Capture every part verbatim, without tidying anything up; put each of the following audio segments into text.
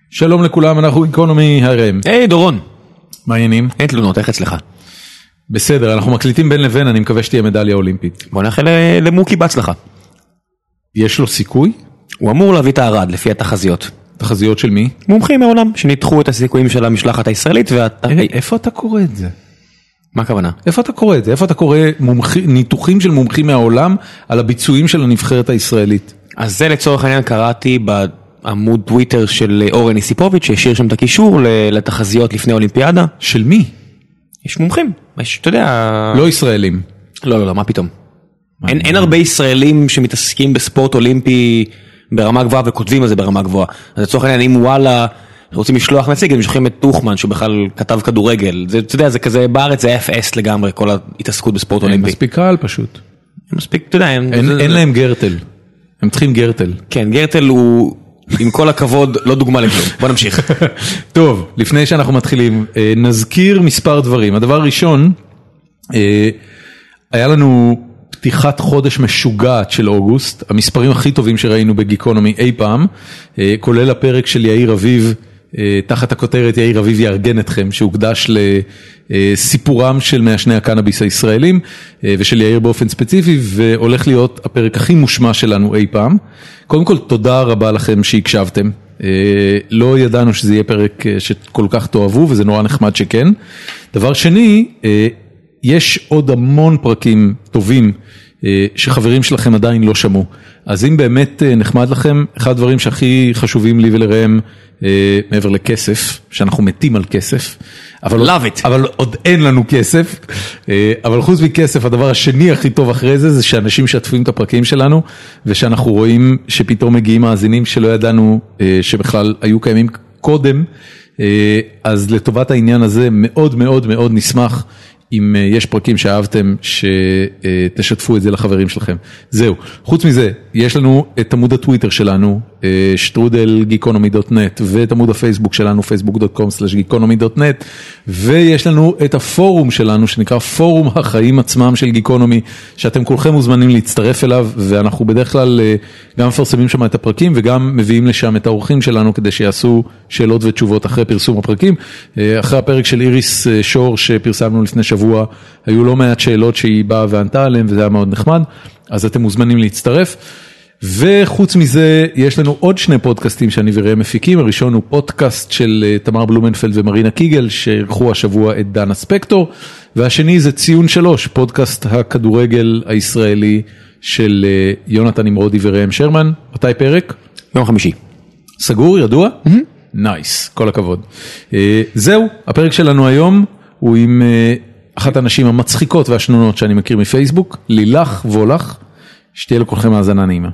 שלום לכולם, אנחנו גיקונומי הרם. היי דורון. מה העניינים? אין תלונות, איך אצלך? בסדר, אנחנו מקליטים בין לבין, אני מקווה שתהיה מדליה אולימפית. בוא נאחל למוקי בהצלחה. יש לו סיכוי? הוא אמור להביא את הערד לפי התחזיות. תחזיות של מי? מומחים מהעולם שניתחו את הסיכויים של המשלחת הישראלית. איפה אתה קורא את זה? מה הכוונה? איפה אתה קורא את זה? איפה אתה קורא ניתוחים של מומחים מהעולם על הביצועים של הנבחרת הישראלית? אז זה לצורך העניין קראתי בעמוד טוויטר של אורן יסיפוביץ' שהשאיר שם את הקישור לתחזיות לפני אולימפיאדה. של מי? יש מומחים, יש, אתה יודע... לא ישראלים. לא, לא, לא, מה פתאום? אין, אין הרבה ישראלים שמתעסקים בספורט אולימפי ברמה גבוהה וכותבים על זה ברמה גבוהה. אז לצורך העניין, אם וואלה רוצים לשלוח נציג, הם שולחים את טוחמן שהוא בכלל כתב כדורגל. זה, אתה יודע, זה כזה, בארץ זה אף אס לגמרי, כל ההתעסקות בספורט אולימפי. אין מספיק קהל פשוט. אין מספיק, אתה יודע... אין, אין, אין להם גרטל. הם צריכים גרטל. כן, גרטל הוא, עם כל הכבוד, לא דוגמה לכלום. בוא נמשיך. טוב, לפני שאנחנו מתחילים, נזכיר מספר דברים. הדבר הראשון, היה לנו פתיחת חודש משוגעת של אוגוסט, המספרים הכי טובים שראינו בגיקונומי אי פעם, כולל הפרק של יאיר אביב, תחת הכותרת יאיר אביב יארגן אתכם, שהוקדש לסיפורם של מעשני הקנאביס הישראלים, ושל יאיר באופן ספציפי, והולך להיות הפרק הכי מושמע שלנו אי פעם. קודם כל, תודה רבה לכם שהקשבתם. לא ידענו שזה יהיה פרק שכל כך תאהבו, וזה נורא נחמד שכן. דבר שני, יש עוד המון פרקים טובים שחברים שלכם עדיין לא שמעו. אז אם באמת נחמד לכם, אחד הדברים שהכי חשובים לי ולראם, מעבר לכסף, שאנחנו מתים על כסף, אבל, Love it. אבל עוד אין לנו כסף, אבל חוץ מכסף, הדבר השני הכי טוב אחרי זה, זה שאנשים שתפים את הפרקים שלנו, ושאנחנו רואים שפתאום מגיעים מאזינים שלא ידענו שבכלל היו קיימים קודם, אז לטובת העניין הזה מאוד מאוד מאוד נשמח, אם יש פרקים שאהבתם, שתשתפו את זה לחברים שלכם. זהו. חוץ מזה, יש לנו את עמוד הטוויטר שלנו, שטרודל גיקונומי דוט נט, ואת עמוד הפייסבוק שלנו, פייסבוק דוט קום סלש גיקונומי דוט נט, ויש לנו את הפורום שלנו, שנקרא פורום החיים עצמם של גיקונומי, שאתם כולכם מוזמנים להצטרף אליו, ואנחנו בדרך כלל גם מפרסמים שם את הפרקים, וגם מביאים לשם את האורחים שלנו, כדי שיעשו שאלות ותשובות אחרי פרסום הפרקים. אחרי הפרק של איריס שור, שפרסמנו לפני שבוע, היו לא מעט שאלות שהיא באה וענתה עליהן, וזה היה מאוד נחמד, אז אתם מוזמנים להצטרף. וחוץ מזה, יש לנו עוד שני פודקאסטים שאני וראם מפיקים. הראשון הוא פודקאסט של תמר בלומנפלד ומרינה קיגל, שערכו השבוע את דנה ספקטור, והשני זה ציון שלוש, פודקאסט הכדורגל הישראלי של יונתן נמרודי וראם שרמן. מתי פרק? יום חמישי. סגור, ידוע? נייס, כל הכבוד. זהו, הפרק שלנו היום הוא עם אחת הנשים המצחיקות והשנונות שאני מכיר מפייסבוק, לילך וולך, שתהיה לכולכם האזנה נעימה.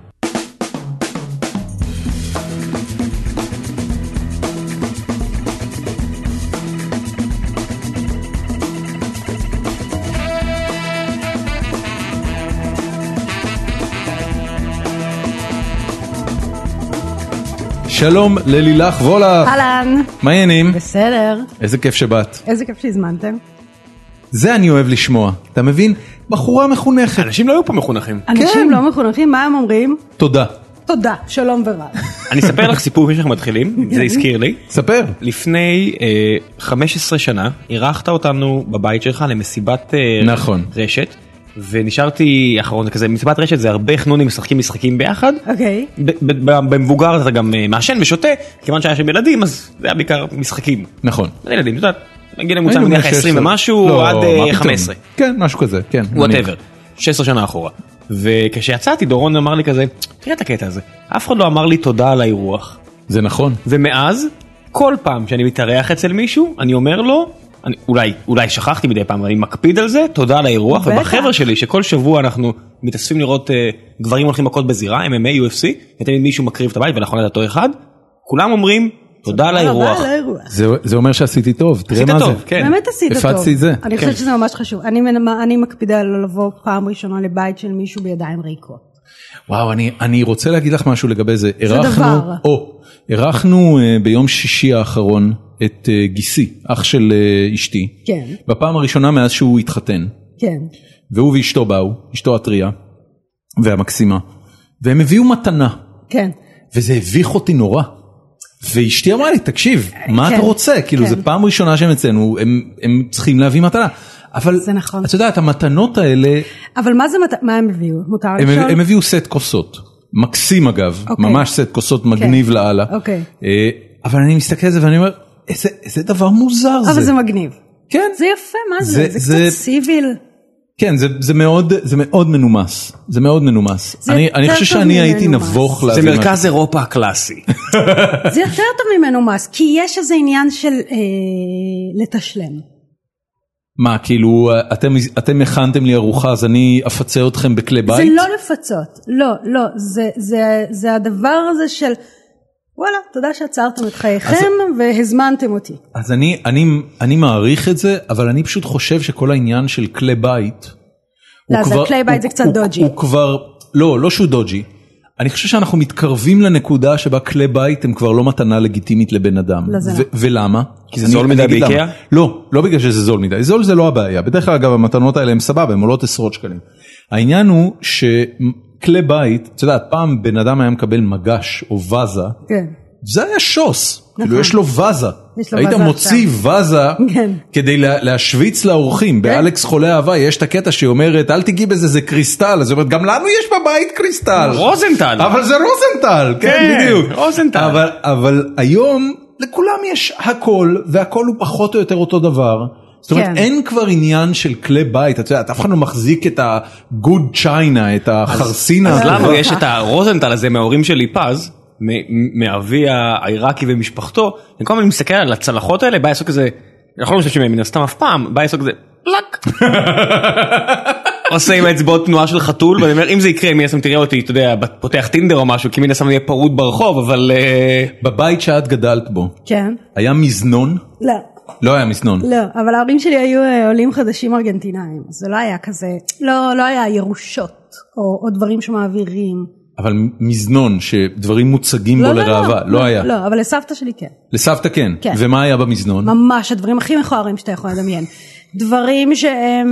שלום ללילך וולך. אהלן. מה העניינים? בסדר. איזה כיף שבאת. איזה כיף שהזמנתם. זה אני אוהב לשמוע, אתה מבין? בחורה מחונכת. אנשים לא היו פה מחונכים. אנשים לא מחונכים, מה הם אומרים? תודה. תודה, שלום ורב. אני אספר לך סיפור שאנחנו מתחילים, זה הזכיר לי. ספר. לפני חמש עשרה שנה, אירחת אותנו בבית שלך למסיבת נכון. רשת, ונשארתי אחרון כזה, מסיבת רשת זה הרבה חנונים משחקים משחקים ביחד. אוקיי. במבוגר אתה גם מעשן ושותה, כיוון שהיה שם ילדים, אז זה היה בעיקר משחקים. נכון. ילדים, אתה יודע, נגיד למוצא מניח עשרים ומשהו עד חמש עשרה. כן, משהו כזה, כן. whatever, שש עשרה שנה אחורה. וכשיצאתי דורון אמר לי כזה, תראה את הקטע הזה, אף אחד לא אמר לי תודה על האירוח. זה נכון. ומאז, כל פעם שאני מתארח אצל מישהו, אני אומר לו, אני, אולי, אולי שכחתי מדי פעם, אבל אני מקפיד על זה, תודה על האירוח, ובחבר'ה שלי שכל שבוע אנחנו מתאספים לראות uh, גברים הולכים מכות בזירה, אם אם איי, יו אף סי, ותמיד מישהו מקריב את הבית, ולאחרונה אותו אחד, כולם אומרים, תודה על האירוח. זה, זה אומר שעשיתי טוב, תראה מה זה. כן. באמת עשית טוב. הפצתי את זה. אני חושבת שזה ממש חשוב. אני, אני מקפידה לא לבוא פעם ראשונה לבית של מישהו בידיים ריקות. וואו, אני, אני רוצה להגיד לך משהו לגבי זה. זה דבר. או, ערכנו ביום שישי האחרון את גיסי, אח של אשתי. כן. בפעם הראשונה מאז שהוא התחתן. כן. והוא ואשתו באו, אשתו הטריה, והמקסימה, והם הביאו מתנה. כן. וזה הביך אותי נורא. ואשתי אמרה לי, תקשיב, מה אתה רוצה? כאילו, זו פעם ראשונה שהם אצלנו, הם צריכים להביא מתנה. אבל, את יודעת, המתנות האלה... אבל מה הם הביאו? הם הביאו סט כוסות. מקסים אגב, ממש סט כוסות מגניב לאללה. אבל אני מסתכל על זה ואני אומר, איזה דבר מוזר זה. אבל זה מגניב. כן. זה יפה, מה זה? זה קצת סיביל. כן, זה מאוד, זה מאוד מנומס. זה מאוד מנומס. אני חושב שאני הייתי נבוך להביא. זה מרכז אירופה הקלאסי. זה יותר טוב ממנומס, כי יש איזה עניין של לתשלם. מה, כאילו, אתם, אתם הכנתם לי ארוחה, אז אני אפצה אתכם בכלי בית? זה לא לפצות, לא, לא, זה, זה, זה הדבר הזה של, וואלה, תודה שעצרתם את חייכם אז, והזמנתם אותי. אז אני, אני, אני מעריך את זה, אבל אני פשוט חושב שכל העניין של כלי בית, לא, זה כבר, כלי בית הוא, זה קצת הוא, דוג'י. הוא, הוא כבר, לא, לא שהוא דוג'י. אני חושב שאנחנו מתקרבים לנקודה שבה כלי בית הם כבר לא מתנה לגיטימית לבן אדם. ולמה? כי זה זול מדי באיקאה? לא, לא בגלל שזה זול מדי. זול זה לא הבעיה. בדרך כלל אגב המתנות האלה הם סבבה, הם עולות עשרות שקלים. העניין הוא שכלי בית, אתה יודע, פעם בן אדם היה מקבל מגש או וזה, זה היה שוס. כאילו יש לו וזה. היית מוציא וזה כדי להשוויץ לאורחים. באלכס חולה אהבה יש את הקטע שהיא אומרת, אל תגיעי בזה, זה קריסטל. אז היא אומרת, גם לנו יש בבית קריסטל. רוזנטל. אבל זה רוזנטל. כן, בדיוק. רוזנטל. אבל היום לכולם יש הכל, והכל הוא פחות או יותר אותו דבר. זאת אומרת, אין כבר עניין של כלי בית. אתה יודע, אף אחד לא מחזיק את ה-good china, את החרסינה. אז לנו יש את הרוזנטל הזה מההורים של ליפז, מאבי העיראקי ומשפחתו, אני כל הזמן מסתכל על הצלחות האלה, בא יעשו כזה, אנחנו לא משתמשים מן הסתם אף פעם, בא יעשו כזה, פלק. עושה עם האצבעות תנועה של חתול, ואני אומר, אם זה יקרה, מן הסתם תראה אותי, אתה יודע, פותח טינדר או משהו, כי מן הסתם יהיה פרוד ברחוב, אבל... בבית שאת גדלת בו, היה מזנון? לא. לא היה מזנון. לא, אבל ההורים שלי היו עולים חדשים ארגנטינאים, זה לא היה כזה, לא היה ירושות, או דברים שמעבירים. אבל מזנון, שדברים מוצגים בו לרעבה, לא היה. לא, אבל לסבתא שלי כן. לסבתא כן? כן. ומה היה במזנון? ממש, הדברים הכי מכוערים שאתה יכול לדמיין. דברים שהם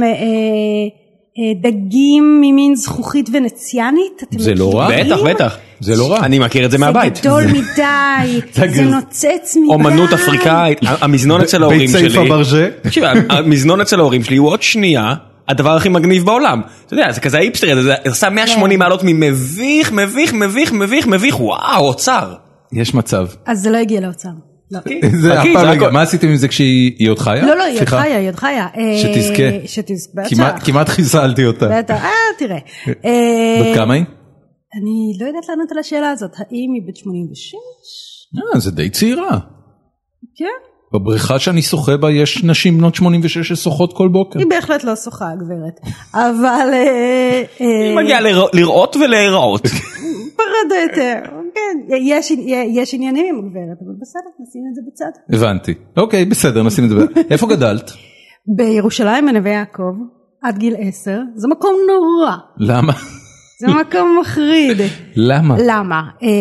דגים ממין זכוכית ונציאנית. זה לא רע? בטח, בטח. זה לא רע. אני מכיר את זה מהבית. זה גדול מדי, זה נוצץ מדי. אומנות אפריקאית, המזנון אצל ההורים שלי. בית סייפה ברז'ה. המזנון אצל ההורים שלי הוא עוד שנייה. הדבר הכי מגניב בעולם. אתה יודע, זה כזה האיפסטרי, זה עשה מאה ושמונים מעלות ממביך, מביך, מביך, מביך, מביך, וואו, אוצר. יש מצב. אז זה לא הגיע לאוצר. מה עשיתם עם זה כשהיא עוד חיה? לא, לא, היא עוד חיה, היא עוד חיה. שתזכה. שתזכה. כמעט חיסלתי אותה. בטח, אה, תראה. בת כמה היא? אני לא יודעת לענות על השאלה הזאת. האם היא בת שמונים ושש? אה, זה די צעירה. כן. בבריכה שאני שוחה בה יש נשים בנות שמונים ושש ששוחות כל בוקר. היא בהחלט לא שוחה, גברת. אבל... היא מגיעה לראות ולהיראות. פרדה יותר. כן, יש עניינים עם הגברת, אבל בסדר, נשים את זה בצד. הבנתי. אוקיי, בסדר, נשים את זה בצד. איפה גדלת? בירושלים בנווה יעקב, עד גיל עשר. זה מקום נורא. למה? זה מקום מחריד. למה? למה?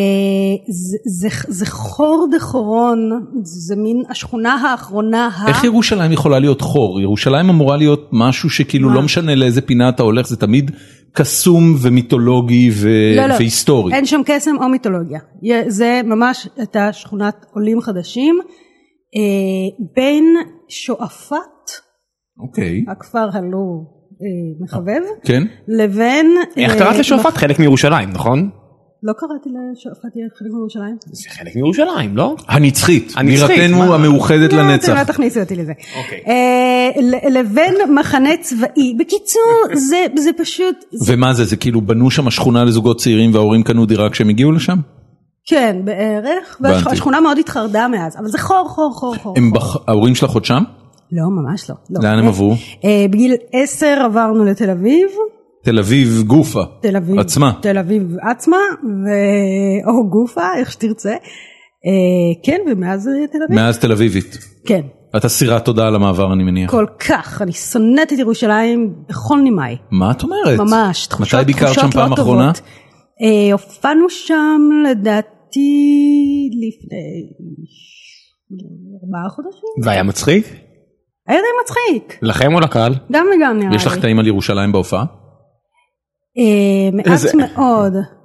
זה חור דחורון, זה מין השכונה האחרונה. איך ירושלים יכולה להיות חור? ירושלים אמורה להיות משהו שכאילו לא משנה לאיזה פינה אתה הולך, זה תמיד קסום ומיתולוגי והיסטורי. אין שם קסם או מיתולוגיה. זה ממש הייתה שכונת עולים חדשים, בין שועפת, הכפר הלא מחבב, כן. לבין... איך קראת לשועפאט? חלק מירושלים, נכון? לא קראתי לשועפאט חלק מירושלים. זה חלק מירושלים, לא? הנצחית, בירתנו המאוחדת לנצח. לא תכניסו אותי לזה. לבין מחנה צבאי. בקיצור, זה פשוט... ומה זה? זה כאילו בנו שם שכונה לזוגות צעירים וההורים קנו דירה כשהם הגיעו לשם? כן, בערך. והשכונה מאוד התחרדה מאז, אבל זה חור, חור, חור, חור. ההורים שלך עוד שם? לא, ממש לא. לאן הם עברו? בגיל עשר עברנו לתל אביב. תל אביב גופה. תל אביב. עצמה. תל אביב עצמה, או גופה, איך שתרצה. כן, ומאז תל אביב. מאז תל אביבית. כן. אתה סירת תודה על המעבר, אני מניח. כל כך, אני שונאת את ירושלים בכל נימי. מה את אומרת? ממש, תחושות, מתי ביקרת שם פעם אחרונה? הופענו שם, לדעתי, לפני ארבעה חודשים. והיה מצחיק? היה די מצחיק. לכם או לקהל? גם וגם נראה לי. יש לך קטעים על ירושלים בהופעה? מעט מאוד.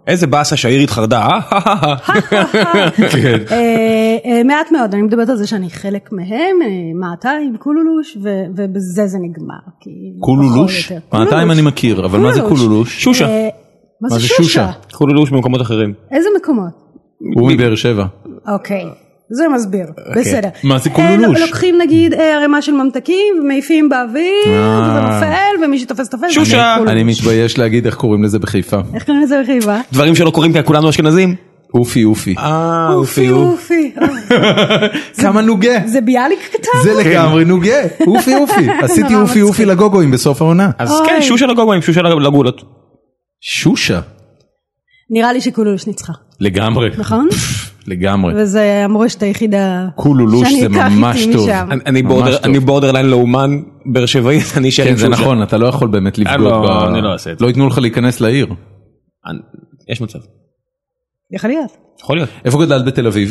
איזה באסה שהעיר התחרדה, אה? כן. מעט מאוד, אני מדברת על זה שאני חלק מהם, מאתיים, קולולוש, ובזה זה נגמר. קולולוש? מאתיים אני מכיר, אבל מה זה קולולוש? שושה. מה זה שושה? קולולוש במקומות אחרים. איזה מקומות? הוא מבאר שבע. אוקיי. זה מסביר, בסדר. מה זה קולולוש? לוקחים נגיד ערימה של ממתקים, ומעיפים באוויר, ונופל, ומי שתופס תופס. שושה. אני מתבייש להגיד איך קוראים לזה בחיפה. איך קוראים לזה בחיפה? דברים שלא קוראים כי כולנו אשכנזים. אופי אופי. אה, אופי אופי. כמה נוגה. זה ביאליק כתב? זה לגמרי נוגה. אופי אופי. עשיתי אופי אופי לגוגויים בסוף העונה. אז כן, שושה לגוגויים, שושה לגולות. שושה. נראה לי שקולולוש ניצחה. לגמרי. נכון? לגמרי. וזה המורשת היחידה קולולוש זה ממש טוב. אני בורדרליין לאומן באר שבעי, אני אשאר עם כן, שושה. זה נכון, אתה לא יכול באמת לבגוד. לא, אני לא אעשה את זה. לא ייתנו לך להיכנס לעיר. יש מצב. יכול להיות. יכול להיות. איפה גדלת בתל אביב?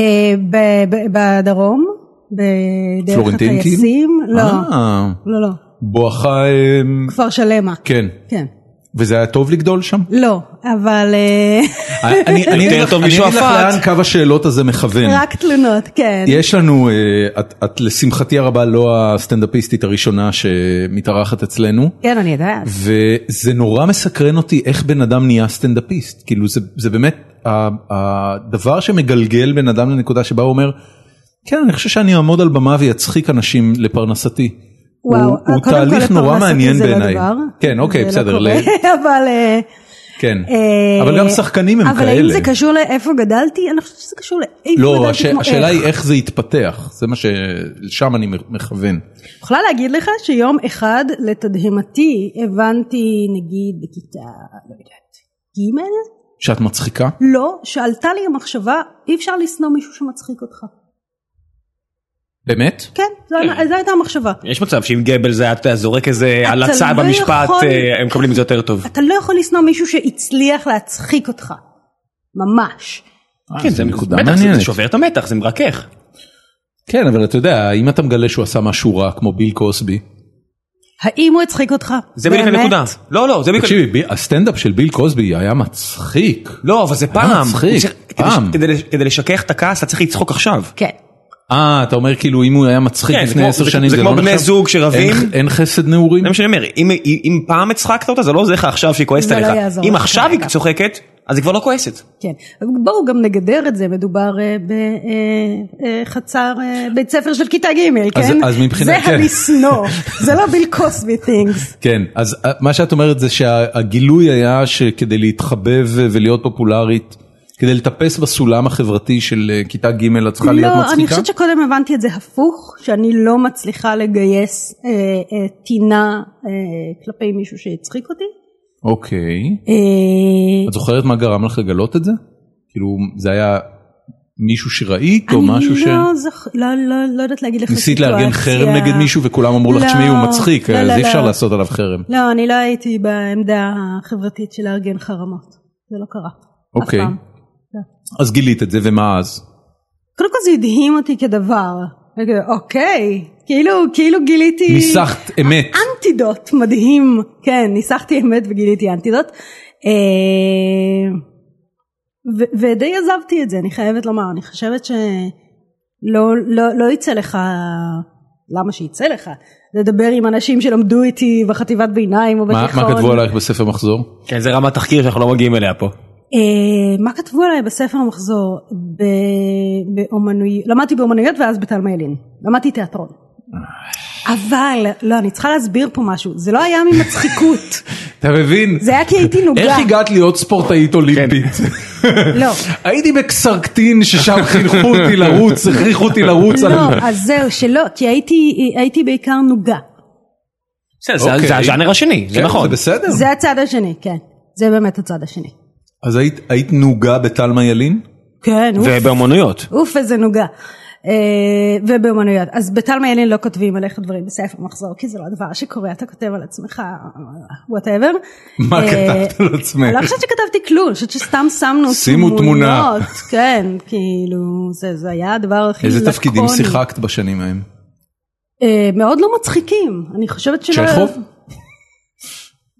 בדרום, בדרך פלורנטין כאילו? הטייסים. לא, לא, לא. בואכה... כפר שלמה. כן. כן. וזה היה טוב לגדול שם? לא, אבל... אני אגיד לך לאן קו השאלות הזה מכוון. רק תלונות, כן. יש לנו, את לשמחתי הרבה לא הסטנדאפיסטית הראשונה שמתארחת אצלנו. כן, אני יודעת. וזה נורא מסקרן אותי איך בן אדם נהיה סטנדאפיסט. כאילו זה באמת הדבר שמגלגל בן אדם לנקודה שבה הוא אומר, כן, אני חושב שאני אעמוד על במה ויצחיק אנשים לפרנסתי. וואו, הוא תהליך נורא מעניין בעיניי. כן, אוקיי, בסדר. אבל... כן, אבל גם שחקנים הם כאלה. אבל האם זה קשור לאיפה גדלתי? אני חושבת שזה קשור לאיפה לא, גדלתי כמו איך. השאלה היא איך זה יתפתח, זה מה ששם אני מכוון. יכולה להגיד לך שיום אחד לתדהמתי הבנתי נגיד בכיתה, לא יודעת, ג' שאת מצחיקה? לא, שעלתה לי המחשבה, אי אפשר לשנוא מישהו שמצחיק אותך. באמת? כן, זו הייתה המחשבה. יש מצב שאם גבל זה אתה זורק איזה הלצה במשפט, הם מקבלים את זה יותר טוב. אתה לא יכול לשנוא מישהו שהצליח להצחיק אותך. ממש. כן, זה שובר את המתח, זה מרכך. כן, אבל אתה יודע, אם אתה מגלה שהוא עשה משהו רע, כמו ביל קוסבי. האם הוא הצחיק אותך? זה בדיוק הנקודה. לא, לא, זה בדיוק... תקשיבי, הסטנדאפ של ביל קוסבי היה מצחיק. לא, אבל זה פעם. מצחיק, פעם. כדי לשכך את הכעס, אתה צריך לצחוק עכשיו. כן. אה, אתה אומר כאילו אם הוא היה מצחיק לפני עשר שנים, זה כמו בני זוג שרבים. אין חסד נעורים? זה מה שאני אומר, אם פעם הצחקת אותה, זה לא עוזר לך עכשיו שהיא כועסת עליך. אם עכשיו היא צוחקת, אז היא כבר לא כועסת. כן, בואו גם נגדר את זה, מדובר בחצר בית ספר של כיתה ג', כן? זה הלסנוע, זה לא ביל קוסבי things. כן, אז מה שאת אומרת זה שהגילוי היה שכדי להתחבב ולהיות פופולרית, כדי לטפס בסולם החברתי של כיתה ג' את צריכה להיות מצחיקה? לא, אני חושבת שקודם הבנתי את זה הפוך, שאני לא מצליחה לגייס טינה כלפי מישהו שיצחיק אותי. אוקיי. את זוכרת מה גרם לך לגלות את זה? כאילו זה היה מישהו שראית או משהו ש... אני לא יודעת להגיד לך סיטואציה. ניסית לארגן חרם נגד מישהו וכולם אמרו לך תשמעי הוא מצחיק, אז אי אפשר לעשות עליו חרם. לא, אני לא הייתי בעמדה החברתית של לארגן חרמות, זה לא קרה. אוקיי. אז גילית את זה, ומה אז? קודם כל זה הדהים אותי כדבר, אוקיי, כאילו, כאילו גיליתי... ניסחת אמת. אנטידוט מדהים, כן, ניסחתי אמת וגיליתי אנטידוט, ודי עזבתי את זה, אני חייבת לומר, אני חושבת שלא יצא לך, למה שיצא לך? לדבר עם אנשים שלמדו איתי בחטיבת ביניים או בתיכון. מה כתבו עלייך בספר מחזור? כן, זה רמת תחקיר שאנחנו לא מגיעים אליה פה. מה כתבו עליי בספר המחזור? באומנויות, למדתי באומנויות ואז בתלמה ילין, למדתי תיאטרון. אבל, לא, אני צריכה להסביר פה משהו, זה לא היה ממצחיקות. אתה מבין? זה היה כי הייתי נוגה. איך הגעת להיות ספורטאית אולימפית? לא. הייתי בקסרקטין ששם חינכו אותי לרוץ, הכריחו אותי לרוץ. לא, אז זהו, שלא, כי הייתי בעיקר נוגה. זה הז'אנר השני, זה נכון. זה בסדר. זה הצד השני, כן. זה באמת הצד השני. אז היית, היית נוגה בתלמה ילין? כן, אוף. ובאומנויות. אוף, איזה נוגה. ובאומנויות. אז בתלמה ילין לא כותבים עליך דברים בספר מחזור, כי זה לא הדבר שקורה, אתה כותב על עצמך, whatever. מה כתבת על עצמך? אני לא חושבת שכתבתי כלום, אני חושבת שסתם שמנו שימו תמונה. כן, כאילו, זה היה הדבר הכי לקוני. איזה תפקידים שיחקת בשנים ההם? מאוד לא מצחיקים, אני חושבת שלא... צ'כוב?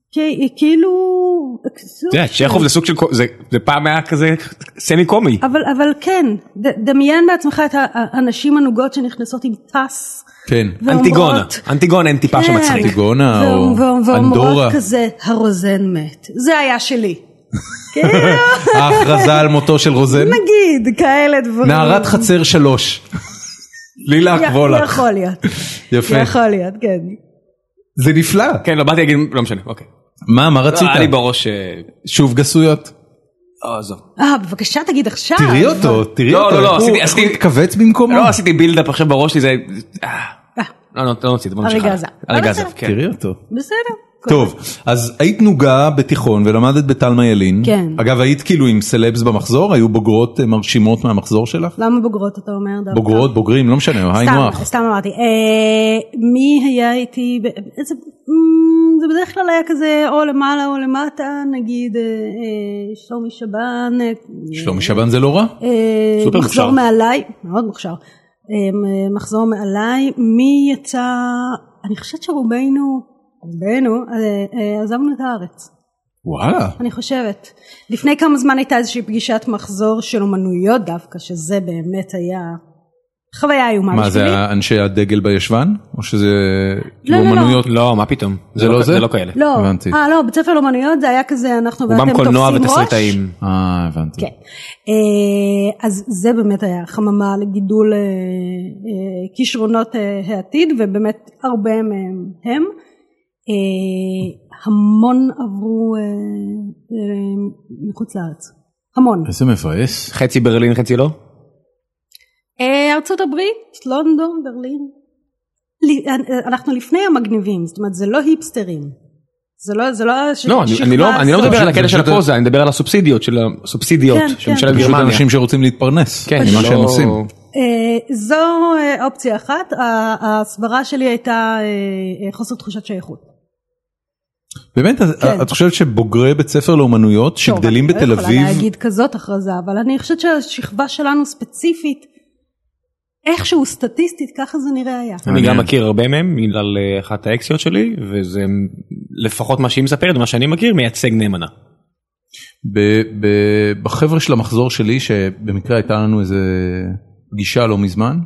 כאילו... צ'כוב זה סוג של... זה פעם היה כזה סמי קומי. אבל כן, דמיין בעצמך את האנשים הנוגות שנכנסות עם טס. כן. אנטיגונה. אנטיגונה אין טיפה שמצחיק. אנטיגונה או אנדורה. ואומרות כזה, הרוזן מת. זה היה שלי. ההכרזה על מותו של רוזן? נגיד, כאלה דברים. נערת חצר שלוש. לילה קבולך. יכול להיות. יפה. יכול להיות, כן. זה נפלא. כן, לא באתי להגיד, לא משנה, אוקיי. מה, מה רצית? היה לי בראש... שוב גסויות? אה, זו. אה, בבקשה תגיד עכשיו. תראי אותו, תראי אותו. לא, לא, לא, עשיתי... הוא התכווץ במקומו? לא, עשיתי בילדאפ עכשיו בראש לי, זה... לא, לא, לא נוציא, בוא נמשיך. הרגע הזה. הרגע הזה, כן. תראי אותו. בסדר. טוב, אז היית נוגה בתיכון ולמדת בתלמה ילין. כן. אגב, היית כאילו עם סלבס במחזור? היו בוגרות מרשימות מהמחזור שלך? למה בוגרות אתה אומר דווקא? בוגרות, בוגרים, לא משנה, היי נוח. סתם אמרתי. מי היה איתי, זה בדרך כלל היה כזה או למעלה או למטה, נגיד שלומי שבן. שלומי שבן זה לא רע? סופר מוכשר. מחזור מעליי, מאוד מוכשר. מחזור מעליי, מי יצא, אני חושבת שרובנו, רובנו, עזבנו את הארץ. וואלה. אני חושבת. לפני כמה זמן הייתה איזושהי פגישת מחזור של אומנויות דווקא, שזה באמת היה חוויה איומה בשבילי. מה, זה אנשי הדגל בישבן? או שזה לא, לא, אומנויות? לא, מה פתאום? זה לא זה? זה לא כאלה. לא, הבנתי. אה, לא, בית ספר לאומנויות זה היה כזה, אנחנו ואתם רובם תופסים ראש. קולנוע ותסריטאים. אה, הבנתי. כן. אז זה באמת היה חממה לגידול כישרונות העתיד, ובאמת הרבה מהם הם. המון עברו מחוץ לארץ. המון. איזה מבאס. חצי ברלין, חצי לא? ארצות הברית, לונדון, ברלין. אנחנו לפני המגניבים, זאת אומרת, זה לא היפסטרים. זה לא, זה לא... לא, אני לא, אני לא מדבר על הקטע של הפוזה, אני מדבר על הסובסידיות של הסובסידיות של ממשלת גרמניה. פשוט אנשים שרוצים להתפרנס. כן, מה שהם עושים. זו אופציה אחת, הסברה שלי הייתה חוסר תחושת שייכות. באמת, את חושבת שבוגרי בית ספר לאומנויות שגדלים בתל אביב... אני לא יכולה להגיד כזאת הכרזה, אבל אני חושבת שהשכבה שלנו ספציפית, איכשהו סטטיסטית, ככה זה נראה היה. אני גם מכיר הרבה מהם, בגלל אחת האקסיות שלי, וזה לפחות מה שהיא מספרת, מה שאני מכיר, מייצג נאמנה. בחבר'ה של המחזור שלי, שבמקרה הייתה לנו איזו פגישה לא מזמן,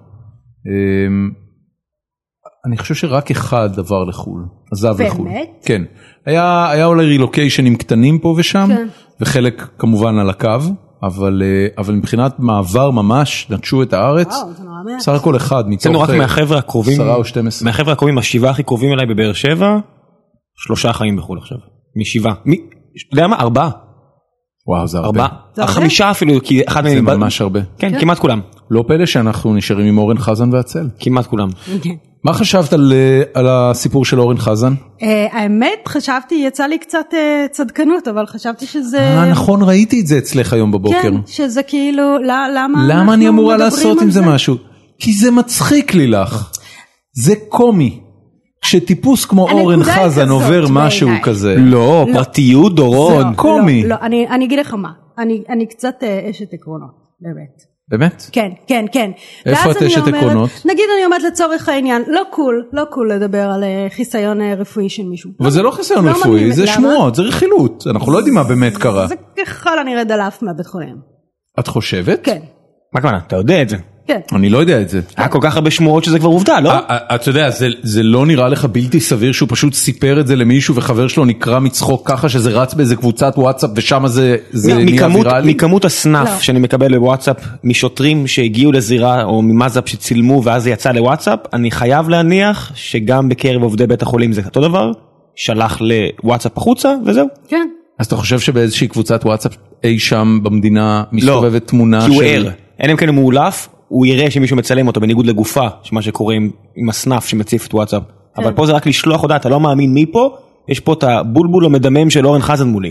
אני חושב שרק אחד עבר לחול, עזב לחול. באמת? כן. היה, היה אולי רילוקיישנים קטנים פה ושם, כן. וחלק כמובן על הקו, אבל, אבל מבחינת מעבר ממש, נטשו את הארץ. וואו, זה נורא מעט. סך הכל אחד מתוך... אצלנו רק מהחבר'ה הקרובים, עשרה או שתים עשרה. מהחבר'ה הקרובים, השבעה הכי קרובים אליי בבאר שבע, שלושה חיים בחול עכשיו. משבעה. מי, אתה יודע מה? ארבעה. וואו, זה הרבה. ארבעה. החמישה אפילו, כי אחד מהם... זה ממש הרבה. כן, כמעט כולם. לא פלא שאנחנו נשארים עם אורן חזן והצל. כמעט כולם. מה חשבת על, על הסיפור של אורן חזן? האמת, חשבתי, יצא לי קצת צדקנות, אבל חשבתי שזה... אה, נכון, ראיתי את זה אצלך היום בבוקר. כן, שזה כאילו, למה... למה אני אמורה לעשות עם זה משהו? כי זה מצחיק לי לך. זה קומי. כשטיפוס כמו אורן חזן עובר משהו כזה. לא, פרטיות דורון. קומי. לא, אני אגיד לך מה. אני קצת אשת עקרונות, באמת. באמת? כן, כן, כן. איפה את אשת עקרונות? נגיד אני אומרת לצורך העניין, לא קול, לא קול לדבר על חיסיון רפואי של מישהו. אבל זה לא חיסיון רפואי, זה שמועות, זה רכילות. אנחנו לא יודעים מה באמת קרה. זה ככל הנראה דלף מהבית חולים. את חושבת? כן. מה כמובן? אתה יודע את זה. כן. אני לא יודע את זה. היה כל כך הרבה שמועות שזה כבר עובדה, לא? אתה יודע, זה לא נראה לך בלתי סביר שהוא פשוט סיפר את זה למישהו וחבר שלו נקרא מצחוק ככה שזה רץ באיזה קבוצת וואטסאפ ושם זה נהיה ויראלי? מכמות הסנאפ שאני מקבל בוואטסאפ משוטרים שהגיעו לזירה או ממזאפ שצילמו ואז זה יצא לוואטסאפ, אני חייב להניח שגם בקרב עובדי בית החולים זה אותו דבר, שלח לוואטסאפ החוצה וזהו. כן. אז אתה חושב שבאיזושהי קבוצת וואטסאפ אי שם במדינה מסתובבת תמונה של... כי הוא ער, אין אם כן הוא מאולף, הוא יראה שמישהו מצלם אותו בניגוד לגופה, שמה שקורה עם, עם הסנאפ שמציף את וואטסאפ. כן. אבל פה זה רק לשלוח הודעה, אתה לא מאמין מי פה, יש פה את הבולבול המדמם של אורן חזן מולי.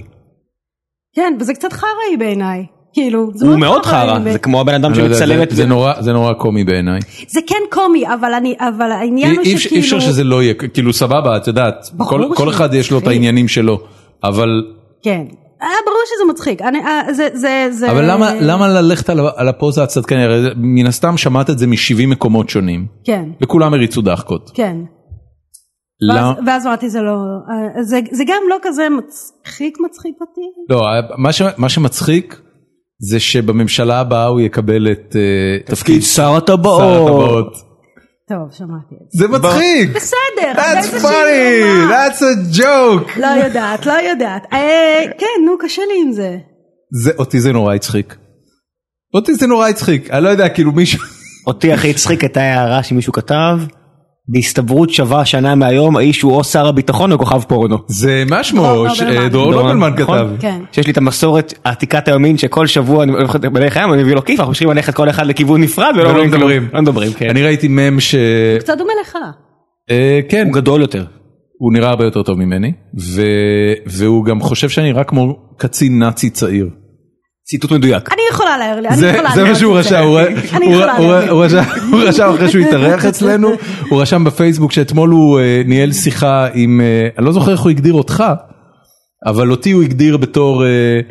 כן, וזה קצת חראי בעיניי. כאילו, זה הוא מאוד חרא, ב... זה כמו הבן אדם שמצלם את זה. זה נורא, זה נורא קומי בעיניי. זה כן קומי, אבל אני, אבל העניין הוא שכאילו... אי אפשר שזה לא יהיה, כאילו סבבה, את יודעת, כל, כל אחד יש לו את העניינים שלו, אבל... כן. ברור שזה מצחיק, אני, זה, זה, זה... אבל למה, למה ללכת על, על הפוזה הצדקנית? מן הסתם שמעת את זה מ-שבעים מקומות שונים. כן. וכולם הריצו דחקות. כן. ואז אמרתי זה לא, זה גם לא כזה מצחיק מצחיק אותי. לא, מה שמצחיק זה שבממשלה הבאה הוא יקבל את תפקיד שר הטבעות. טוב, שמעתי את זה. זה מצחיק. בסדר. That's funny, that's a joke. לא יודעת, לא יודעת. כן, נו, קשה לי עם זה. אותי זה נורא הצחיק. אותי זה נורא הצחיק. אני לא יודע, כאילו מישהו... אותי הכי הצחיק הייתה הערה שמישהו כתב, בהסתברות שווה שנה מהיום, האיש הוא או שר הביטחון או כוכב פורנו. זה מה שמו, דרור נובלמן כתב. שיש לי את המסורת עתיקת היומין, שכל שבוע אני הולך בדרך הים, אני מביא לו כיף, אנחנו חושבים ללכת כל אחד לכיוון נפרד, ולא מדברים. לא מדברים, כן. אני ראיתי מם ש... הוא קצת דומה לך. כן. הוא גדול יותר. הוא נראה הרבה יותר טוב ממני, והוא גם חושב שאני נראה כמו קצין נאצי צעיר. ציטוט מדויק. אני יכולה להעיר לי, זה מה שהוא רשם, הוא רשם אחרי שהוא התארח אצלנו, הוא רשם בפייסבוק שאתמול הוא ניהל שיחה עם, אני לא זוכר איך הוא הגדיר אותך, אבל אותי הוא הגדיר בתור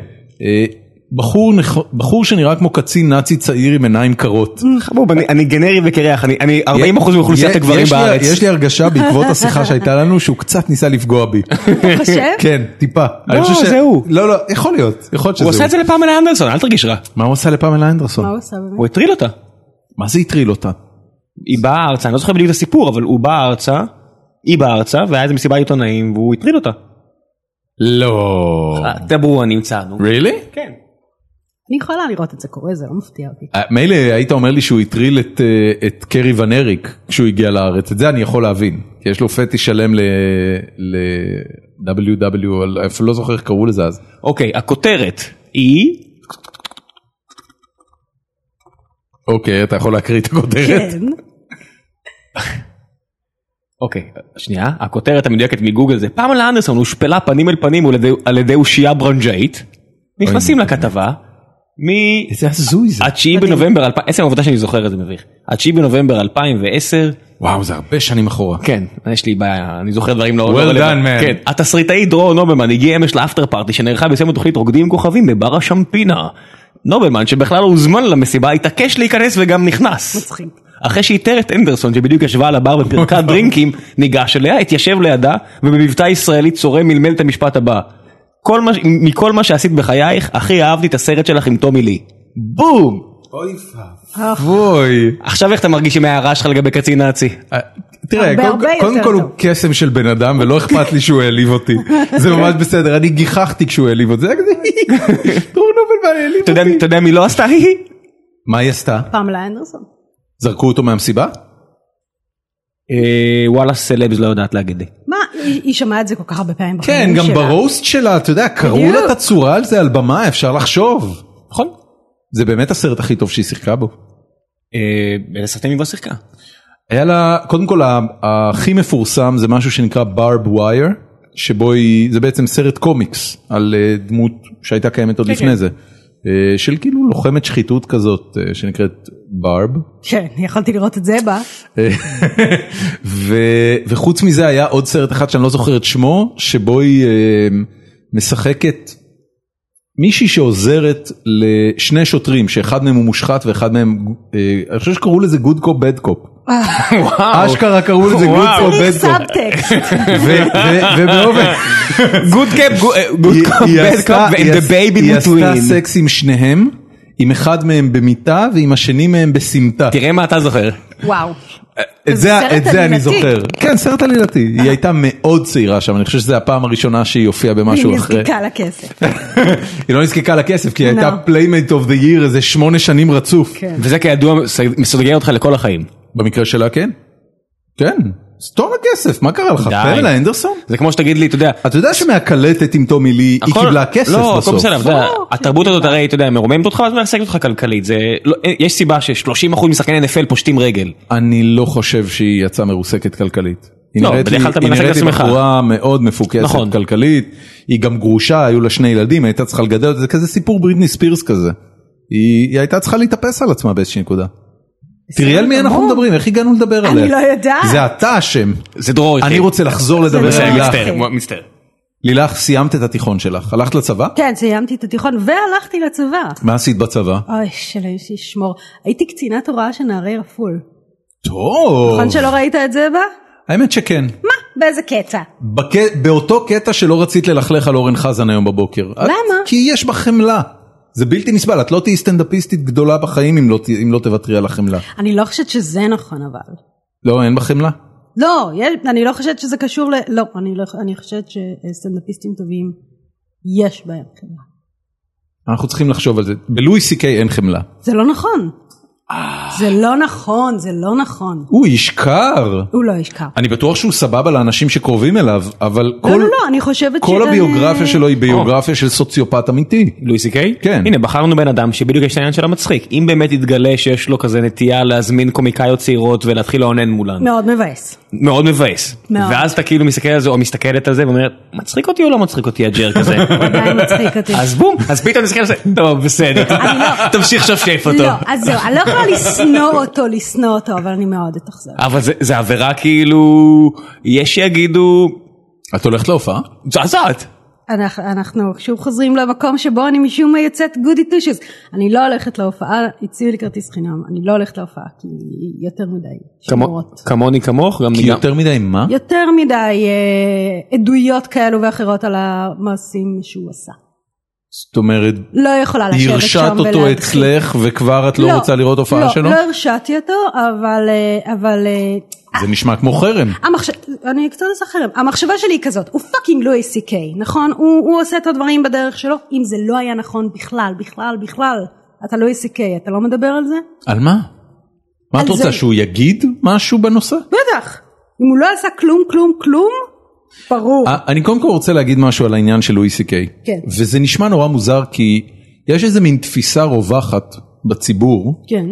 בחור שנראה כמו קצין נאצי צעיר עם עיניים קרות. חבוב, אני גנרי וקרח, אני ארבעים אחוז מאוכלוסיית הגברים בארץ. יש לי הרגשה בעקבות השיחה שהייתה לנו שהוא קצת ניסה לפגוע בי. הוא חושב? כן, טיפה. לא, זה הוא. לא, לא, יכול להיות. הוא עושה את זה לפמלה אנדרסון, אל תרגיש רע. מה הוא עושה לפמלה אנדרסון? מה הוא עושה באמת? הוא הטריל אותה. מה זה הטריל אותה? היא באה ארצה, אני לא זוכר בדיוק את הסיפור, אבל הוא בא ארצה, היא באה ארצה, והיה איזה מסיבה עיתונאים, והוא הטריל אותה. לא. דברו, אני נמצא. Really? כן. אני יכולה לראות את זה קורה, זה לא מפתיע אותי. מילא היית אומר לי שהוא הטריל את קרי ון אריק כשהוא הגיע לארץ, את זה אני יכול להבין, כי יש לו פטיש שלם ל-דאבליו דאבליו, אפילו לא זוכר איך קראו לזה אז. אוקיי, הכותרת היא... אוקיי, אתה יכול להקריא את הכותרת? כן. אוקיי, שנייה, הכותרת המדויקת מגוגל זה, פמלה אנדרסון הושפלה פנים אל פנים על ידי אושייה ברנג'אית, נכנסים לכתבה, התשיעי בנובמבר, עצם העובדה שאני זוכר את זה מביך, התשיעי בנובמבר אלפיים ועשר, וואו זה הרבה שנים אחורה, כן, יש לי בעיה, אני זוכר דברים לא... well done man, כן, התסריטאי דרור נובלמן הגיע אמש לאפטר פארטי שנערכה בסיום התוכנית רוקדים כוכבים בבר השמפינה, נובלמן שבכלל לא הוזמן למסיבה התעקש להיכנס וגם נכנס, מצחיק. אחרי שאיתר את אנדרסון שבדיוק ישבה על הבר בפרקת דרינקים, ניגש אליה, התיישב לידה ובמבטא ישראלית צורם מלמל את המשפט הבא, כל מה, מכל מה שעשית בחייך, הכי אהבתי את הסרט שלך עם טומי לי. בום! אוי פאבוי. עכשיו איך אתה מרגיש עם ההערה שלך לגבי קצין נאצי? תראה, קודם כל הוא קסם של בן אדם, ולא אכפת לי שהוא העליב אותי. זה ממש בסדר, אני גיחכתי כשהוא העליב אותי. זה כזה, דרור נובלמן העליב אותי. אתה יודע מי לא עשתה? מה היא עשתה? פמלה אנדרסון. זרקו אותו מהמסיבה? וואלה סלבס לא יודעת להגיד לי. מה, היא שמעה את זה כל כך הרבה פעמים בחיים שלה. כן, גם ברוסט שלה, אתה יודע, קראו לה את הצורה על זה על במה, אפשר לחשוב. נכון. זה באמת הסרט הכי טוב שהיא שיחקה בו. באיזה סרטים היא בו שיחקה? היה לה, קודם כל, הכי מפורסם זה משהו שנקרא Barb Wire, שבו היא, זה בעצם סרט קומיקס, על דמות שהייתה קיימת עוד לפני זה. של כאילו לוחמת שחיתות כזאת שנקראת ברב. כן, יכולתי לראות את זה בה. וחוץ מזה היה עוד סרט אחד שאני לא זוכר את שמו, שבו היא משחקת מישהי שעוזרת לשני שוטרים, שאחד מהם הוא מושחת ואחד מהם, אני חושב שקראו לזה Good Cop Bad Cop. אשכרה קראו לזה Good Cop Bad Cop. סאבטקסט. ובאופן Good Cop Bad Cop and the baby between. היא עשתה סקס עם שניהם, עם אחד מהם במיטה ועם השני מהם בסמטה. תראה מה אתה זוכר. וואו. את זה אני זוכר. כן, סרט עלילתי. היא הייתה מאוד צעירה שם, אני חושב שזו הפעם הראשונה שהיא הופיעה במשהו אחרי. היא נזקקה לכסף. היא לא נזקקה לכסף, כי היא הייתה Playmate of the Year איזה שמונה שנים רצוף. וזה כידוע מסוגל אותך לכל החיים. במקרה שלה כן. כן. סתום הכסף, מה קרה לך? פמלה אנדרסון? זה כמו שתגיד לי, אתה יודע. אתה יודע שמהקלטת עם טומי לי, היא קיבלה כסף בסוף. לא, הכל בסדר, אתה יודע, התרבות הזאת הרי, אתה יודע, מרוממת אותך, אז מרסקת אותך כלכלית. יש סיבה ש-שלושים אחוז משחקני אן אף אל פושטים רגל. אני לא חושב שהיא יצאה מרוסקת כלכלית. לא, בדרך כלל אתה מנסה את עצמך. היא נראית לי בחורה מאוד מפוקסת כלכלית, היא גם גרושה, היו לה שני ילדים, הייתה צריכה לגדל, זה כזה סיפור בריטני ספירס כזה. היא הייתה צריכה להתאפס על עצמה באיזושהי נקודה. תראי על מי אנחנו מדברים, איך הגענו לדבר עליה? אני לא יודעת. זה אתה השם. זה דרור. אני רוצה לחזור לדבר על לילך. מצטער. לילך, סיימת את התיכון שלך. הלכת לצבא? כן, סיימתי את התיכון והלכתי לצבא. מה עשית בצבא? אוי, שלהם שישמור. הייתי קצינת הוראה של נערי רפול. טוב. נכון שלא ראית את זה בה? האמת שכן. מה? באיזה קטע? באותו קטע שלא רצית ללכלך על אורן חזן היום בבוקר. למה? כי יש בה חמלה. זה בלתי נסבל, את לא תהי סטנדאפיסטית גדולה בחיים אם לא, אם לא תוותרי על החמלה. אני לא חושבת שזה נכון אבל. לא, אין בה חמלה? לא, אני לא חושבת שזה קשור ל... לא, אני, לא, אני חושבת שסטנדאפיסטים טובים יש בהם חמלה. אנחנו צריכים לחשוב על זה. בלואי סי קיי אין חמלה. זה לא נכון. זה לא נכון, זה לא נכון. הוא ישקר. הוא לא ישקר. אני בטוח שהוא סבבה לאנשים שקרובים אליו, אבל כל... לא, לא, לא, אני חושבת ש... כל הביוגרפיה שלו היא ביוגרפיה של סוציופט אמיתי. לואי סי קיי? כן. הנה, בחרנו בן אדם שבדיוק יש העניין של המצחיק. אם באמת יתגלה שיש לו כזה נטייה להזמין קומיקאיות צעירות ולהתחיל לעונן מולן. מאוד מבאס. מאוד מבאס. ואז אתה כאילו מסתכל על זה או מסתכלת על זה ואומרת, מצחיק אותי או לא מצחיק אותי הג'רק הזה? עדיין מצחיק אותי. אז בום, אז פתאום נסתכל על זה, טוב, בסדר. תמשיך שפשף אותו. לא, אז זהו, אני לא יכולה לשנוא אותו, לשנוא אותו, אבל אני מאוד אתאכזב. אבל זה עבירה כאילו, יש שיגידו, את הולכת להופעה? זעזעת. אנחנו שוב חוזרים למקום שבו אני משום מה יוצאת גודי טושוס. אני לא הולכת להופעה, הציעו לי כרטיס חינם, אני לא הולכת להופעה, כי יותר מדי שמורות. כמוני כמוך? כי יותר מדי מה? יותר מדי עדויות כאלו ואחרות על המעשים שהוא עשה. זאת אומרת, לא יכולה לשבת שם הרשת אותו אצלך וכבר את לא רוצה לראות הופעה שלו? לא, לא הרשתי אותו, אבל... זה נשמע כמו חרם. אני קצת עושה חרם. המחשבה שלי היא כזאת, הוא פאקינג לואי סי קיי, נכון? הוא עושה את הדברים בדרך שלו, אם זה לא היה נכון בכלל, בכלל, בכלל, אתה לואי סי קיי, אתה לא מדבר על זה? על מה? מה את רוצה, שהוא יגיד משהו בנושא? בטח. אם הוא לא עשה כלום, כלום, כלום, ברור. אני קודם כל רוצה להגיד משהו על העניין של לואי סי קיי. כן. וזה נשמע נורא מוזר, כי יש איזה מין תפיסה רווחת בציבור, כן.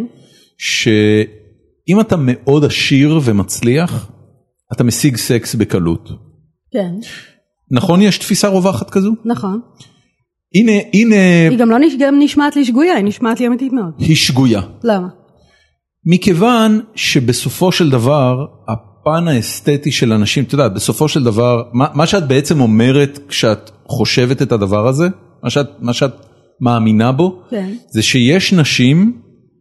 שאם אתה מאוד עשיר ומצליח, אתה משיג סקס בקלות. כן. נכון, יש תפיסה רווחת כזו? נכון. הנה, הנה... היא גם לא גם נשמעת לי שגויה, היא נשמעת לי אמיתית מאוד. היא שגויה. למה? מכיוון שבסופו של דבר, הפן האסתטי של אנשים, אתה יודע, בסופו של דבר, מה, מה שאת בעצם אומרת כשאת חושבת את הדבר הזה, מה שאת, מה שאת מאמינה בו, כן. זה שיש נשים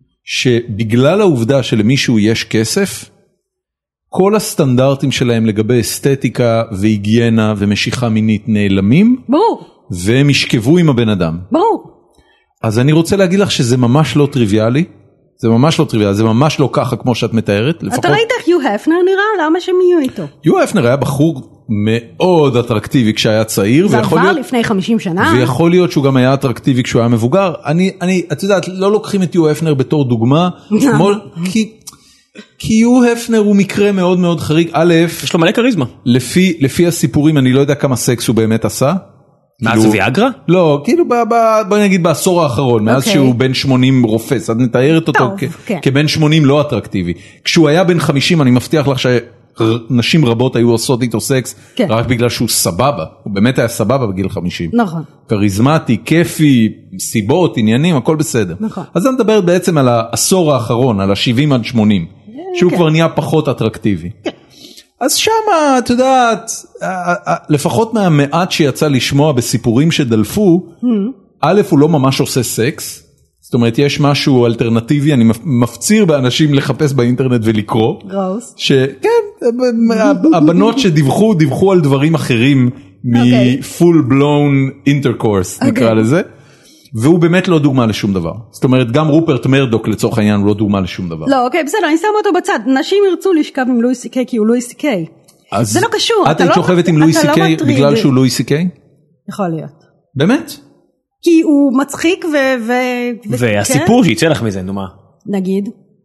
שבגלל העובדה שלמישהו יש כסף, כל הסטנדרטים שלהם לגבי אסתטיקה והיגיינה ומשיכה מינית נעלמים, ברור. והם ישכבו עם הבן אדם. ברור. אז אני רוצה להגיד לך שזה ממש לא טריוויאלי, זה ממש לא טריוויאלי, זה ממש לא ככה כמו שאת מתארת. אתה ראית איך יו הפנר נראה? למה שהם יהיו איתו? יו הפנר היה בחור מאוד אטרקטיבי כשהיה צעיר. זה עבר לפני חמישים שנה. ויכול להיות שהוא גם היה אטרקטיבי כשהוא היה מבוגר. אני, אני, את יודעת, לא לוקחים את יו הפנר בתור דוגמה, כי... כי יו הפנר הוא מקרה מאוד מאוד חריג. א', יש לו מלא קריזמה. לפי, לפי הסיפורים, אני לא יודע כמה סקס הוא באמת עשה. מה, זה ויאגרה? לא, כאילו בוא נגיד בעשור האחרון, מאז שהוא בן שמונים רופס, את מתארת אותו כבן שמונים לא אטרקטיבי. כשהוא היה בן חמישים, אני מבטיח לך שנשים רבות היו עושות איתו סקס, רק בגלל שהוא סבבה, הוא באמת היה סבבה בגיל חמישים. נכון. קריזמטי, כיפי, סיבות, עניינים, הכל בסדר. נכון. אז אני מדברת בעצם על העשור האחרון, על ה-שבעים עד שמונים, שהוא כבר נהיה פחות אטרקטיבי. אז שמה, את יודעת, לפחות מהמעט שיצא לשמוע בסיפורים שדלפו, א', הוא לא ממש עושה סקס, זאת אומרת, יש משהו אלטרנטיבי, אני מפציר באנשים לחפש באינטרנט ולקרוא, גרוס. שכן, הבנות שדיווחו, דיווחו על דברים אחרים מ-full blown intercourse, נקרא לזה, והוא באמת לא דוגמה לשום דבר. זאת אומרת, גם רופרט מרדוק לצורך העניין הוא לא דוגמה לשום דבר. לא, אוקיי, בסדר, אני שם אותו בצד. נשים ירצו לשכב עם לואי סי קיי כי הוא לואי סי קיי. זה לא קשור. את היית שוכבת עם לואי סי קיי בגלל שהוא לואי סי קיי? יכול להיות. באמת? כי הוא מצחיק ו... והסיפור שיצא לך מזה, נו מה? נגיד.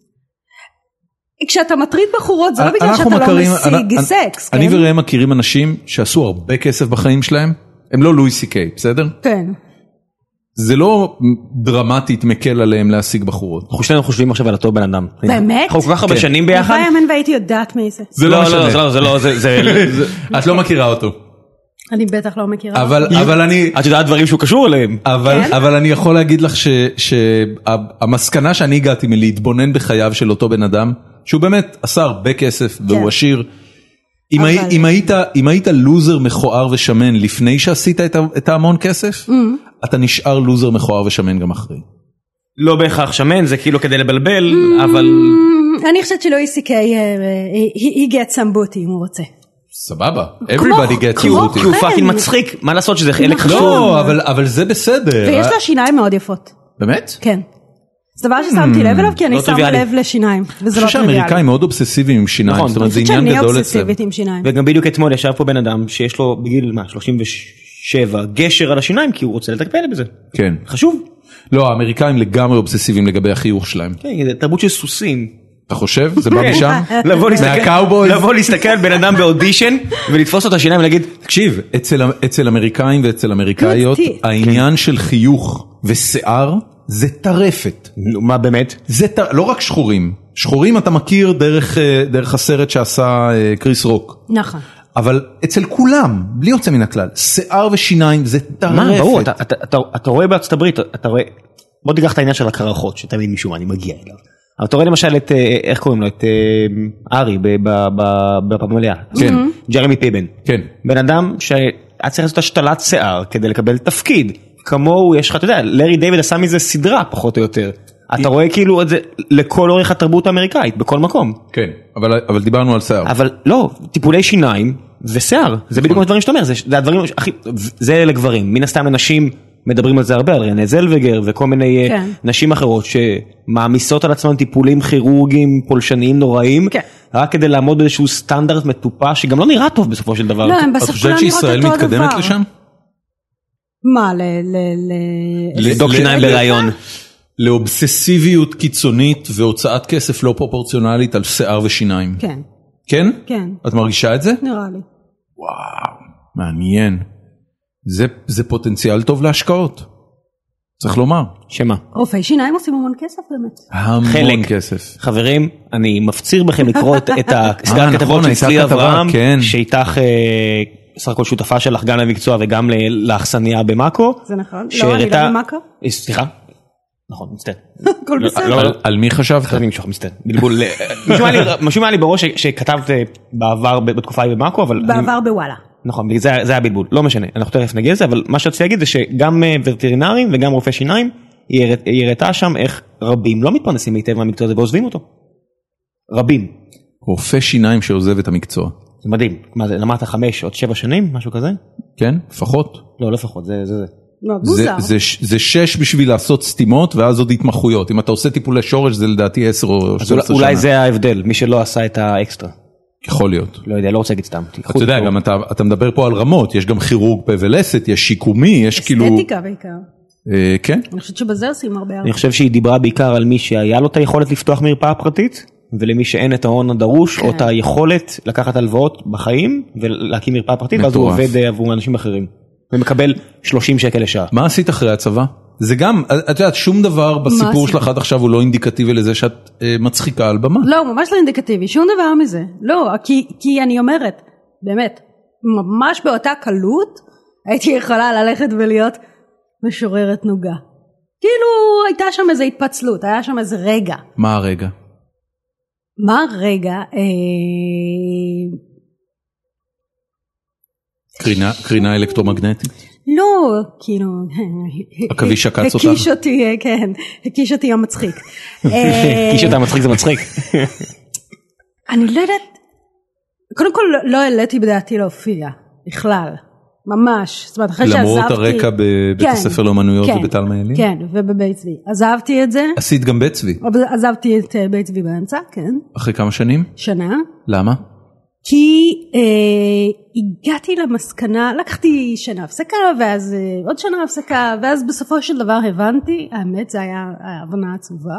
כשאתה מטריד בחורות, זה לא בגלל שאתה לא משיג סקס. אני וראם מכירים אנשים שעשו הרבה כסף בחיים שלהם, הם לא לואי סי קיי, בסדר? כן. זה לא דרמטית מקל עליהם להשיג בחורות. אנחנו שנינו חושבים עכשיו על אותו בן אדם. באמת? אנחנו כל כך הרבה שנים ביחד. אני אמן והייתי יודעת מי זה. זה לא משנה. זה לא, זה לא, את לא מכירה אותו. אני בטח לא מכירה. אבל אני... את יודעת דברים שהוא קשור אליהם. אבל אני יכול להגיד לך שהמסקנה שאני הגעתי מלהתבונן בחייו של אותו בן אדם, שהוא באמת עשה הרבה כסף והוא עשיר, אם היית, אם היית לוזר מכוער ושמן לפני שעשית את ההמון כסף, אתה נשאר לוזר מכוער ושמן גם אחרי. לא בהכרח שמן, זה כאילו כדי לבלבל, אבל... אני חושבת שלואי סי קיי, he gets some booty אם הוא רוצה. סבבה, everybody gets כי הוא חירותי. פאקינג מצחיק, מה לעשות שזה חלק חשוב? לא, אבל זה בסדר. ויש לה שיניים מאוד יפות. באמת? כן. זה דבר ששמתי לב אליו, כי אני שמה לב לשיניים, וזה לא אני חושב טריוויאלי. שהאמריקאים מאוד אובססיביים עם שיניים, זאת אומרת זה עניין גדול שאני אצלם. אובססיבית עם שיניים. וגם בדיוק אתמול ישב פה בן אדם שיש לו בגיל מה שלושים ושבע גשר על השיניים כי הוא רוצה לטפל בזה. כן. חשוב. לא, האמריקאים לגמרי אובססיביים לגבי החיוך שלהם. כן, זה תרבות של סוסים. אתה חושב? זה בא משם? מהקאובויז? לבוא להסתכל על בן אדם באודישן ולתפוס אותו השיניים ולהגיד, תקשיב, אצל אמריקאים ואצל אמריקאיות העניין של חיוך ושיער זה טרפת. מה באמת? זה לא רק שחורים. שחורים אתה מכיר דרך הסרט שעשה קריס רוק. נכון. אבל אצל כולם, בלי יוצא מן הכלל, שיער ושיניים זה טרפת. מה, ברור, אתה רואה בארצות הברית, אתה רואה, בוא תיקח את העניין של הקרחות, שתמיד משום מה אני מגיע אליו. אבל אתה רואה למשל את, איך קוראים לו, את ארי בפמליה. כן. ג'רמי פיבן. כן. בן אדם שהיה צריך לעשות השתלת שיער כדי לקבל תפקיד. כמוהו יש לך, אתה יודע, לארי דיוויד עשה מזה סדרה פחות או יותר. אתה רואה כאילו את זה לכל אורך התרבות האמריקאית, בכל מקום. כן, אבל, אבל דיברנו על שיער. אבל לא, טיפולי שיניים ושיער, זה בדיוק הדברים שאתה אומר, זה, זה הדברים הכי, זה לגברים. מן הסתם אנשים מדברים על זה הרבה, על רנה זלווגר וכל מיני כן. נשים אחרות שמעמיסות על עצמם טיפולים כירורגיים פולשניים נוראים, כן. רק כדי לעמוד באיזשהו סטנדרט מטופש שגם לא נראה טוב בסופו של דבר. לא, הם בסוף כולם נראות אותו דבר. את חושבת שישראל מתקדמת לשם? מה, ל... לדוק שיניים בראיון. לאובססיביות קיצונית והוצאת כסף לא פרופורציונלית על שיער ושיניים. כן. כן? כן. את מרגישה את זה? נראה לי. וואו, מעניין. זה, זה פוטנציאל טוב להשקעות. צריך לומר. שמה? רופאי שיניים עושים המון כסף באמת. המון חלק. כסף. חברים, אני מפציר בכם לקרוא את הסדרת כתבות של צבי אברהם, כן. שאיתך סך הכל שותפה שלך גם למקצוע וגם לאכסניה במאקו. זה נכון. לא, אני לא במאקו. סליחה? נכון, מצטער. הכל בסדר. על מי חשבת? חייבים למשוך, מצטער. בלבול. משהו מה לי בראש שכתבת בעבר בתקופה היא במאקו, אבל... בעבר בוואלה. נכון, זה היה בלבול. לא משנה, אנחנו תכף נגיע לזה, אבל מה שרציתי להגיד זה שגם וטרינרים וגם רופאי שיניים, היא הראתה שם איך רבים לא מתפרנסים היטב מהמקצוע הזה ועוזבים אותו. רבים. רופא שיניים שעוזב את המקצוע. זה מדהים. מה זה, למדת חמש עוד שבע שנים, משהו כזה? כן, לפחות. לא, לפחות, זה זה. זה, זה, זה שש בשביל לעשות סתימות ואז עוד התמחויות. אם אתה עושה טיפולי שורש זה לדעתי עשר או שלוש עשרה שנה. אולי זה ההבדל, מי שלא עשה את האקסטרה. יכול להיות. לא יודע, לא רוצה להגיד סתם. אתה יודע, גם אתה, אתה מדבר פה על רמות, יש גם כירורג פה ולסת, יש שיקומי, יש כאילו... אסתטיקה בעיקר. אה, כן. אני חושבת שבזה עושים הרבה. אני חושב שהיא דיברה בעיקר על מי שהיה לו את היכולת לפתוח מרפאה פרטית, ולמי שאין את ההון הדרוש, או את היכולת לקחת הלוואות בחיים, ולהקים מרפאה פרטית, ואז הוא עובד עבור אנשים אחרים. ומקבל שלושים שקל לשעה. מה עשית אחרי הצבא? זה גם, את יודעת, שום דבר בסיפור שלך עד עכשיו הוא לא אינדיקטיבי לזה שאת אה, מצחיקה על במה. לא, ממש לא אינדיקטיבי, שום דבר מזה. לא, כי, כי אני אומרת, באמת, ממש באותה קלות, הייתי יכולה ללכת ולהיות משוררת נוגה. כאילו, הייתה שם איזו התפצלות, היה שם איזה רגע. מה הרגע? מה הרגע? אה... קרינה, קרינה אלקטרומגנטית? לא, כאילו... עכביש עקץ אותך? הקיש אותי, כן, הקיש אותי המצחיק. הקיש אותה המצחיק זה מצחיק. אני לא יודעת, קודם כל לא העליתי בדעתי להופיע, בכלל, ממש. זאת אומרת, אחרי שעזבתי... למרות הרקע בבית הספר לאמנויות ובתלמה ילין? כן, ובבית צבי. עזבתי את זה. עשית גם בית צבי? עזבתי את בית צבי באמצע, כן. אחרי כמה שנים? שנה. למה? כי אה, הגעתי למסקנה, לקחתי שנה הפסקה ואז אה, עוד שנה הפסקה ואז בסופו של דבר הבנתי, האמת זה היה ההבנה עצובה,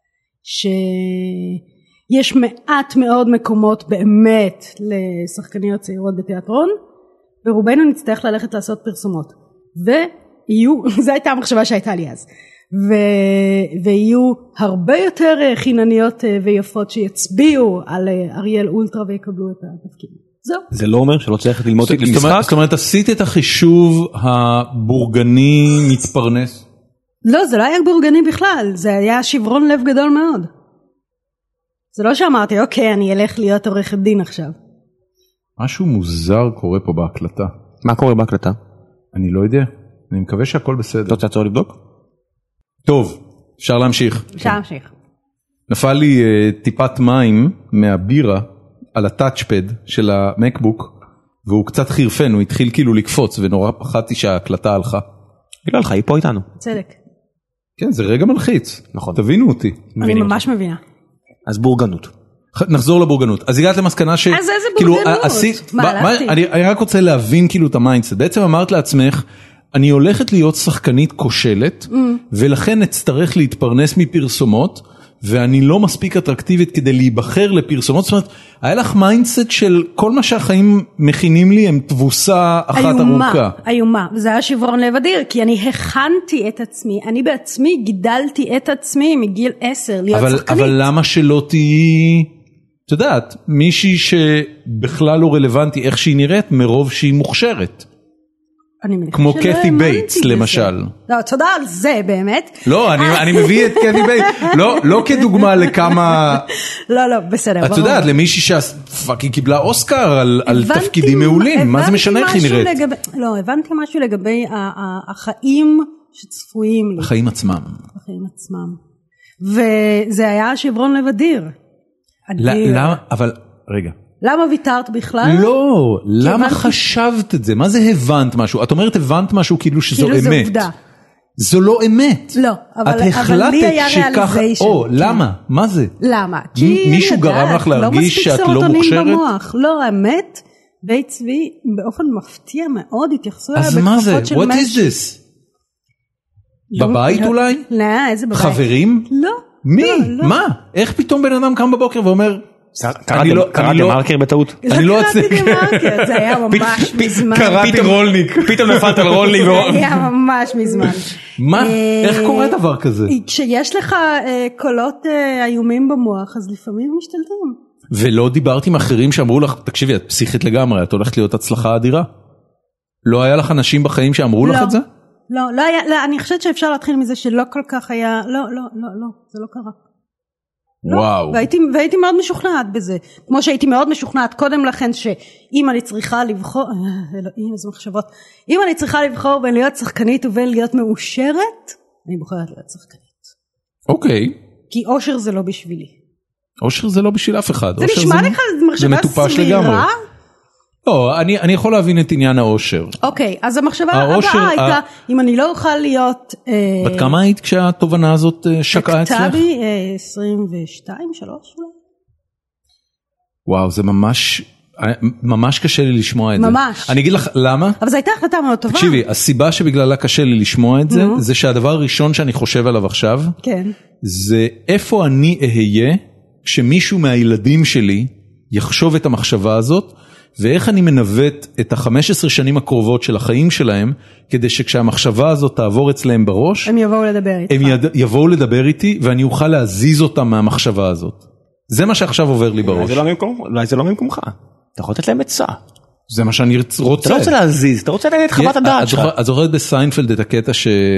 שיש מעט מאוד מקומות באמת לשחקניות צעירות בתיאטרון, ורובנו נצטרך ללכת לעשות פרסומות, ויהיו, זו הייתה המחשבה שהייתה לי אז, ו... ויהיו הרבה יותר חינניות ויפות שיצביעו על אריאל אולטרה ויקבלו את התפקיד. זהו. זה לא אומר שלא צריך ללמוד את המשחק? זאת אומרת, עשית את החישוב הבורגני מתפרנס? לא, זה לא היה בורגני בכלל, זה היה שברון לב גדול מאוד. זה לא שאמרתי, אוקיי, אני אלך להיות עורכת דין עכשיו. משהו מוזר קורה פה בהקלטה. מה קורה בהקלטה? אני לא יודע. אני מקווה שהכל בסדר. אתה רוצה לעצור לבדוק? טוב, אפשר להמשיך. אפשר להמשיך. נפל לי uh, טיפת מים מהבירה על הטאצ'פד של המקבוק, והוא קצת חירפן, הוא התחיל כאילו לקפוץ, ונורא פחדתי שההקלטה הלכה. היא לא הלכה, היא פה איתנו. צדק. כן, זה רגע מלחיץ. נכון. תבינו אותי. אני ממש מבינה. אז בורגנות. נחזור לבורגנות. אז הגעת למסקנה ש... אז איזה בורגנות? מה, הלכתי? אני רק רוצה להבין כאילו את המיינדסט. בעצם אמרת לעצמך, אני הולכת להיות שחקנית כושלת, ולכן אצטרך להתפרנס מפרסומות, ואני לא מספיק אטרקטיבית כדי להיבחר לפרסומות. זאת אומרת, היה לך מיינדסט של כל מה שהחיים מכינים לי, הם תבוסה אחת ארוכה. איומה, וזה היה שברון לב אדיר, כי אני הכנתי את עצמי, אני בעצמי גידלתי את עצמי מגיל עשר, להיות אבל, שחקנית. אבל למה שלא תהיי, את יודעת, מישהי שבכלל לא רלוונטי איך שהיא נראית, מרוב שהיא מוכשרת. כמו קתי בייטס למשל. לא, תודה על זה באמת. לא, אני מביא את קתי בייטס, לא כדוגמה לכמה... לא, לא, בסדר. את יודעת, למישהי שהפאקינג קיבלה אוסקר על תפקידים מעולים, מה זה משנה איך היא נראית? לא, הבנתי משהו לגבי החיים שצפויים לי. החיים עצמם. החיים עצמם. וזה היה שברון לב אדיר. למה, אבל, רגע. למה ויתרת בכלל? לא, למה חשבת את זה? מה זה הבנת משהו? את אומרת הבנת משהו כאילו שזו אמת. כאילו זו עובדה. זו לא אמת. לא, אבל לי היה ריאליזיישן. או, למה? מה זה? למה? מישהו גרם לך להרגיש שאת לא מוכשרת? לא, האמת, בית צבי באופן מפתיע מאוד התייחסו אליה אז מה זה? What is this? בבית אולי? לא, איזה בבית? חברים? לא. מי? מה? איך פתאום בן אדם קם בבוקר ואומר... קראתי מרקר בטעות. אני לא אצליח. קראתי מרקר, זה היה ממש מזמן. קראתי רולניק. פתאום נפלת על רולניק. זה היה ממש מזמן. מה? איך קורה דבר כזה? כשיש לך קולות איומים במוח, אז לפעמים משתלטים. ולא דיברת עם אחרים שאמרו לך, תקשיבי, את פסיכית לגמרי, את הולכת להיות הצלחה אדירה. לא היה לך אנשים בחיים שאמרו לך את זה? לא, לא היה, אני חושבת שאפשר להתחיל מזה שלא כל כך היה, לא, לא, לא, לא, זה לא קרה. וואו. והייתי, והייתי מאוד משוכנעת בזה. כמו שהייתי מאוד משוכנעת קודם לכן שאם אני צריכה לבחור, אלוהים, איזה מחשבות, אם אני צריכה לבחור בין להיות שחקנית ובין להיות מאושרת, אני בוחרת להיות שחקנית. אוקיי. כי אושר זה לא בשבילי. אושר זה לא בשביל אף אחד. זה נשמע לך מחשבה סבירה? לא, אני, אני יכול להבין את עניין האושר. אוקיי, אז המחשבה הבאה הייתה, אם אני לא אוכל להיות... בת כמה היית כשהתובנה הזאת שקעה אצלך? כתב לי עשרים ושתיים, שלוש אולי. וואו, זה ממש, ממש קשה לי לשמוע את זה. ממש. אני אגיד לך למה. אבל זו הייתה החלטה מאוד טובה. תקשיבי, הסיבה שבגללה קשה לי לשמוע את זה, זה שהדבר הראשון שאני חושב עליו עכשיו, זה איפה אני אהיה כשמישהו מהילדים שלי יחשוב את המחשבה הזאת, ואיך אני מנווט את ה-חמש עשרה שנים הקרובות של החיים שלהם, כדי שכשהמחשבה הזאת תעבור אצלהם בראש, הם יבואו לדבר איתך. הם יד... יבואו לדבר איתי, ואני אוכל להזיז אותם מהמחשבה הזאת. זה מה שעכשיו עובר לי בראש. אולי זה לא ממקומך. אתה יכול לתת להם עצה. זה מה שאני רוצה. אתה לא רוצה להזיז, אתה רוצה להגיד חוות הדעת שלך. את זוכרת בסיינפלד את הקטע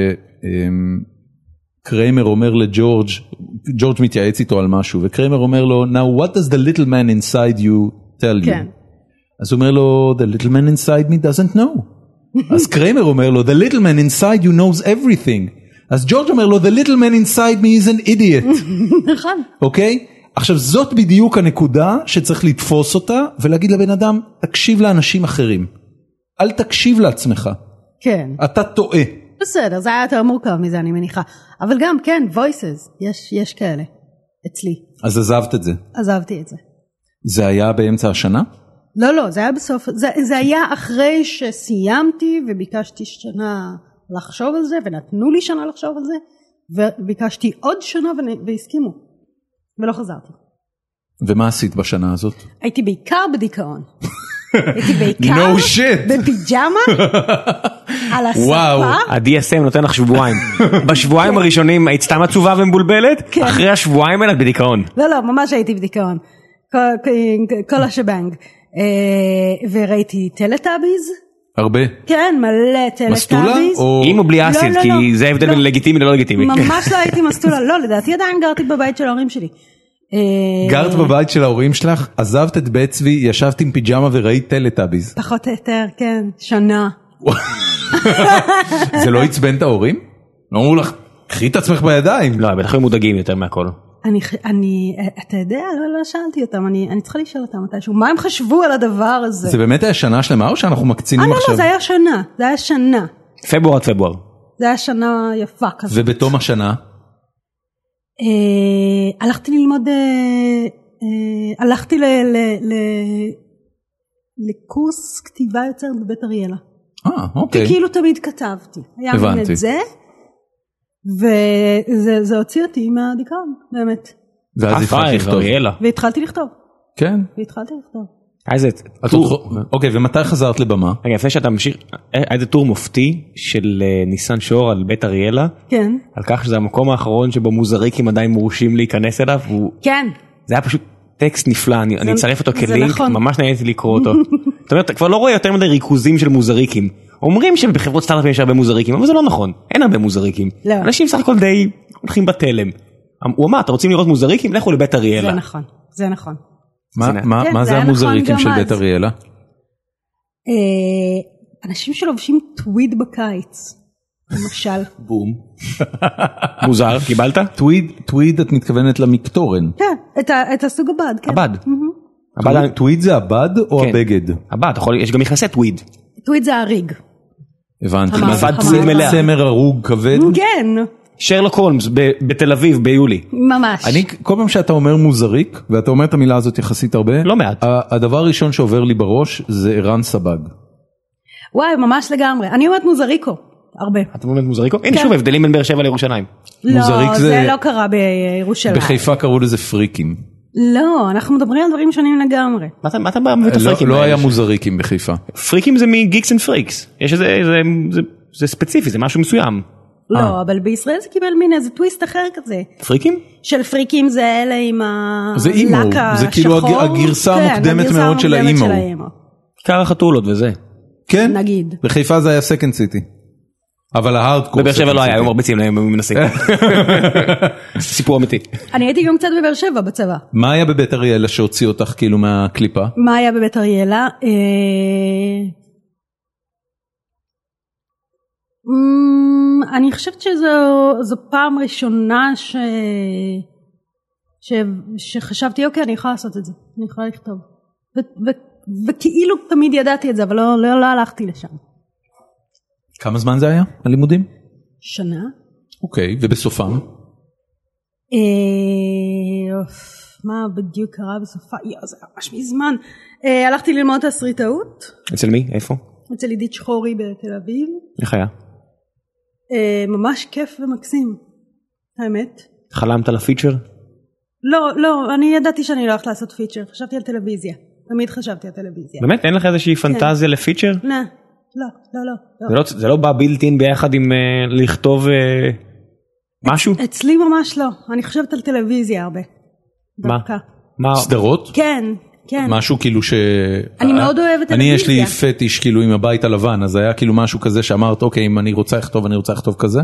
שקריימר אומר לג'ורג', ג'ורג' מתייעץ איתו על משהו, וקריימר אומר לו, now what does the little man inside you tell you? כן. אז הוא אומר לו, the little man inside me doesn't know. אז קריימר אומר לו, the little man inside you knows everything. אז ג'ורג' אומר לו, the little man inside me is an idiot. נכון. אוקיי? עכשיו זאת בדיוק הנקודה שצריך לתפוס אותה, ולהגיד לבן אדם, תקשיב לאנשים אחרים. אל תקשיב לעצמך. כן. אתה טועה. בסדר, זה היה יותר מורכב מזה, אני מניחה. אבל גם, כן, voices, יש, יש כאלה. אצלי. אז עזבת את זה. עזבתי את זה. זה היה באמצע השנה? לא, לא, זה היה בסוף, זה, זה היה אחרי שסיימתי וביקשתי שנה לחשוב על זה, ונתנו לי שנה לחשוב על זה, וביקשתי עוד שנה והסכימו, ולא חזרתי. ומה עשית בשנה הזאת? הייתי בעיקר בדיכאון. הייתי בעיקר no shit. בפיג'מה, על הספה. ה-די אס אם נותן לך שבועיים. בשבועיים הראשונים היית סתם עצובה ומבולבלת, אחרי השבועיים האלה בדיכאון. לא, לא, ממש הייתי בדיכאון. כל השבנג. וראיתי טלטאביז. הרבה? כן, מלא טלטאביז. מסטולה? עם או בלי אסיד, כי זה הבדל בין לגיטימי ללא לגיטימי. ממש לא הייתי מסטולה, לא, לדעתי עדיין גרתי בבית של ההורים שלי. גרת בבית של ההורים שלך, עזבת את בית צבי, ישבת עם פיג'מה וראית טלטאביז. פחות או יותר, כן, שנה. זה לא עצבן את ההורים? לא אמרו לך, קחי את עצמך בידיים. לא, בטח הם מודאגים יותר מהכל. אני, אני, אתה יודע, לא, לא שאלתי אותם, אני, אני צריכה לשאול אותם מתישהו, מה הם חשבו על הדבר הזה? זה באמת היה שנה שלמה או שאנחנו מקצינים אה, עכשיו? לא, לא, זה היה שנה, זה היה שנה. פברואר עד פברואר. זה היה שנה יפה כזה. ובתום השנה? אה, הלכתי ללמוד, אה, אה, הלכתי ל, ל, ל, לקורס כתיבה יוצרת בבית אריאלה. אה, אוקיי. וכאילו תמיד כתבתי. היה מין את זה, וזה הוציא אותי מהדיכאון, באמת. ואז התחלתי לכתוב. והתחלתי לכתוב. כן. והתחלתי לכתוב. איזה טור. אוקיי, ומתי חזרת לבמה? רגע, לפני שאתה ממשיך, איזה טור מופתי של ניסן שור על בית אריאלה. כן. על כך שזה המקום האחרון שבו מוזריקים עדיין מורשים להיכנס אליו. כן. זה היה פשוט טקסט נפלא, אני אצרף אותו כלינק, ממש נהניתי לקרוא אותו. זאת אומרת, אתה כבר לא רואה יותר מדי ריכוזים של מוזריקים. אומרים שבחברות סטארט-אפים יש הרבה מוזריקים, אבל זה לא נכון, אין הרבה מוזריקים. אנשים סך הכל די הולכים בתלם. הוא אמר, אתה רוצים לראות מוזריקים? לכו לבית אריאלה. זה נכון, זה נכון. מה זה המוזריקים של בית אריאלה? אנשים שלובשים טוויד בקיץ, למשל. בום. מוזר, קיבלת? טוויד את מתכוונת למקטורן. כן, את הסוג הבד. הבד. טוויד זה הבד או הבגד? הבד, יש גם מכנסי טוויד. טוויד זה הריג. הבנתי. צמר הרוג כבד? כן. שרלוק הולמס בתל אביב ביולי. ממש. אני, כל פעם שאתה אומר מוזריק, ואתה אומר את המילה הזאת יחסית הרבה, לא מעט. הדבר הראשון שעובר לי בראש זה ערן סבג. וואי, ממש לגמרי. אני אומרת מוזריקו, הרבה. אתה אומרת מוזריקו? אין שוב הבדלים בין באר שבע לירושלים. לא, זה לא קרה בירושלים. בחיפה קראו לזה פריקים. לא, אנחנו מדברים על דברים שונים לגמרי. מה אתה מביא את הפריקים? לא היה מוזריקים בחיפה. פריקים זה מגיקס אנד פריקס. יש איזה, זה ספציפי, זה משהו מסוים. לא, אבל בישראל זה קיבל מין איזה טוויסט אחר כזה. פריקים? של פריקים זה אלה עם הלק השחור. זה אימו, זה כאילו הגרסה המוקדמת מאוד של האימו. קר החתולות וזה. כן, נגיד. בחיפה זה היה סקנד סיטי. אבל ההארדקור... בבאר שבע לא היה, היו מרביצים להם מנסים. סיפור אמיתי. אני הייתי גם קצת בבאר שבע בצבא. מה היה בבית אריאלה שהוציא אותך כאילו מהקליפה? מה היה בבית אריאלה? אני חושבת שזו פעם ראשונה ש... ש... שחשבתי, אוקיי, אני יכולה לעשות את זה, אני יכולה לכתוב. ו... ו... וכאילו תמיד ידעתי את זה, אבל לא, לא, לא הלכתי לשם. כמה זמן זה היה, הלימודים? שנה. אוקיי, ובסופם? אה... מה בדיוק קרה בסופה? יו, זה ממש מזמן. אה, הלכתי ללמוד תסריטאות. אצל מי? איפה? אצל עידית שחורי בתל אביב. איך היה? ממש כיף ומקסים, האמת. חלמת על הפיצ'ר? לא, לא, אני ידעתי שאני לא הולכת לעשות פיצ'ר, חשבתי על טלוויזיה, תמיד חשבתי על טלוויזיה. באמת? אין לך איזושהי פנטזיה לפיצ'ר? לא, לא, לא, לא. זה לא בא בילט-אין ביחד עם לכתוב משהו? אצלי ממש לא, אני חושבת על טלוויזיה הרבה. מה? סדרות? כן. כן. משהו כאילו ש... אני מאוד אוהבת טלוויזיה. אני יש לי פטיש כאילו עם הבית הלבן, אז היה כאילו משהו כזה שאמרת, אוקיי, אם אני רוצה לכתוב, אני רוצה לכתוב כזה?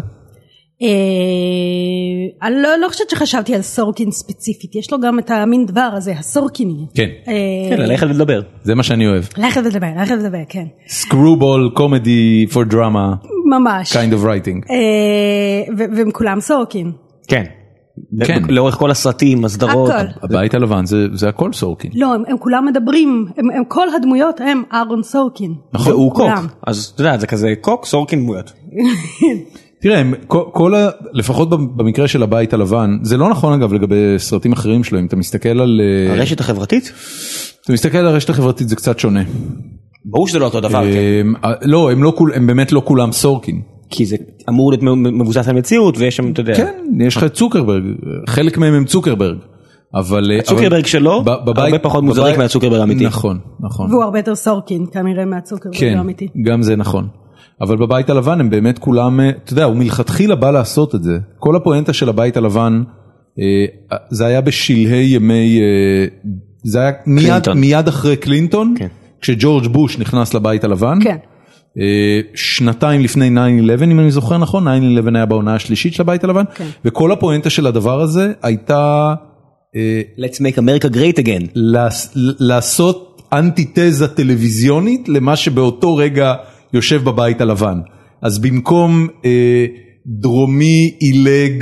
אני לא חושבת שחשבתי על סורקין ספציפית, יש לו גם את המין דבר הזה, הסורקיני. כן. כן, ללכת ולדבר. זה מה שאני אוהב. ללכת ולדבר, ללכת ולדבר, כן. Screwball, comedy for drama. ממש. kind of writing. והם כולם סורקין. כן. כן. לאורך כל הסרטים, הסדרות. הבית הלבן זה הכל סורקין. לא, הם כולם מדברים, הם כל הדמויות הם אהרון סורקין. נכון. והוא קוק. אז אתה יודע, זה כזה קוק, סורקין דמויות. תראה, כל ה... לפחות במקרה של הבית הלבן, זה לא נכון אגב לגבי סרטים אחרים שלו, אם אתה מסתכל על... הרשת החברתית? אתה מסתכל על הרשת החברתית, זה קצת שונה. ברור שזה לא אותו דבר, כן. לא, הם באמת לא כולם סורקין. כי זה אמור להיות מבוסס על מציאות, ויש שם, אתה יודע... כן, יש לך את צוקרברג, חלק מהם הם צוקרברג. אבל... הצוקרברג שלו, הרבה פחות מוזריק מהצוקרברג האמיתי. נכון, נכון. והוא הרבה יותר סורקין, כנראה מהצוקרברג האמיתי. כן, גם זה נכון. אבל בבית הלבן הם באמת כולם, אתה יודע, הוא מלכתחילה בא לעשות את זה. כל הפואנטה של הבית הלבן, זה היה בשלהי ימי, זה היה מיד, מיד אחרי קלינטון, כשג'ורג' בוש נכנס לבית הלבן. כן. שנתיים לפני ניין אלוון, אם אני זוכר נכון, ניין אלוון היה בעונה השלישית של הבית הלבן, וכל הפואנטה של הדבר הזה הייתה... Let's make America great again. לעשות אנטיתזה טלוויזיונית למה שבאותו רגע יושב בבית הלבן. אז במקום דרומי עילג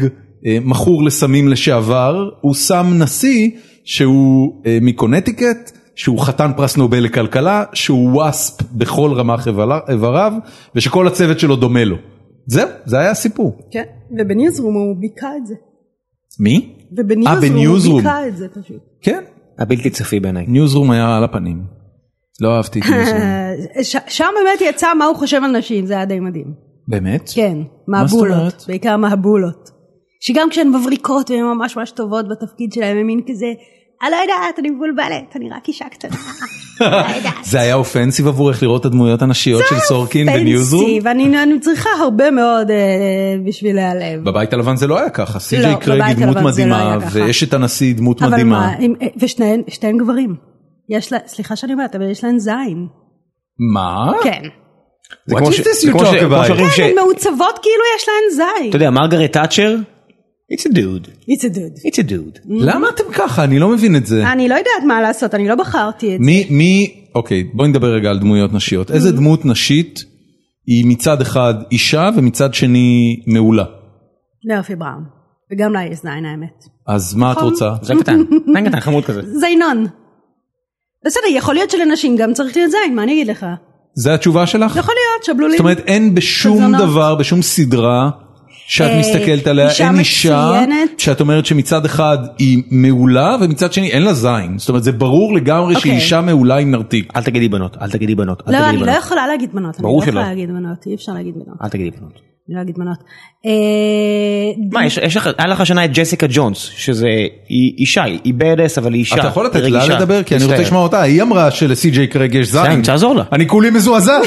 מכור לסמים לשעבר, הוא שם נשיא שהוא מקונטיקט, שהוא חתן פרס נובל לכלכלה, שהוא וואספ בכל רמ"ח איבריו, ושכל הצוות שלו דומה לו. זהו, זה היה הסיפור. כן, ובניוזרום הוא ביקע את זה. מי? ובניוזרום הוא ביקע את זה פשוט. כן. הבלתי צפי בעיניי. ניוזרום היה על הפנים. לא אהבתי את ניוזרום. שם באמת יצא מה הוא חושב על נשים, זה היה די מדהים. באמת? כן, מהבולות, בעיקר מהבולות. שגם כשהן מבריקות והן ממש ממש טובות בתפקיד שלהן, הם מין כזה, אני לא יודעת, אני מבולבלת, אני רק אישה קטנה. זה היה אופנסיב עבורך לראות את הדמויות הנשיות של סורקין בניוזרום? זה אופנסיב, אני צריכה הרבה מאוד בשביל להיעלב. בבית הלבן זה לא היה ככה, סי.ג'יי קרייג היא דמות מדהימה, ויש את הנשיא דמות מדהימה. ושתיהן גברים. סליחה שאני אומרת, אבל יש להן זין. מה? כן. What is this you talk about? כן, הן מעוצבות כאילו יש להן זין. אתה יודע, מרגרט תאצ'ר? It's a dude. It's a dude. It's a dude. למה אתם ככה? אני לא מבין את זה. אני לא יודעת מה לעשות, אני לא בחרתי את זה. מי, מי, אוקיי, בואי נדבר רגע על דמויות נשיות. איזה דמות נשית היא מצד אחד אישה ומצד שני מעולה? נרפי בראון. וגם לה יש זין האמת. אז מה את רוצה? זה קטן. זין קטן, חמוד כזה. זינון. בסדר, יכול להיות שלנשים גם צריך להיות זין, מה אני אגיד לך? זה התשובה שלך? יכול להיות, שבלולים. זאת אומרת, אין בשום דבר, בשום סדרה, שאת מסתכלת עליה, אין אישה, שאת אומרת שמצד אחד היא מעולה, ומצד שני אין לה זין. זאת אומרת, זה ברור לגמרי שהיא אישה מעולה עם נרתיק. אל תגידי בנות, אל תגידי בנות. לא, אני לא יכולה להגיד בנות. ברור שלא. אני לא יכולה להגיד בנות, אי אפשר להגיד בנות. אל תגידי בנות. אני לא אגיד בנות. מה, יש לך, היה לך השנה את ג'סיקה ג'ונס, שזה אישה, היא בדס, אבל היא אישה. אתה יכול לתת לה לדבר? כי אני רוצה לשמוע אותה. היא אמרה שלסי.ג'יי קרייג יש זין. אני תעזור לה. אני כולי מזועזע.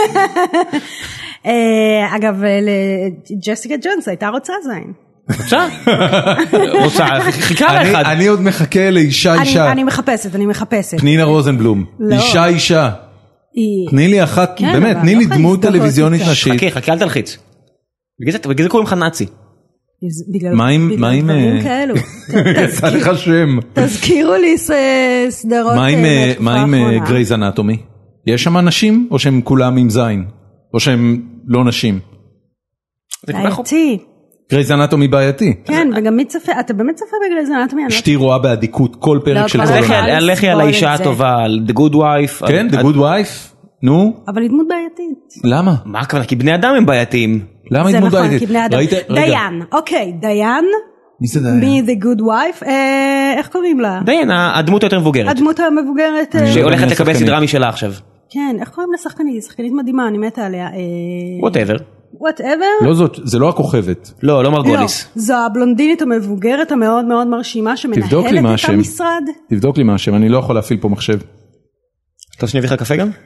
אגב, לג'סיקה ג'ונס הייתה רוצה זין. רוצה? רוצה, חיכה לאחד. אני עוד מחכה לאישה אישה. אני מחפשת, אני מחפשת. פנינה רוזנבלום. אישה אישה. תני לי אחת, באמת, תני לי דמות טלוויזיונית נשית. חכה, חכה, אל תלחיץ. בגלל זה קוראים לך נאצי. מה עם... דברים כאלו. יצא לך שם. תזכירו לי סדרות. מה עם גרייז אנטומי? יש שם נשים או שהם כולם עם זין? או שהם לא נשים? בעייתי. גרייז אנטומי בעייתי. כן, וגם מי צפה, אתה באמת צפה בגרייז אנטומי? אשתי רואה באדיקות כל פרק של כל עונה. לכי על האישה הטובה, על The Good Wife. כן, The Good Wife. נו. אבל היא דמות בעייתית. למה? מה הכוונה? כי בני אדם הם בעייתיים. למה היא דמות בעייתית? זה נכון, כי בני אדם. דיין, אוקיי, דיין. מי זה דיין? מ-The Good Wife, איך קוראים לה? דיין, הדמות היותר מבוגרת. הדמות המבוגרת. שהולכת לקבל סדרה משלה עכשיו. כן, איך קוראים לשחקנית? היא שחקנית מדהימה, אני מתה עליה. whatever. whatever. לא זאת, זה לא הכוכבת. לא, לא מרגוליס. לא, זו הבלונדינית המבוגרת המאוד מאוד מרשימה שמנהלת את המשרד. תבדוק לי מה השם, אני לא יכול להפעיל פה מחשב. אתה שאני אביא לך קפה גם?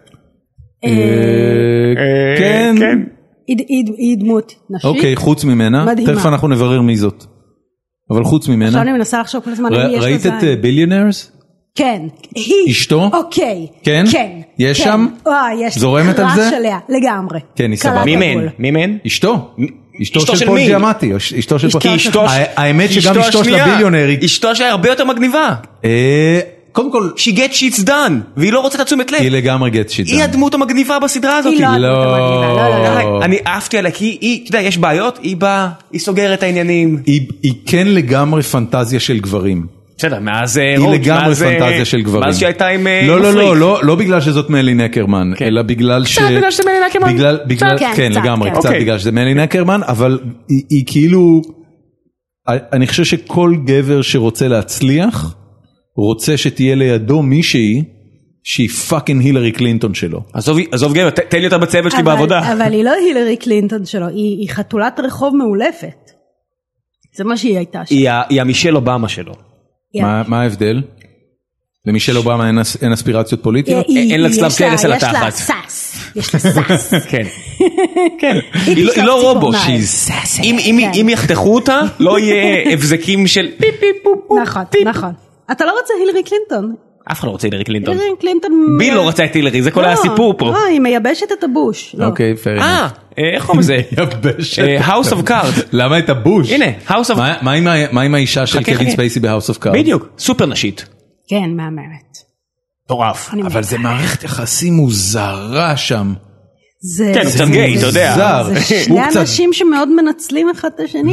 כן. היא דמות נשית. אוקיי, חוץ ממנה. מדהימה. תכף אנחנו נברר מי זאת. אבל חוץ ממנה. עכשיו אני מנסה לחשוב כל הזמן. ראית את ביליונרס? כן. היא. אשתו? אוקיי. כן? כן. יש שם? זורמת על זה? לגמרי. כן, היא סבבה. מי מן? מי מן? אשתו. אשתו של פול ג'יאמטי. אשתו של פול. האמת שגם אשתו של הביליונר. אשתו שלה הרבה יותר מגניבה. קודם כל, she get shits done, והיא לא רוצה את תשומת לב. היא לגמרי get shits done. היא הדמות המגניבה בסדרה הזאת. היא לא הדמות המגניבה, לא, לא. אני אהבתי עליה, כי היא, אתה יודע, יש בעיות, היא באה, היא סוגרת העניינים. היא כן לגמרי פנטזיה של גברים. בסדר, מאז היא לגמרי פנטזיה של גברים. מאז שהייתה עם לא, לא, לא, לא בגלל שזאת מלי נקרמן, אלא בגלל ש... קצת בגלל שזה מלי נקרמן. כן, לגמרי, קצת בגלל שזה מלי נקרמן, אבל היא כאילו, אני חושב שכל גבר שרוצה להצליח, רוצה שתהיה לידו מישהי שהיא פאקינג הילרי קלינטון שלו. עזוב גבר, תן לי אותה בצוות שלי בעבודה. אבל היא לא הילרי קלינטון שלו, היא חתולת רחוב מאולפת. זה מה שהיא הייתה שם. היא המישל אובמה שלו. מה ההבדל? למישל אובמה אין אספירציות פוליטיות? אין לה צלב קרס על התחת. יש לה סס. יש לה סס. כן. כן. היא לא רובוט. אם יחתכו אותה, לא יהיה הבזקים של פיפ פיפ פופ פופ. נכון, נכון. אתה לא רוצה הילרי קלינטון. אף אחד לא רוצה הילרי קלינטון. הילרי קלינטון... ביל לא רצה את הילרי, זה כל הסיפור פה. לא, היא מייבשת את הבוש. אוקיי, fair enough. אה, איך קוראים לזה? מייבשת. House of Cards. למה את הבוש? הנה, House of... מה עם האישה של קווין ספייסי ב-House of Cards? בדיוק, סופר נשית. כן, מהמרת. טורף. אבל זה מערכת יחסים מוזרה שם. זה... כן, הוא קצת גיי, אתה יודע. זה שני אנשים שמאוד מנצלים אחד את השני.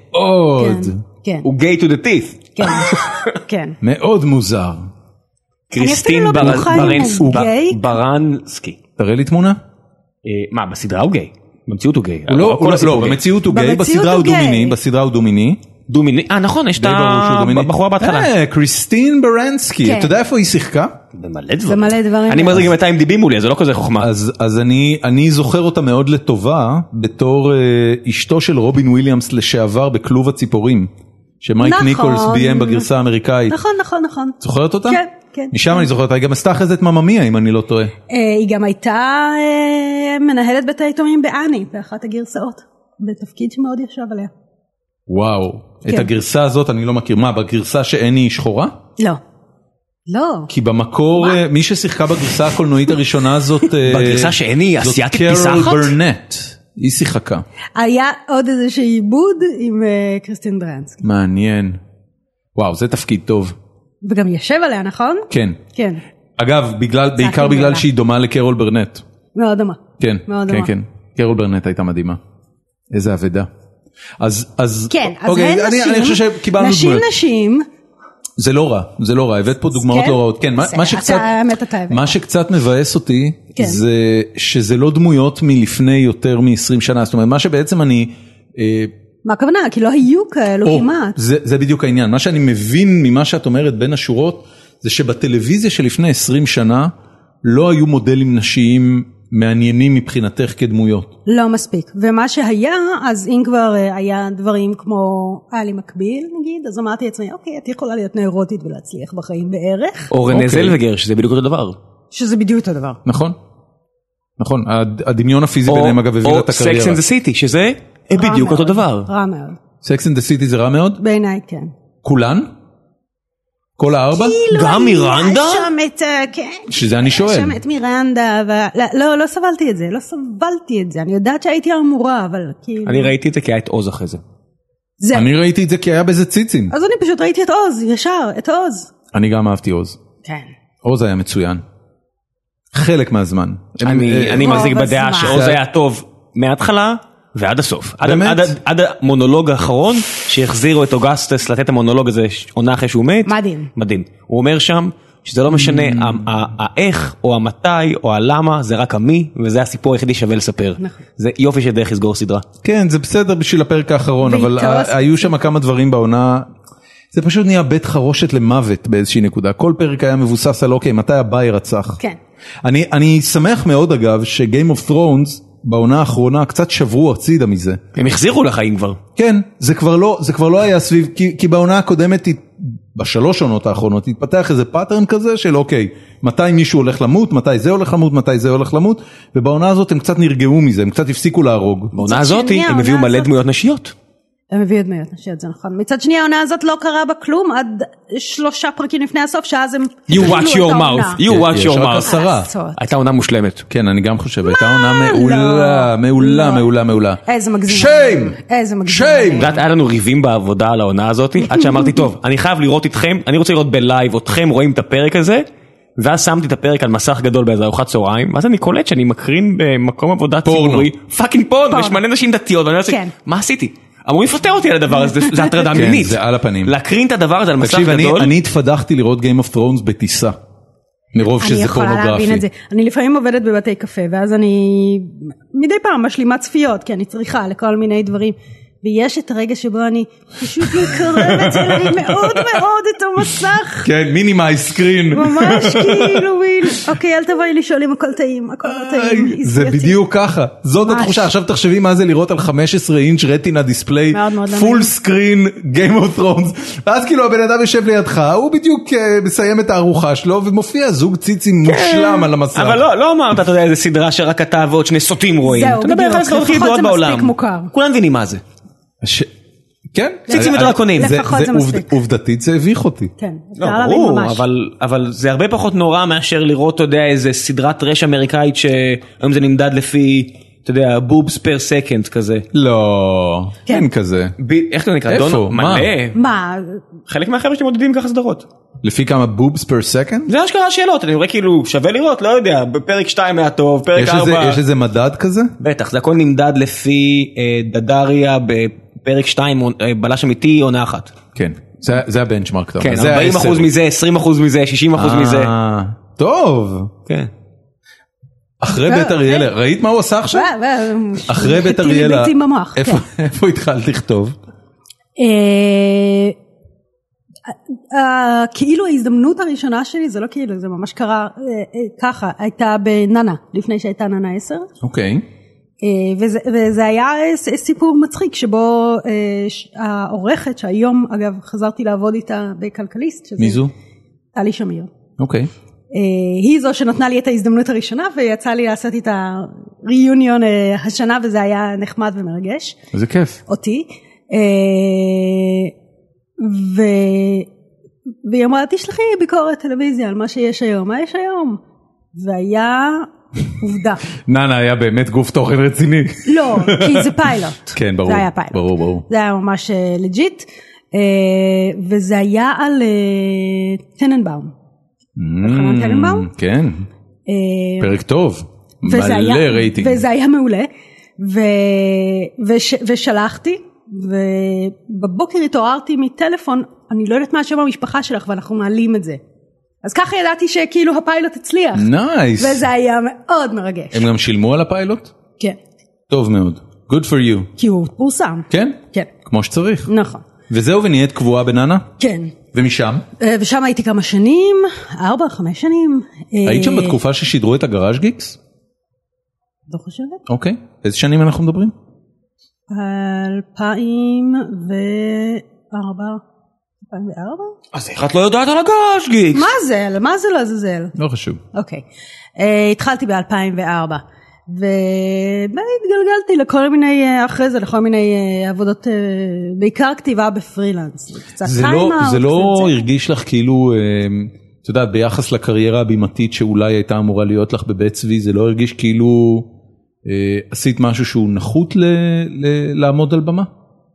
מאוד. כן. הוא גיי to the teeth. כן, כן. מאוד מוזר. קריסטין אפילו לא בטוחה אם הוא גיי. ברנסקי. תראה לי תמונה. מה, בסדרה הוא גיי? במציאות הוא גיי. הוא לא, לא, במציאות הוא גיי, בסדרה הוא דומיני, בסדרה הוא דומיני. דומיני, אה נכון, יש את הבחורה בהתחלה. אה, קריסטין ברנסקי, אתה יודע איפה היא שיחקה? במלא דברים. במלא דברים. אני מחזיק גם את ה-איי אם די בי מולי, זה לא כזה חוכמה. אז אני זוכר אותה מאוד לטובה, בתור אשתו של רובין וויליאמס לשעבר בכלוב הציפורים, שמייק ניקולס ביים בגרסה האמריקאית. נכון, נכון, נכון. זוכרת אותה? כן, כן. משם אני זוכרת, היא גם עשתה אחרי זה את מממיה, אם אני לא טועה. היא גם הייתה מנהלת בית היתומים באני, באחת הגרסאות, בתפקיד שמאוד ישב עליה. וואו, את הגרסה הזאת אני לא מכיר. מה, בגרסה שאין היא שחורה? לא. לא. כי במקור, מי ששיחקה בגרסה הקולנועית הראשונה הזאת, בגרסה שאין היא אסיאתית פיסחת? זאת קרול ברנט, היא שיחקה. היה עוד איזשהו עיבוד עם קריסטין ברנסקי. מעניין. וואו, זה תפקיד טוב. וגם ישב עליה, נכון? כן. כן. אגב, בעיקר בגלל שהיא דומה לקרול ברנט. מאוד דומה. כן, כן, כן. קרול ברנט הייתה מדהימה. איזה עבדה. אז, אז, כן, אז הן נשים, אני חושב שקיבלנו נשים נשים, זה לא רע, זה לא רע, הבאת פה דוגמאות לא רעות, כן, מה שקצת, מה שקצת מבאס אותי, זה שזה לא דמויות מלפני יותר מ-עשרים שנה, זאת אומרת, מה שבעצם אני, מה הכוונה? כי לא היו כאלו כמעט. זה בדיוק העניין, מה שאני מבין ממה שאת אומרת בין השורות, זה שבטלוויזיה שלפני עשרים שנה, לא היו מודלים נשיים מעניינים מבחינתך כדמויות. לא מספיק. ומה שהיה, אז אם כבר היה דברים כמו אלי מקביל, נגיד, אז אמרתי לעצמי, אוקיי, את יכולה להיות נאירוטית ולהצליח בחיים בערך. או רנה זלווגר, שזה בדיוק אותו דבר. שזה בדיוק אותו דבר. נכון. נכון. הדמיון הפיזי ביניהם אגב הביא את הקריירה. או Sex and the City, שזה בדיוק אותו דבר. רע מאוד. Sex and the City זה רע מאוד? בעיניי, כן. כולן? כל הארבע? גם מירנדה? שזה אני שואל. שם את מירנדה, לא, לא סבלתי את זה, לא סבלתי את זה, אני יודעת שהייתי אמורה, אבל כאילו... אני ראיתי את זה כי היה את עוז אחרי זה. אני ראיתי את זה כי היה בזה ציצים. אז אני פשוט ראיתי את עוז, ישר, את עוז. אני גם אהבתי עוז. כן. עוז היה מצוין. חלק מהזמן. אני מחזיק בדעה שעוז היה טוב מההתחלה, ועד הסוף. עד המונולוג האחרון, שהחזירו את אוגסטס לתת המונולוג הזה עונה אחרי שהוא מת. מדהים. מדהים. הוא אומר שם, שזה לא משנה האיך, או המתי, או הלמה, זה רק המי, וזה הסיפור היחידי שווה לספר. זה יופי שדרך לסגור סדרה. כן, זה בסדר בשביל הפרק האחרון, אבל היו שם כמה דברים בעונה, זה פשוט נהיה בית חרושת למוות באיזושהי נקודה. כל פרק היה מבוסס על אוקיי, מתי הבא רצח. כן. אני שמח מאוד אגב, ש-Game of Thrones, בעונה האחרונה קצת שברו הצידה מזה. הם החזירו לחיים כבר. כן, זה כבר לא, זה כבר לא היה סביב, כי, כי בעונה הקודמת, בשלוש עונות האחרונות, התפתח איזה פאטרן כזה של אוקיי, מתי מישהו הולך למות, מתי זה הולך למות, מתי זה הולך למות, ובעונה הזאת הם קצת נרגעו מזה, הם קצת הפסיקו להרוג. בעונה הזאת הם הביאו מלא דמויות נשיות. הם הביאו דמויות נשיות, זה נכון. מצד שני העונה הזאת לא קרה בה כלום, עד שלושה פרקים לפני הסוף, שאז הם You watch your mouth, you watch your mouth. הייתה עונה מושלמת. כן, אני גם חושב, הייתה עונה מעולה, מעולה, מעולה, מעולה. איזה מגזים. שיים! איזה מגזים. שיים! יודעת, היה לנו ריבים בעבודה על העונה הזאת, עד שאמרתי, טוב, אני חייב לראות אתכם, אני רוצה לראות בלייב, אתכם רואים את הפרק הזה, ואז שמתי את הפרק על מסך גדול באיזה ארוחת צהריים, ואז אני קולט שאני מקרין במקום עבודה ציבורי, פאקינג פורנו, יש מלא נשים דתיות, ואני אומר, מה עשיתי? אמרו יפטר אותי על הדבר הזה, זה הטרדה מינית. זה על הפנים. להקרין את הדבר הזה על מסך גדול. תקשיב, אני התפדחתי לראות Game of Thrones בטיסה. מרוב שזה פורנוגרפי. אני יכולה להבין את זה. אני לפעמים עובדת בבתי קפה, ואז אני מדי פעם משלימה צפיות, כי אני צריכה לכל מיני דברים. ויש את הרגע שבו אני פשוט מקרבת אליי מאוד מאוד את המסך. כן, מינימייז סקרין. ממש כאילו, אוקיי, אל תבואי לשאול אם הכל טעים, הכל לא טעים. זה בדיוק ככה. זאת התחושה. עכשיו תחשבי מה זה לראות על חמש עשרה אינץ' רטינה דיספליי, פול סקרין, Game of Thrones. ואז כאילו הבן אדם יושב לידך, הוא בדיוק מסיים את הארוחה שלו, ומופיע זוג ציצים מושלם על המסך. אבל לא אמרת, אתה יודע, איזה סדרה שרק אתה ועוד שני סוטים רואים. זהו, בדיוק, לפחות זה מספיק מוכר. כולם מבינים מה זה. כן, ציצים ודרקונים. עובדתית זה הביך אותי. כן, אבל זה הרבה פחות נורא מאשר לראות, אתה יודע, איזה סדרת רש אמריקאית שהיום זה נמדד לפי, אתה יודע, בובס פר סקנד כזה. לא, אין כזה. איך זה נקרא? איפה? מה? מה? חלק מהחבר'ה שמודדים ככה סדרות. לפי כמה בובס פר סקנד? זה אשכרה השאלות, אני רואה כאילו שווה לראות, לא יודע, בפרק שתיים היה טוב, פרק ארבע. יש איזה מדד כזה? בטח, זה הכל נמדד לפי דדריה פרק שתיים, בלש אמיתי, עונה אחת. כן, זה הבנצ'מרק. כן, ארבעים אחוז מזה, עשרים אחוז מזה, שישים אחוז מזה. טוב. כן. אחרי בית אריאלה, ראית מה הוא עשה עכשיו? אחרי בית אריאלה, איפה התחלת לכתוב? כאילו ההזדמנות הראשונה שלי, זה לא כאילו, זה ממש קרה ככה, הייתה בננה, לפני שהייתה ננה עשר. אוקיי. וזה היה סיפור מצחיק, שבו העורכת, שהיום אגב חזרתי לעבוד איתה בכלכליסט. מי זו? טלי שמיר. אוקיי. היא זו שנתנה לי את ההזדמנות הראשונה, ויצא לי לעשות איתה ריוניון השנה, וזה היה נחמד ומרגש. זה כיף. אותי. ו... והיא אמרה, תשלחי ביקורת טלוויזיה על מה שיש היום, מה יש היום? והיה עובדה. ננה היה באמת גוף תוכן רציני. לא, כי זה פיילוט. כן, ברור. זה היה פיילוט. ברור, ברור. זה היה ממש לג'יט, וזה היה על טננבאום. חנן טננבאום? כן. פרק טוב. מלא רייטינג. וזה היה מעולה, ושלחתי, ובבוקר התעוררתי מטלפון, אני לא יודעת מה השם המשפחה שלך, ואנחנו מעלים את זה. אז ככה ידעתי שכאילו הפיילוט הצליח. נייס. וזה היה מאוד מרגש. הם גם שילמו על הפיילוט? כן. טוב מאוד. Good for you. כי הוא פורסם. כן? כן. כמו שצריך. נכון. וזהו ונהיית קבועה בננה? כן. ומשם? ושם הייתי כמה שנים, ארבע, חמש שנים. היית שם בתקופה ששידרו את הגראז' גיקס? לא חושבת. אוקיי. איזה שנים אנחנו מדברים? אלפיים וארבע. אלפיים וארבע? אז איך את לא יודעת על הגראז' גיקס? מה זה? מה זה לעזאזל? לא חשוב. אוקיי. התחלתי ב-אלפיים וארבע. והתגלגלתי לכל מיני, אחרי זה לכל מיני עבודות, בעיקר כתיבה בפרילנס. זה לא הרגיש לך כאילו, את יודעת, ביחס לקריירה הבימתית שאולי הייתה אמורה להיות לך בבית צבי, זה לא הרגיש כאילו עשית משהו שהוא נחות לעמוד על במה?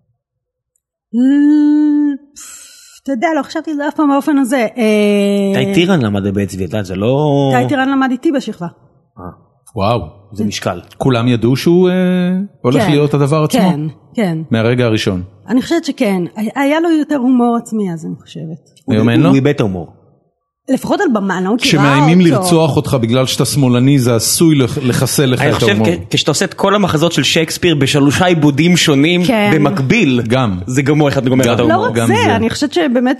אתה יודע, לא חשבתי את זה אף פעם באופן הזה. טי טירן למד בבית צבי, זה לא... טי טירן למד איתי בשכבה. וואו. זה משקל. כולם ידעו שהוא הולך להיות הדבר עצמו? כן, כן. מהרגע הראשון. אני חושבת שכן. היה לו יותר הומור עצמי, אז אני חושבת. היום אין לו? הוא איבד הומור. לפחות על במה, אני לא מכירה אותו. כשמאיימים לרצוח אותך בגלל שאתה שמאלני, זה עשוי לחסל לך את ההומור. אני חושב, כשאתה עושה את כל המחזות של שייקספיר בשלושה עיבודים שונים, במקביל, גם. זה גמור אחד לגומר את ההומור. לא רק זה, אני חושבת שבאמת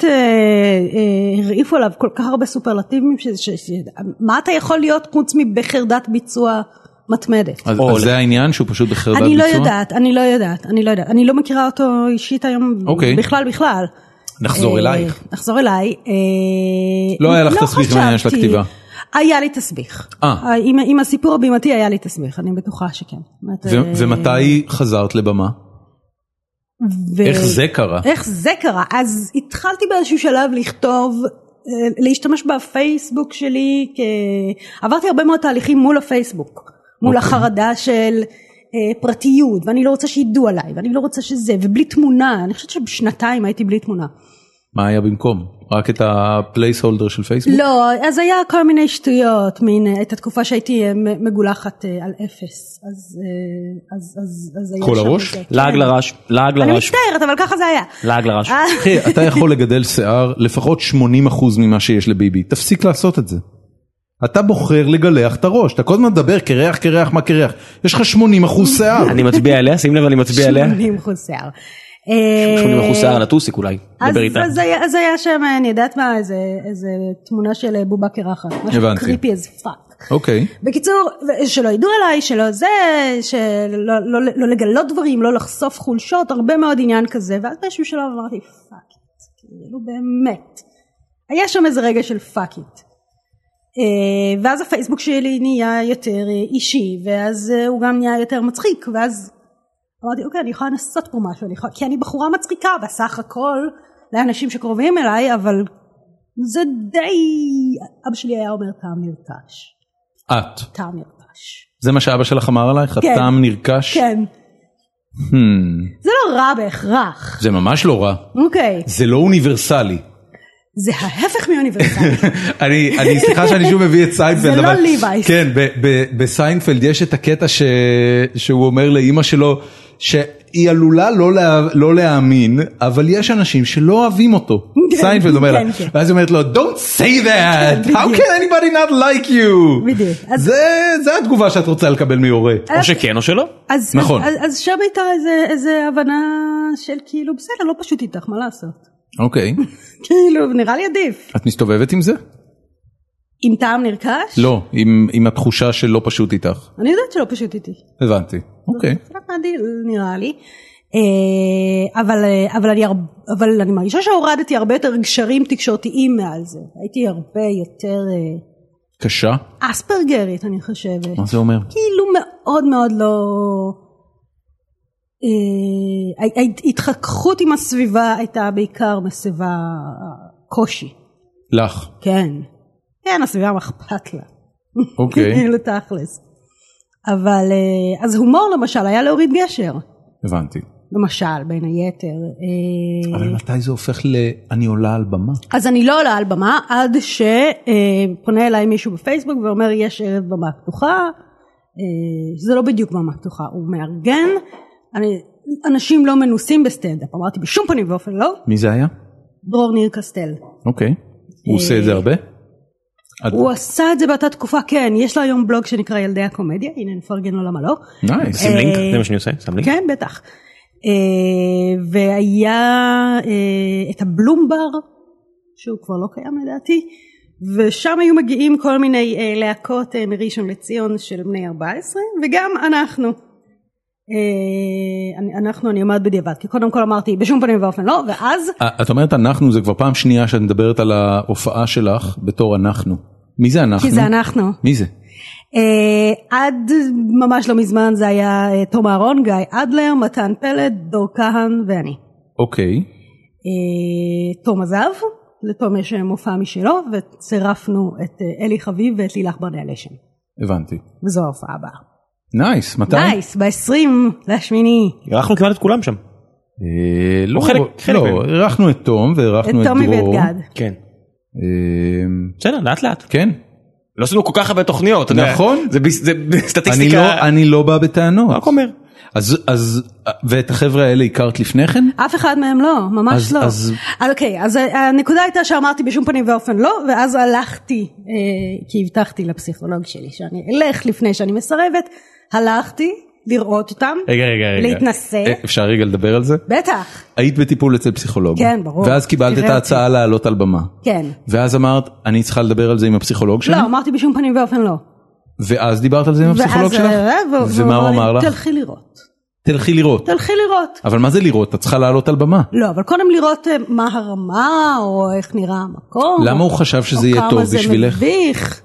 הרעיפו עליו כל כך הרבה סופרלטיבים, מה אתה יכול להיות חוץ מבחרדת ביצוע מתמדת? אז זה העניין שהוא פשוט בחרדת ביצוע? אני לא יודעת, אני לא יודעת, אני לא יודעת. אני לא מכירה אותו אישית היום בכלל בכלל. נחזור אלייך. נחזור אליי. לא היה לך תסביך מהעניין של הכתיבה. היה לי תסביך. עם הסיפור הבימתי היה לי תסביך, אני בטוחה שכן. ומתי חזרת לבמה? איך זה קרה? איך זה קרה? אז התחלתי באיזשהו שלב לכתוב, להשתמש בפייסבוק שלי, עברתי הרבה מאוד תהליכים מול הפייסבוק, מול החרדה של פרטיות, ואני לא רוצה שידעו עליי, ואני לא רוצה שזה, ובלי תמונה, אני חושבת שבשנתיים הייתי בלי תמונה. מה היה במקום? רק את הפלייסהולדר של פייסבוק? לא, אז היה כל מיני שטויות, את התקופה שהייתי מגולחת על אפס, אז היה שם... כל הראש? לעג לרש, לעג לרש. אני מצטערת, אבל ככה זה היה. לעג לרש. אחי, אתה יכול לגדל שיער לפחות שמונים אחוז ממה שיש לביבי, תפסיק לעשות את זה. אתה בוחר לגלח את הראש, אתה כל הזמן מדבר קרח, קרח, מה קרח? יש לך שמונים אחוז שיער. אני מצביע עליה, שים לב, אני מצביע עליה. שמונים אחוז שיער. שמונים אחוז שיער על הטוסיק אולי, דבר איתה. אז היה שם, אני יודעת מה, איזה תמונה של בובה קרחת. משהו קריפי as fuck. אוקיי. בקיצור, שלא ידעו עליי, שלא זה, שלא לגלות דברים, לא לחשוף חולשות, הרבה מאוד עניין כזה, ואז באיזשהו שלב אמרתי, fuck it, כאילו באמת. היה שם איזה רגע של fuck it. ואז הפייסבוק שלי נהיה יותר אישי, ואז הוא גם נהיה יותר מצחיק, ואז אמרתי, אוקיי, אני יכולה לנסות פה משהו, כי אני בחורה מצחיקה, בסך הכל, לאנשים שקרובים אליי, אבל זה די, אבא שלי היה אומר, טעם נרכש. את? טעם נרכש. זה מה שאבא שלך אמר עלייך? כן. טעם נרכש? כן. Hmm. זה לא רע בהכרח. זה ממש לא רע. אוקיי. זה לא אוניברסלי. זה ההפך מאוניברסלי. אני, אני סליחה שאני שוב מביא את סיינפלד. זה לא ליבייס. כן, בסיינפלד יש את הקטע שהוא אומר לאמא שלו, היא עלולה לא, לה, לא להאמין, אבל יש אנשים שלא אוהבים אותו. סיינפלד אומר לה, ואז היא אומרת לו, don't say that, how can anybody not like you? בדיוק. זה, זה התגובה שאת רוצה לקבל מיורה. או שכן או שלא. אז, נכון. אז, אז שם הייתה איזה, איזה הבנה של כאילו, בסדר, לא פשוט איתך, מה לעשות? אוקיי. כאילו, נראה לי עדיף. את מסתובבת עם זה? עם טעם נרכש? לא, עם, עם התחושה שלא פשוט איתך. אני יודעת שלא פשוט איתי. הבנתי, אוקיי. זה רק נדיל, נראה לי. אבל, אבל, אני, אבל אני מרגישה שהורדתי הרבה יותר גשרים תקשורתיים מעל זה. הייתי הרבה יותר... קשה? אספרגרית, אני חושבת. מה זה אומר? כאילו מאוד מאוד לא... ההתחככות עם הסביבה הייתה בעיקר מסביבה קושי. לך? כן. כן, הסביבה מחפת לה. אוקיי. כאילו תכלס. אבל, אז הומור למשל היה להוריד גשר. הבנתי. למשל, בין היתר. אבל מתי זה הופך ל... אני עולה על במה? אז אני לא עולה על במה, עד שפונה אליי מישהו בפייסבוק ואומר, יש ערב במה פתוחה. זה לא בדיוק במה פתוחה, הוא מארגן. אני, אנשים לא מנוסים בסטנדאפ. אמרתי, בשום פנים ואופן לא. מי זה היה? דרור ניר קסטל. אוקיי. הוא עושה את זה הרבה? הוא עשה את זה באותה תקופה, כן, יש לו היום בלוג שנקרא ילדי הקומדיה, הנה נפרגן לו למה לא. נייס. שים לינק, זה מה שאני עושה, שם לינק. כן, בטח. והיה את הבלומבר, שהוא כבר לא קיים לדעתי, ושם היו מגיעים כל מיני להקות מראשון לציון של בני ארבע עשרה, וגם אנחנו. אנחנו, אני אומרת בדיעבד, כי קודם כל אמרתי בשום פנים ואופן לא, ואז... את אומרת אנחנו, זה כבר פעם שנייה שאת מדברת על ההופעה שלך בתור אנחנו. מי זה אנחנו? כי זה אנחנו. מי זה? עד ממש לא מזמן זה היה תום אהרון, גיא אדלר, מתן פלד, דור כהן ואני. אוקיי. תום עזב, לתום יש מופע משלו, וצירפנו את אלי חביב ואת לילך ברנע לשם. הבנתי. וזו ההופעה הבאה. נייס, מתי? נייס, ב-עשרים לשמיני. אירחנו כמעט את כולם שם. לא, לא, אירחנו את תום ואירחנו את דרור. את תומי ואת גד. כן. בסדר, לאט לאט. כן. לא עשינו כל כך הרבה תוכניות. נכון. זה סטטיסטיקה. אני לא בא בטענות. רק אומר. אז, ואת החבר'ה האלה הכרת לפני כן? אף אחד מהם לא, ממש לא. אז אוקיי, אז הנקודה הייתה שאמרתי בשום פנים ואופן לא, ואז הלכתי, כי הבטחתי לפסיכולוג שלי שאני אלך לפני שאני מסרבת, הלכתי לראות אותם, רגע, רגע, רגע. להתנסה. אפשר רגע לדבר על זה? בטח. היית בטיפול אצל פסיכולוג. כן, ברור. ואז קיבלת את ההצעה לעלות על במה. כן. ואז אמרת, אני צריכה לדבר על זה עם הפסיכולוג שלי? לא, אמרתי בשום פנים ואופן לא. ואז דיברת על זה עם הפסיכולוג שלך? ומה הוא אמר לך? תלכי לראות. תלכי לראות. תלכי לראות. אבל מה זה לראות? את צריכה לעלות על במה. לא, אבל קודם לראות מה הרמה, או איך נראה המקום. למה הוא חשב שזה יהיה טוב בשבילך? או כמה זה מביך.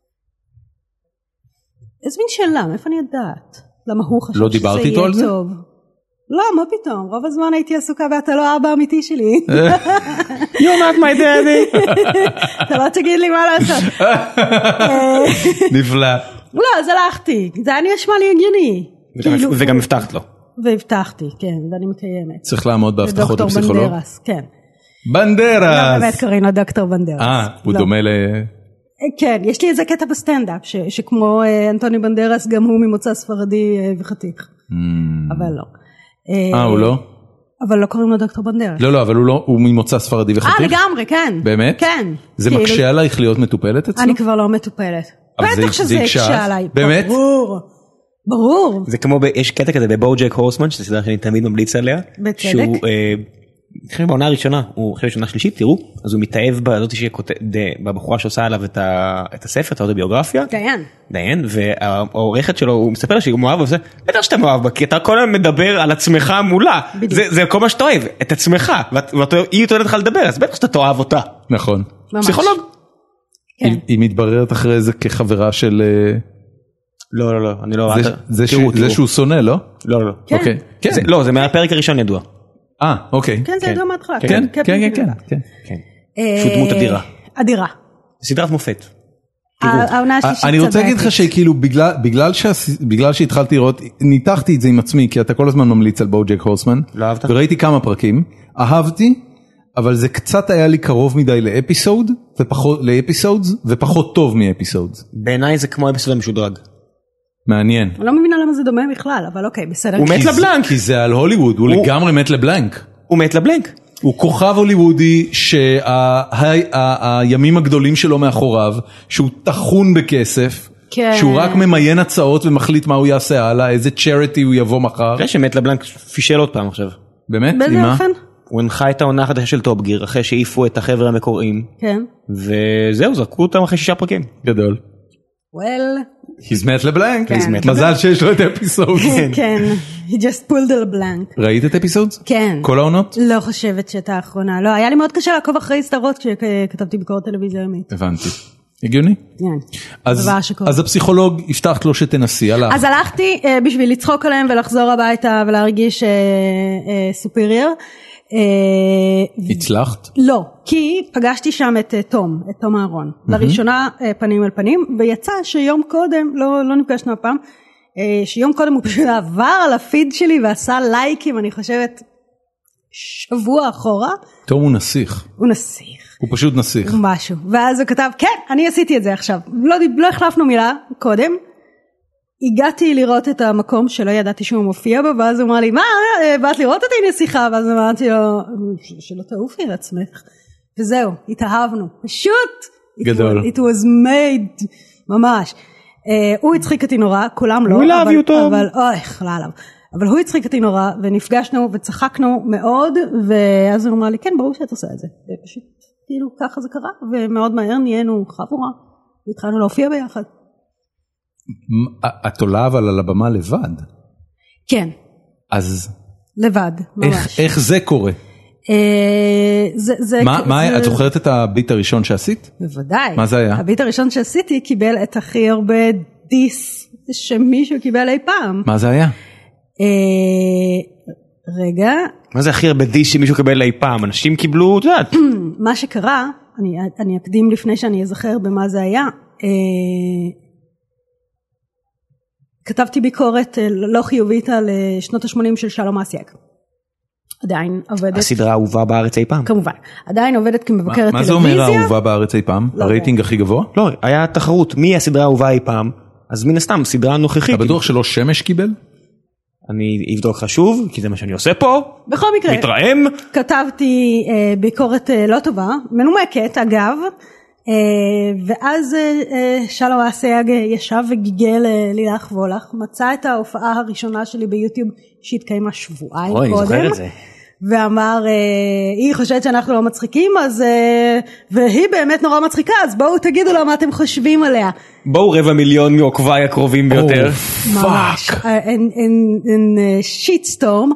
איזה מין שאלה, מאיפה אני יודעת? למה הוא חשב לא שזה דיברתי יהיה איתו על זה? טוב? לא, מה פתאום? רוב הזמן הייתי עסוקה ואתה לא האבא האמיתי שלי. You're not my daddy. אתה לא תגיד לי מה לעשות. נפלא. לא, אז הלכתי. זה היה נשמע לי הגיוני. וגם הבטחת לו. והבטחתי, כן, ואני מקיימת. צריך לעמוד בהבטחות לפסיכולוג. דוקטור בנדרס, כן. בנדרס! לא באמת קוראים לו דוקטור בנדרס. אה, הוא דומה ל... כן, יש לי איזה קטע בסטנדאפ, שכמו אנטוני בנדרס, גם הוא ממוצא ספרדי וחתיך. אבל לא. אה, הוא לא? אבל לא קוראים לו דוקטור בנדרס. לא, לא, אבל הוא לא, הוא ממוצא ספרדי וחתיך? אה, לגמרי, כן. באמת? כן. זה מקשה עלייך להיות מטופלת אצלו? אני כבר לא מטופלת. בטח שזה יקשה עליי. באמת? ברור. ברור. זה כמו, יש קטע כזה בבוג'ק הורסמן, שזו סדרה שאני תמיד ממליץ עליה. בצדק. שהוא, אחרי בעונה הראשונה, הוא אחרי שנה שלישית, תראו, אז הוא מתאהב בזאת בבחורה שעושה עליו את הספר, את האוטוביוגרפיה. דיין. דיין, והעורכת שלו, הוא מספר לה שהיא מאוהב וזה, בטח שאתה מאוהב בה, כי אתה כל הזמן מדבר על עצמך מולה. זה כל מה שאתה אוהב, את עצמך, והיא תולדת לך לדבר, אז בטח שאתה תאהב אותה. נכון. פסיכולוג. היא מתבררת אחרי זה כחברה של... לא, לא, לא, אני לא... זה שהוא שונא, לא? לא, לא. כן. לא, זה מהפרק הראשון ידוע. אה, אוקיי. כן, זה ידוע מההתחלה. כן, כן, כן, כן. שהוא דמות אדירה. אדירה. סדרת מופת. העונה השלישית. אני רוצה להגיד לך שכאילו בגלל שהתחלתי לראות, ניתחתי את זה עם עצמי, כי אתה כל הזמן ממליץ על בוג'ק הורסמן. לא אהבת? וראיתי כמה פרקים, אהבתי, אבל זה קצת היה לי קרוב מדי לאפיסוד, ופחות, לאפיסודס, ופחות טוב מאפיסודס. בעיניי זה כמו אפיסוד המשודרג. מעניין. אני לא מבינה למה זה דומה בכלל, אבל אוקיי, בסדר. הוא מת לבלנק. כי זה על הוליווד, הוא לגמרי מת לבלנק. הוא מת לבלנק. הוא כוכב הוליוודי שהימים הגדולים שלו מאחוריו, שהוא תחון בכסף, שהוא רק ממיין הצעות ומחליט מה הוא יעשה הלאה, איזה צ'ריטי הוא יבוא מחר. אחרי שמת לבלנק פישל עוד פעם עכשיו. באמת? באיזה אופן? הוא הנחה את העונה החדשה של טופגיר, אחרי שהעיפו את החבר'ה המקוריים. כן. וזהו, זרקו אותם אחרי שישה פרקים. גדול. well. He's met לבלנק. כן. מזל שיש לו את האפיסוד. כן. He just pulled a blank. ראית את האפיסוד? כן. כל העונות? לא חושבת שאת האחרונה. לא, היה לי מאוד קשה לעקוב אחרי סדרות כשכתבתי ביקורת טלוויזיה יומית. הבנתי. הגיוני? כן. אז, אז הפסיכולוג הבטחת לו שתנסי, הלך. אז הלכתי uh, בשביל לצחוק עליהם ולחזור הביתה ולהרגיש סופרייר. Uh, uh, הצלחת? לא, כי פגשתי שם את uh, תום, את תום אהרון. Mm-hmm. לראשונה uh, פנים על פנים, ויצא שיום קודם, לא, לא נפגשנו הפעם, uh, שיום קודם הוא פשוט עבר על הפיד שלי ועשה לייקים, אני חושבת, שבוע אחורה. תום הוא נסיך. הוא נסיך. הוא פשוט נסיך. משהו. ואז הוא כתב, כן, אני עשיתי את זה עכשיו. לא, לא החלפנו מילה קודם. הגעתי לראות את המקום שלא ידעתי שהוא מופיע בו, ואז הוא אמר לי, מה, באת לראות אותי נסיכה? ואז אמרתי לו, שלא תעופי על עצמך. וזהו, התאהבנו. פשוט. גדול. It was made, ממש. הוא הצחיק אותי נורא, כולם לא. We love you, תום. אבל, אוי, חלה עליו. אבל הוא הצחיק אותי נורא, ונפגשנו וצחקנו מאוד, ואז הוא אמר לי, כן, ברור שאת עושה את זה. פשוט, כאילו, ככה זה קרה, ומאוד מהר נהיינו חבורה, והתחלנו להופיע ביחד. את עולה אבל על הבמה לבד. כן. אז... לבד, ממש. איך זה קורה? מה, את זוכרת את הביט הראשון שעשית? בוודאי. מה זה היה? הביט הראשון שעשיתי קיבל את הכי הרבה דיס שמישהו קיבל אי פעם. מה זה היה? רגע. מה זה הכי הרבה דיס שמישהו קיבל אי פעם? אנשים קיבלו, את יודעת. מה שקרה, אני אקדים לפני שאני אזכר במה זה היה, כתבתי ביקורת לא חיובית על שנות ה-שמונים של שלום אסיאג. עדיין עובדת. הסדרה האהובה בארץ אי פעם. כמובן. עדיין עובדת כמבקרת טלוויזיה. מה זה אומר האהובה בארץ אי פעם? הרייטינג הכי גבוה? לא, היה תחרות. מי הסדרה האהובה אי פעם? אז מן הסתם, סדרה נוכחית. אתה בטוח שלא שמש קיבל? אני אבדוק חשוב, כי זה מה שאני עושה פה. בכל מקרה. מתרעם. כתבתי ביקורת לא טובה, מנומקת אגב. ואז שלום אסיאג ישב וגיגל לילך וולך, מצא את ההופעה הראשונה שלי ביוטיוב שהתקיימה שבועיים קודם. אוי, זוכר את זה. ואמר, היא חושבת שאנחנו לא מצחיקים, אז, והיא באמת נורא מצחיקה, אז בואו תגידו לה מה אתם חושבים עליה. בואו רבע מיליון מעוקביי הקרובים ביותר. ממש, in shitstorm.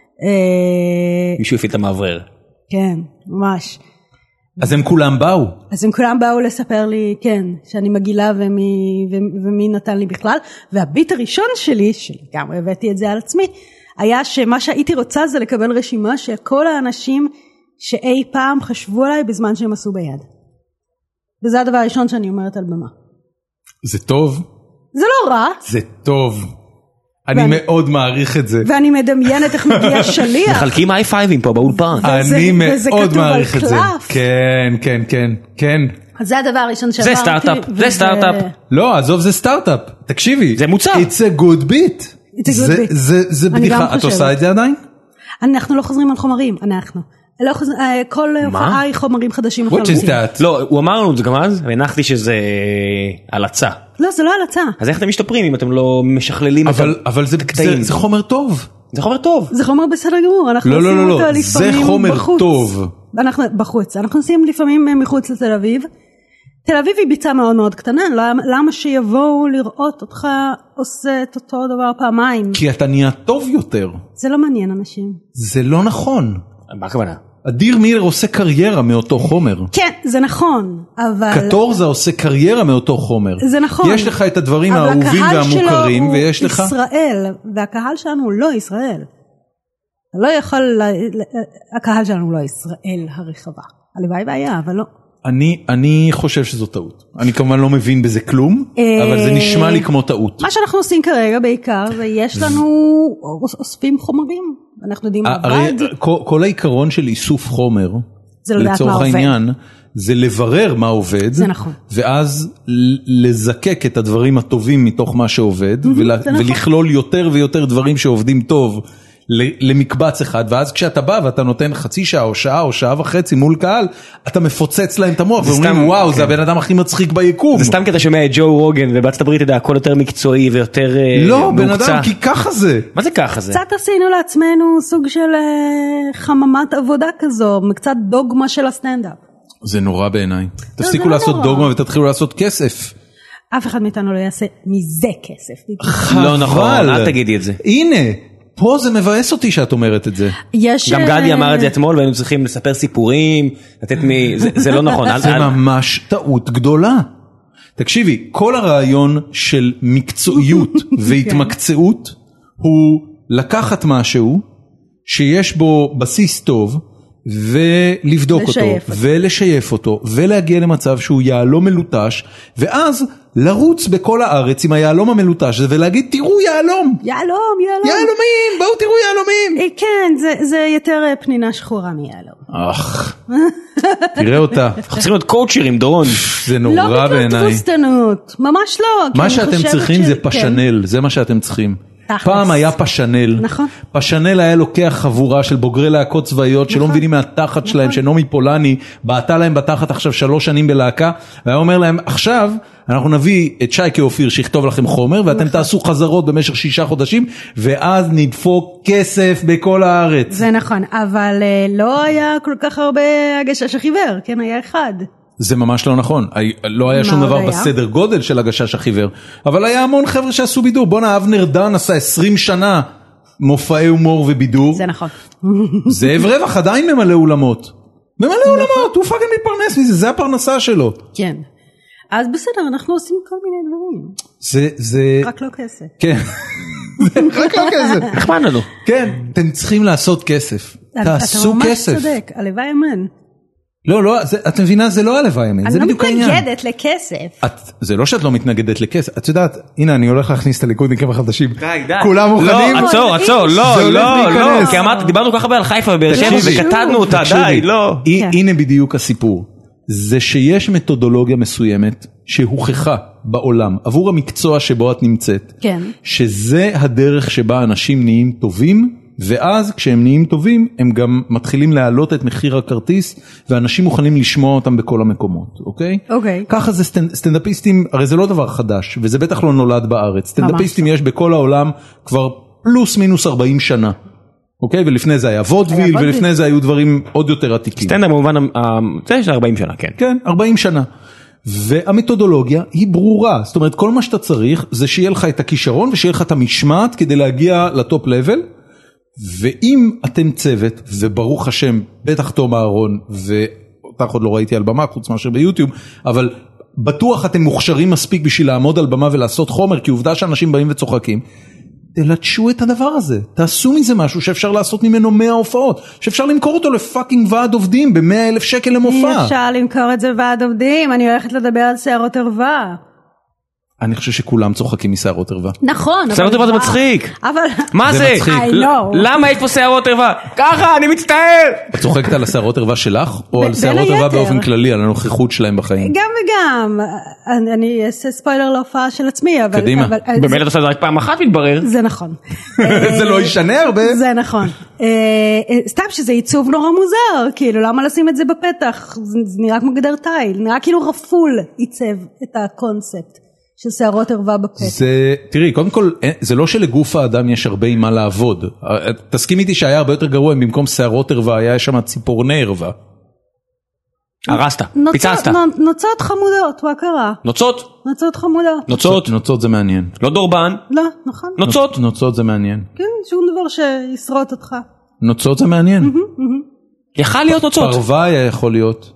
מישהו הפעיל את המעברר. כן, ממש. אז הם כולם באו. אז הם כולם באו לספר לי, כן, שאני מגילה ומי, ומי נתן לי בכלל. והביט הראשון שלי, שגם הבאתי את זה על עצמי, היה שמה שהייתי רוצה זה לקבל רשימה של כל האנשים שאי פעם חשבו עליי בזמן שהם עשו ביד. וזה הדבר הראשון שאני אומרת על במה. זה טוב. זה לא רע. זה טוב. אני מאוד מעריך את זה. ואני מדמיינת איך מגיע שליח. מחלקים איי פייבים פה באולפן. אני מאוד מעריך את זה. כן, כן, כן, כן. אז זה הדבר הראשון שאמרתי. זה סטארט-אפ, זה סטארט-אפ. לא, עזוב, זה סטארט-אפ. תקשיבי. זה מוצר. It's a good bit. זה בדיחה. את עושה את זה עדיין? אנחנו לא חוזרים על חומרים, אנחנו. כל הופעה היא חומרים חדשים. What is that? לא, הוא אמר לנו את זה גם אז, והנחתי שזה הלצה. לא, זה לא הלצה. אז איך אתם משתפרים אם אתם לא משכללים את הקטעים? אבל זה חומר טוב. זה חומר טוב. זה חומר בסדר גמור. לא, לא, לא, לא, זה חומר טוב. אנחנו בחוץ. אנחנו עושים לפעמים מחוץ לתל אביב. תל אביב היא ביצה מאוד מאוד קטנה, למה שיבואו לראות אותך עושה את אותו דבר פעמיים? כי אתה נהיה טוב יותר. זה לא מעניין אנשים. זה לא נכון. מה הכוונה? אדיר מילר עושה קריירה מאותו חומר. כן, זה נכון, אבל... קטורזה עושה קריירה מאותו חומר. זה נכון. יש לך את הדברים האהובים והמוכרים, ויש לך... אבל הקהל שלו הוא ישראל, והקהל שלנו הוא לא ישראל. לא יכול... הקהל שלנו הוא לא ישראל הרחבה. הלוואי והיה, אבל לא. אני, אני חושב שזו טעות. אני כמובן לא מבין בזה כלום, אבל זה נשמע לי כמו טעות. מה שאנחנו עושים כרגע בעיקר, ויש לנו אוספים חומרים. אנחנו יודעים עבד. כל העיקרון של איסוף חומר, לצורך העניין, זה לברר מה עובד, זה נכון. ואז לזקק את הדברים הטובים מתוך מה שעובד, ולה, זה נכון. ולכלול יותר ויותר דברים שעובדים טוב למקבץ אחד, ואז כשאתה בא ואתה נותן חצי שעה או שעה או שעה וחצי מול קהל, אתה מפוצץ להם את המוח, ואומרים וואו, כן. זה הבן אדם הכי מצחיק ביקום. זה סתם כי אתה שומע את ג'ו רוגן, ובארצות הברית אתה יודע, הכל יותר מקצועי ויותר לא, בן אדם, כי ככה זה. מה זה ככה זה? קצת עשינו לעצמנו סוג של חממת עבודה כזו, קצת דוגמה של הסטנדאפ. זה נורא בעיניי. תפסיקו לעשות דוגמה ותתחילו לעשות כסף. אף אחד מאיתנו לא יעשה מזה כסף. לא נכון, אל תגידי את זה. הנה. פה זה מבאס אותי שאת אומרת את זה. יש... גם גדי אמר את זה אתמול, והיינו צריכים לספר סיפורים, לתת מ... זה, זה לא נכון. זה ממש טעות גדולה. תקשיבי, כל הרעיון של מקצועיות והתמקצעות, הוא לקחת משהו, שיש בו בסיס טוב, ולבדוק אותו, ולשייף אותו, ולהגיע למצב שהוא יעלום מלוטש, ואז לרוץ בכל הארץ עם היעלום המלוטש הזה, ולהגיד תראו יעלום. יעלום, יעלום. יעלומים, בואו תראו יעלומים. כן, זה, זה יותר פנינה שחורה מיעלום. אך, תראה אותה. אנחנו צריכים להיות קואוצ'רים, דורון. זה נורא בעיניי. לא בגלל תבוסתנות, ממש לא. מה שאתם צריכים זה פשנל, זה מה שאתם צריכים. פעם היה פשנל, נכון. פשנל היה לוקח חבורה של בוגרי להקות צבאיות שלא מבינים מהתחת שלהם, שנומי פולני בעטה להם בתחת עכשיו שלוש שנים בלהקה, והיה אומר להם עכשיו אנחנו נביא את שייקה אופיר שיכתוב לכם חומר ואתם תעשו חזרות במשך שישה חודשים ואז נדפוק כסף בכל הארץ. זה נכון, אבל לא היה כל כך הרבה הגשש החיוור, כן, היה אחד. זה ממש לא נכון, לא היה שום דבר בסדר גודל של הגשש החיוור, אבל היה המון חבר'ה שעשו בידור. בונה, אבנר דן עשה עשרים שנה מופעי הומור ובידור. זה נכון. זאב רווח עדיין ממלא אולמות. ממלא אולמות, הוא פאקינג מתפרנס מזה, זה הפרנסה שלו. כן. אז בסדר, אנחנו עושים כל מיני דברים. זה, זה... רק לא כסף. כן. רק לא כסף. נחמד לנו. כן, אתם צריכים לעשות כסף. תעשו כסף. אתה ממש צודק, הלוואי אמן. לא, לא, את מבינה, זה לא הלוואי אמן, זה בדיוק העניין. אני לא מתנגדת לכסף. זה לא שאת לא מתנגדת לכסף, את יודעת, הנה אני הולך להכניס את הליכודניקים החדשים. די, די. כולם מוכנים? לא, עצור, עצור, לא, לא, לא, כי אמרת, דיברנו ככה על חיפה ובאר שבע וקטענו אותה, די, לא. הנה בדיוק הסיפור, זה שיש מתודולוגיה מסוימת שהוכחה בעולם עבור המקצוע שבו את נמצאת, שזה הדרך שבה אנשים נהיים טובים, ואז כשהם נהיים טובים הם גם מתחילים להעלות את מחיר הכרטיס ואנשים מוכנים לשמוע אותם בכל המקומות, אוקיי? אוקיי. ככה זה סטנד, סטנדאפיסטים, הרי זה לא דבר חדש וזה בטח לא נולד בארץ, סטנדאפיסטים יש בכל העולם כבר פלוס מינוס ארבעים שנה, אוקיי? ולפני זה היה וודוויל ולפני זה היו דברים עוד יותר עתיקים. סטנדאפ במובן, זה יש ארבעים שנה, כן. כן, ארבעים שנה. והמתודולוגיה היא ברורה, זאת אומרת כל מה שאתה צריך זה שיהיה לך את הכישרון ושיהיה לך את המשמעת כדי להגיע לטופ לבל, ואם אתם צוות, וברוך השם, בטח תום אהרון, ואותך עוד לא ראיתי על במה, חוץ מאשר ביוטיוב, אבל בטוח אתם מוכשרים מספיק בשביל לעמוד על במה ולעשות חומר, כי עובדה שאנשים באים וצוחקים, תלטשו את הדבר הזה, תעשו מזה משהו שאפשר לעשות ממנו מאה הופעות, שאפשר למכור אותו לפאקינג ועד עובדים, במאה אלף שקל למופע. אי אפשר למכור את זה ועד עובדים, אני הולכת לדבר על שערות ערווה. אני חושב שכולם צוחקים משערות ערווה. נכון. שערות ערווה זה מצחיק. אבל... מה זה? למה יש פה שערות ערווה? ככה, אני מצטער. את צוחקת על השערות ערווה שלך? או על שערות ערווה באופן כללי, על הנוכחות שלהם בחיים? גם וגם. אני אעשה ספוילר להופעה של עצמי, אבל... קדימה. במילא אתה עושה את זה רק פעם אחת מתברר. זה נכון. זה לא ישנה הרבה. זה נכון. סתם שזה עיצוב נורא מוזר, כאילו, למה לשים את זה בפתח? זה נראה כמו גדר תיל, נראה כאילו רפול עיצב את הקונספט. של שערות ערווה בפה. זה, תראי, קודם כל, זה לא שלגוף האדם יש הרבה עם מה לעבוד. תסכים איתי שהיה הרבה יותר גרוע, אם במקום שערות ערווה היה שם ציפורני ערווה. הרסת, פיצצת. נוצות חמודות, מה קרה? נוצות? נוצות חמודות. נוצות? נוצות זה מעניין. לא דורבן? לא, נכון. נוצות? נוצות זה מעניין. כן, שום דבר שישרוט אותך. נוצות זה מעניין. יכל להיות נוצות. פרווה היה יכול להיות.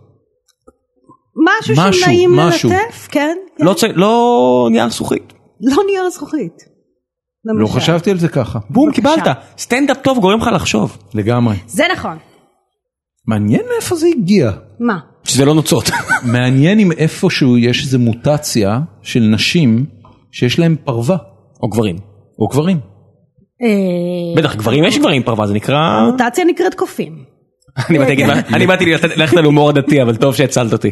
משהו שנעים ללטף, כן. לא נייר זכוכית. לא נייר זכוכית. לא חשבתי על זה ככה. בום, קיבלת. סטנדאפ טוב גורם לך לחשוב. לגמרי. זה נכון. מעניין מאיפה זה הגיע. מה? שזה לא נוצות. מעניין אם איפשהו יש איזו מוטציה של נשים שיש להם פרווה. או גברים. או גברים. בטח, גברים יש גברים פרווה, זה נקרא... המוטציה נקראת קופים. אני באתי ללכת על הומור הדתי, אבל טוב שהצלת אותי.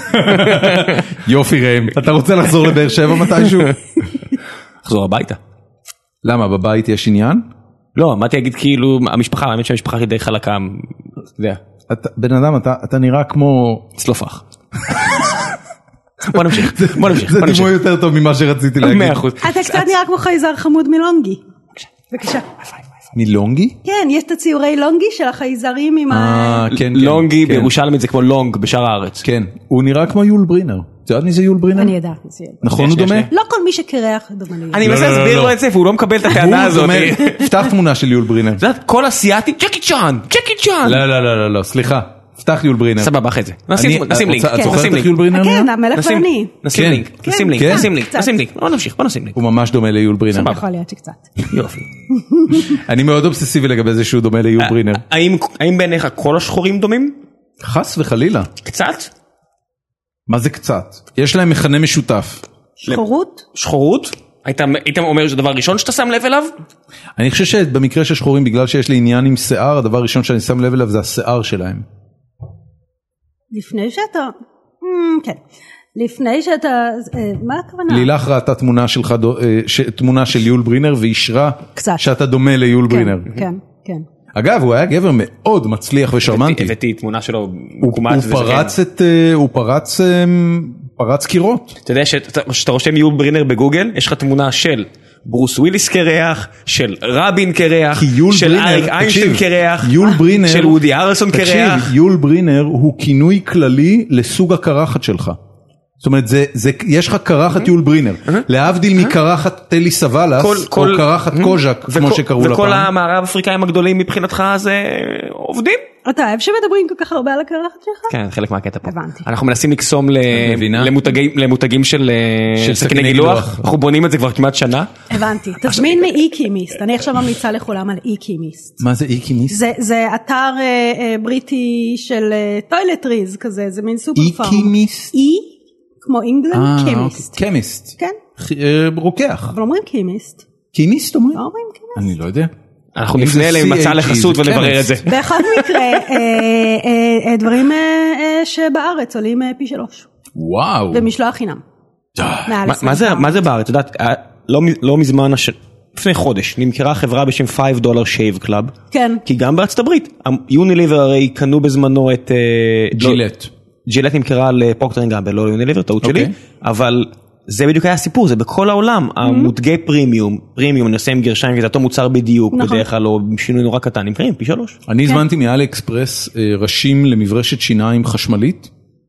יופי ראם, אתה רוצה לחזור לבאר שבע מתישהו? לחזור הביתה. למה, בבית יש עניין? לא, אמרתי להגיד כאילו, המשפחה, האמת שהמשפחה היא די חלקה, אתה יודע. בן אדם, אתה נראה כמו... צלופח. בוא נמשיך, בוא נמשיך. זה דימוי יותר טוב ממה שרציתי להגיד. מאה אחוז. אתה קצת נראה כמו חייזר חמוד מלונגי. בבקשה. מלונגי? כן, יש את הציורי לונגי של החייזרים עם ה... לונגי בירושלמית זה כמו לונג בשאר הארץ. כן, הוא נראה כמו יול ברינר. את יודעת מי זה יול ברינר? אני יודעת. נכון הוא דומה? לא כל מי שקרח דומה לי. אני מנסה להסביר לו את זה והוא לא מקבל את הטענה הזאת. פתח תמונה של יול ברינר. את יודעת, כל אסיאטי, צ'קי צ'אן, צ'קי צ'אן. לא, לא, לא, לא, סליחה. פתח יול ברינר. סבבה, אחרי זה. נשים לינק. את זוכרת איך יול ברינר? כן, המלך ואני. נשים לינק, נשים לינק, נשים לינק, נשים לינק. בוא נמשיך, בוא נשים לינק. הוא ממש דומה ליול ברינר. יכול להיות שקצת. יופי. אני מאוד אובססיבי לגבי זה שהוא דומה ליול ברינר. האם בעיניך כל השחורים דומים? חס וחלילה. קצת? מה זה קצת? יש להם מכנה משותף. שחורות? שחורות? היית אומר שזה דבר ראשון שאתה שם לב אליו? אני חושב שבמקרה של שחורים, בגלל שיש לי עניין עם שיער, הדבר הראשון שאני שם לב אליו זה השיער שלהם. לפני שאתה... כן. לפני שאתה... מה הכוונה? לילך ראתה תמונה שלך, תמונה של יול ברינר, ואישרה שאתה דומה ליול ברינר. כן, כן. אגב, הוא היה גבר מאוד מצליח ושרמנטי. הבאתי תמונה שלו. הוא פרץ פרץ קירות. אתה יודע שאתה רושם יול ברינר בגוגל, יש לך תמונה של ברוס וויליס קרח, של רבין קרח, של אריק איינשטיין קרח, של וודי הרלסון קרח. יול ברינר הוא כינוי כללי לסוג הקרחת שלך. זאת אומרת, יש לך קרחת יול ברינר, להבדיל מקרחת טלי סוואלס, או קרחת קוז'ק, כמו שקראו לה פעם. וכל המערב אפריקאים הגדולים מבחינתך זה עובדים? אתה אוהב שמדברים כל כך הרבה על הקרחת שלך? כן, חלק מהקטע פה. הבנתי. אנחנו מנסים לקסום למותגים של סכיני גילוח, אנחנו בונים את זה כבר כמעט שנה. הבנתי, תזמין מאי-קימיסט, אני עכשיו ממליצה לכולם על אי-קימיסט. מה זה אי-קימיסט? זה אתר בריטי של טוילטריז כזה, זה מין סופר פארם. אי-קימיסט? אי, כמו אינגלנד, קימיסט. קימיסט. כן. רוקח. אבל אומרים קימיסט. קימיסט אומרים? לא אומרים קימיסט. אני לא יודע. אנחנו נפנה אליהם מצא לחסות ונברר את זה. באחד מקרה, דברים שבארץ עולים פי שלוש. וואו. במשלוח חינם. מה זה בארץ? את יודעת, לא מזמן, לפני חודש, נמכרה חברה בשם חמישה דולר שייב קלאב. כן. כי גם בארצות הברית, יוניליבר הרי קנו בזמנו את... ג'ילט. ג'ילט נמכרה לפרוקטר אנד גמבל, לא יוניליבר, טעות שלי, אבל... זה בדיוק היה הסיפור, זה בכל העולם, המותגי פרימיום, פרימיום, נעשה עם גרשיים, זה אותו מוצר בדיוק, בדרך כלל לא שינוי נורא קטן, נמכרים פי שלוש. אני הזמנתי מאלי אקספרס ראשים למברשת שיניים חשמלית,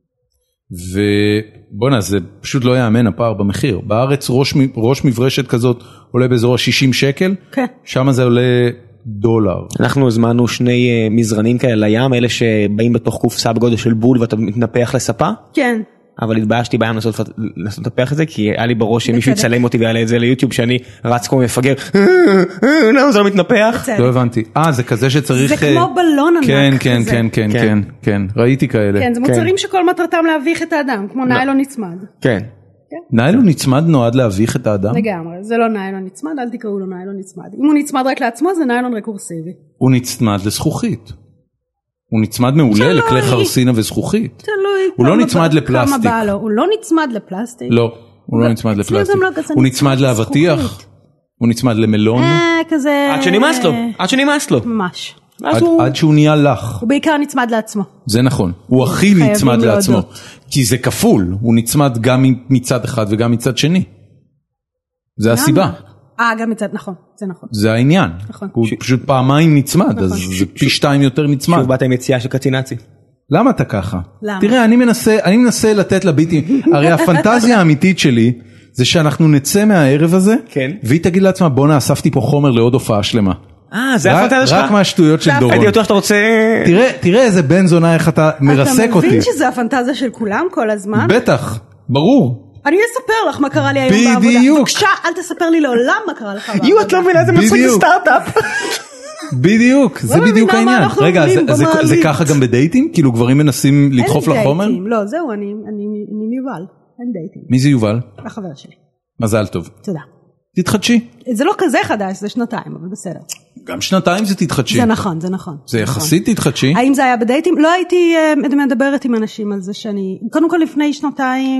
ובוא'נה, זה פשוט לא יאמן הפער במחיר. בארץ ראש מברשת כזאת עולה באזור ה-שישים שקל, שם זה עולה דולר. אנחנו הזמנו שני מזרנים כאלה לים, אלה שבאים בתוך קופסה בגודל של בול ואתה מתנפח לספה. כן. אבל התביישתי בעיה לנסות לטפח את זה, כי היה לי בראש שמישהו יצלם אותי ויעלה את זה ליוטיוב, שאני רץ כמו מפגר, למה זה לא מתנפח? לא הבנתי. אה, זה כזה שצריך... זה כמו בלון ענק. כן, כן, כן, כן, כן, כן, ראיתי כאלה. כן, זה מוצרים שכל מטרתם להביך את האדם, כמו ניילון נצמד. כן. ניילון נצמד נועד להביך את האדם? לגמרי, זה לא ניילון נצמד, אל תקראו לו ניילון נצמד. אם הוא נצמד רק לעצמו, זה ניילון רקורסיבי. הוא נצמד לזכוכית. הוא נצמד מעולה לכלי חרסינה וזכוכית. הוא לא נצמד לפלסטיק. הוא לא נצמד לפלסטיק. לא, הוא לא נצמד לפלסטיק. הוא נצמד לאבטיח. הוא נצמד למלון. כזה... עד שנמאס לו. עד שנמאס לו. ממש. עד שהוא נהיה לך. הוא בעיקר נצמד לעצמו. זה נכון. הוא הכי נצמד לעצמו. כי זה כפול. הוא נצמד גם מצד אחד וגם מצד שני. זה הסיבה. אה, גם מצד, נכון, זה נכון. זה העניין. הוא פשוט פעמיים נצמד, אז זה פי שתיים יותר נצמד. שוב באת עם יציאה של קצינצי. למה אתה ככה? למה? תראה, אני מנסה, אני מנסה לתת לביטים, הרי הפנטזיה האמיתית שלי, זה שאנחנו נצא מהערב הזה, והיא תגיד לעצמה, בוא נאספתי פה חומר לעוד הופעה שלמה. אה, זה הפנטזיה שלך? רק מהשטויות של דורון. הייתי בטוח שאתה רוצה... תראה איזה בן זונה, איך אתה מרסק אותי. אתה מבין שזה הפנטזיה של כולם כל הזמן? בטח, ברור. אני אספר לך מה קרה לי היום בעבודה. בדיוק. בבקשה, אל תספר לי לעולם מה קרה לך בעבודה. יו, את לא מבינה, זה מצחיק סטארט-אפ. בדיוק, זה בדיוק העניין. רגע, זה ככה גם בדייטים? כאילו גברים מנסים לדחוף לחומר? אין דייטים, לא, זהו, אני מיובל. אין דייטים. מי זה יובל? החבר שלי. מזל טוב. תודה. תתחדשי. זה לא כזה חדש, זה שנתיים, אבל בסדר. גם שנתיים זה תתחדשי. זה נכון, זה נכון. זה יחסית תתחדשי. האם זה היה בדייטים? לא הייתי מדברת עם אנשים על זה שאני, קודם כל לפני שנתיים,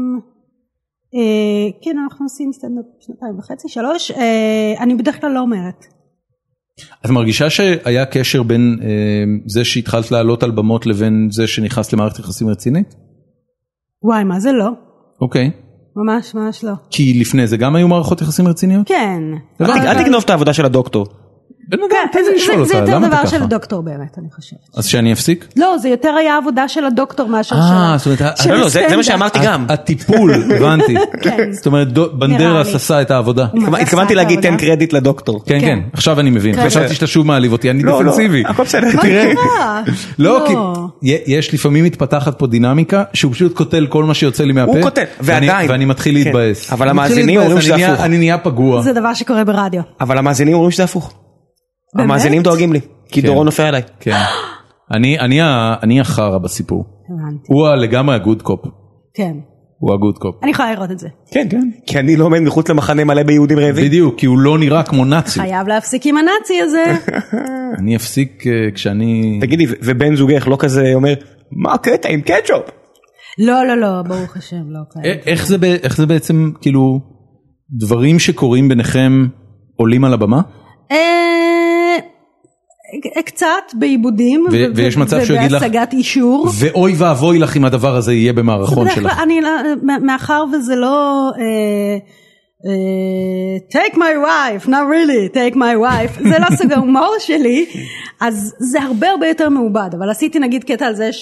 כן, אנחנו עושים סטנדאפ שנתיים וחצי, שלוש, אני בדרך כלל לא אומרת. את מרגישה שהיה קשר בין זה שהתחלת לעלות על במות לבין זה שנכנסת למערכת יחסים רצינית? וואי, מה זה לא? אוקיי. ממש, ממש לא. כי לפני זה גם היו מערכות יחסים רציניות? כן. אל תגנוב את העבודה של הדוקטור. זה יותר דבר של הדוקטור באמת, אני חושבת. אז שאני אפסיק? לא, זה יותר היה עבודה של הדוקטור מאשר של... לא, לא, זה מה שאמרתי גם. הטיפול, הבנתי. זאת אומרת, בנדרס עשה את העבודה. התכוונתי להגיד תן קרדיט לדוקטור. כן, כן, עכשיו אני מבין. חשבתי שאתה שוב מעליב אותי, אני דפנסיבי. הכל בסדר. מה קרה? לא, כי יש לפעמים מתפתחת פה דינמיקה, שהוא פשוט קוטל כל מה שיוצא לי מהפה. הוא קוטל, ועדיין. ואני מתחיל להתבאס. אבל המאזינים אומרים שזה הפוך. אני נהיה פגוע. זה דבר שקורה ברדיו. אבל המאזינים אומרים שזה הפוך. המאזינים דואגים לי, כי דורון נופל עליי. כן. אני החרא בסיפור. הוא לגמרי הגוד קופ. כן. הוא הגוד קופ. אני יכולה לראות את זה. כן, כן. כי אני לא עומד מחוץ למחנה מלא ביהודים רעבים. בדיוק, כי הוא לא נראה כמו נאצי. חייב להפסיק עם הנאצי הזה. אני אפסיק כשאני... תגידי, ובן זוגך לא כזה אומר, מה הקטע עם קטשופ? לא, לא, לא, ברוך השם, לא. איך זה בעצם, כאילו, דברים שקורים ביניכם עולים על הבמה? קצת בעיבודים ויש מצב שהוא יגיד לך ובהשגת אישור ואוי ואבוי לך אם הדבר הזה יהיה במערכון שלך. מאחר וזה לא take my wife, not really take my wife, זה לא סוג ההומור שלי, אז זה הרבה הרבה יותר מעובד. אבל עשיתי נגיד קטע על זה ש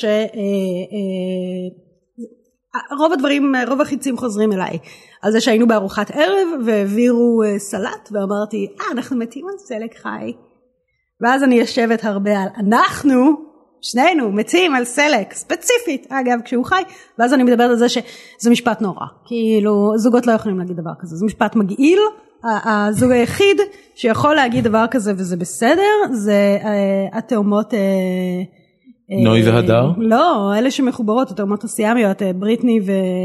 רוב הדברים, רוב החיצים חוזרים אליי על זה שהיינו בארוחת ערב והעבירו סלט ואמרתי אה אנחנו מתים על סלק חי, ואז אני יושבת הרבה על אנחנו שנינו מתים על סלק ספציפית אגב כשהוא חי, ואז אני מדברת על זה שזה משפט נורא, כאילו זוגות לא יכולים להגיד דבר כזה, זה משפט מגעיל. הזוג היחיד שיכול להגיד דבר כזה וזה בסדר זה התאומות נוי והדר? לא, אלה שמחוברות, התאומות הסיאמיות, בריטני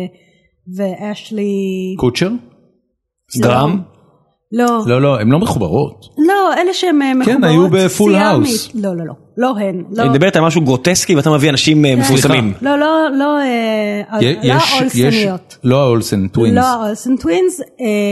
ואשלי קוצ'ר? דרם? לא. לא, לא, הן לא מחוברות. לא, אלה שהן מחוברות. כן, היו בפול האוס. לא, לא, לא, לא הן. אני מדברת על משהו גרוטסקי ואתה מביא אנשים מפורסמים. לא, לא, לא, לא האולסניות. לא האולסן טווינס. לא האולסן טווינס.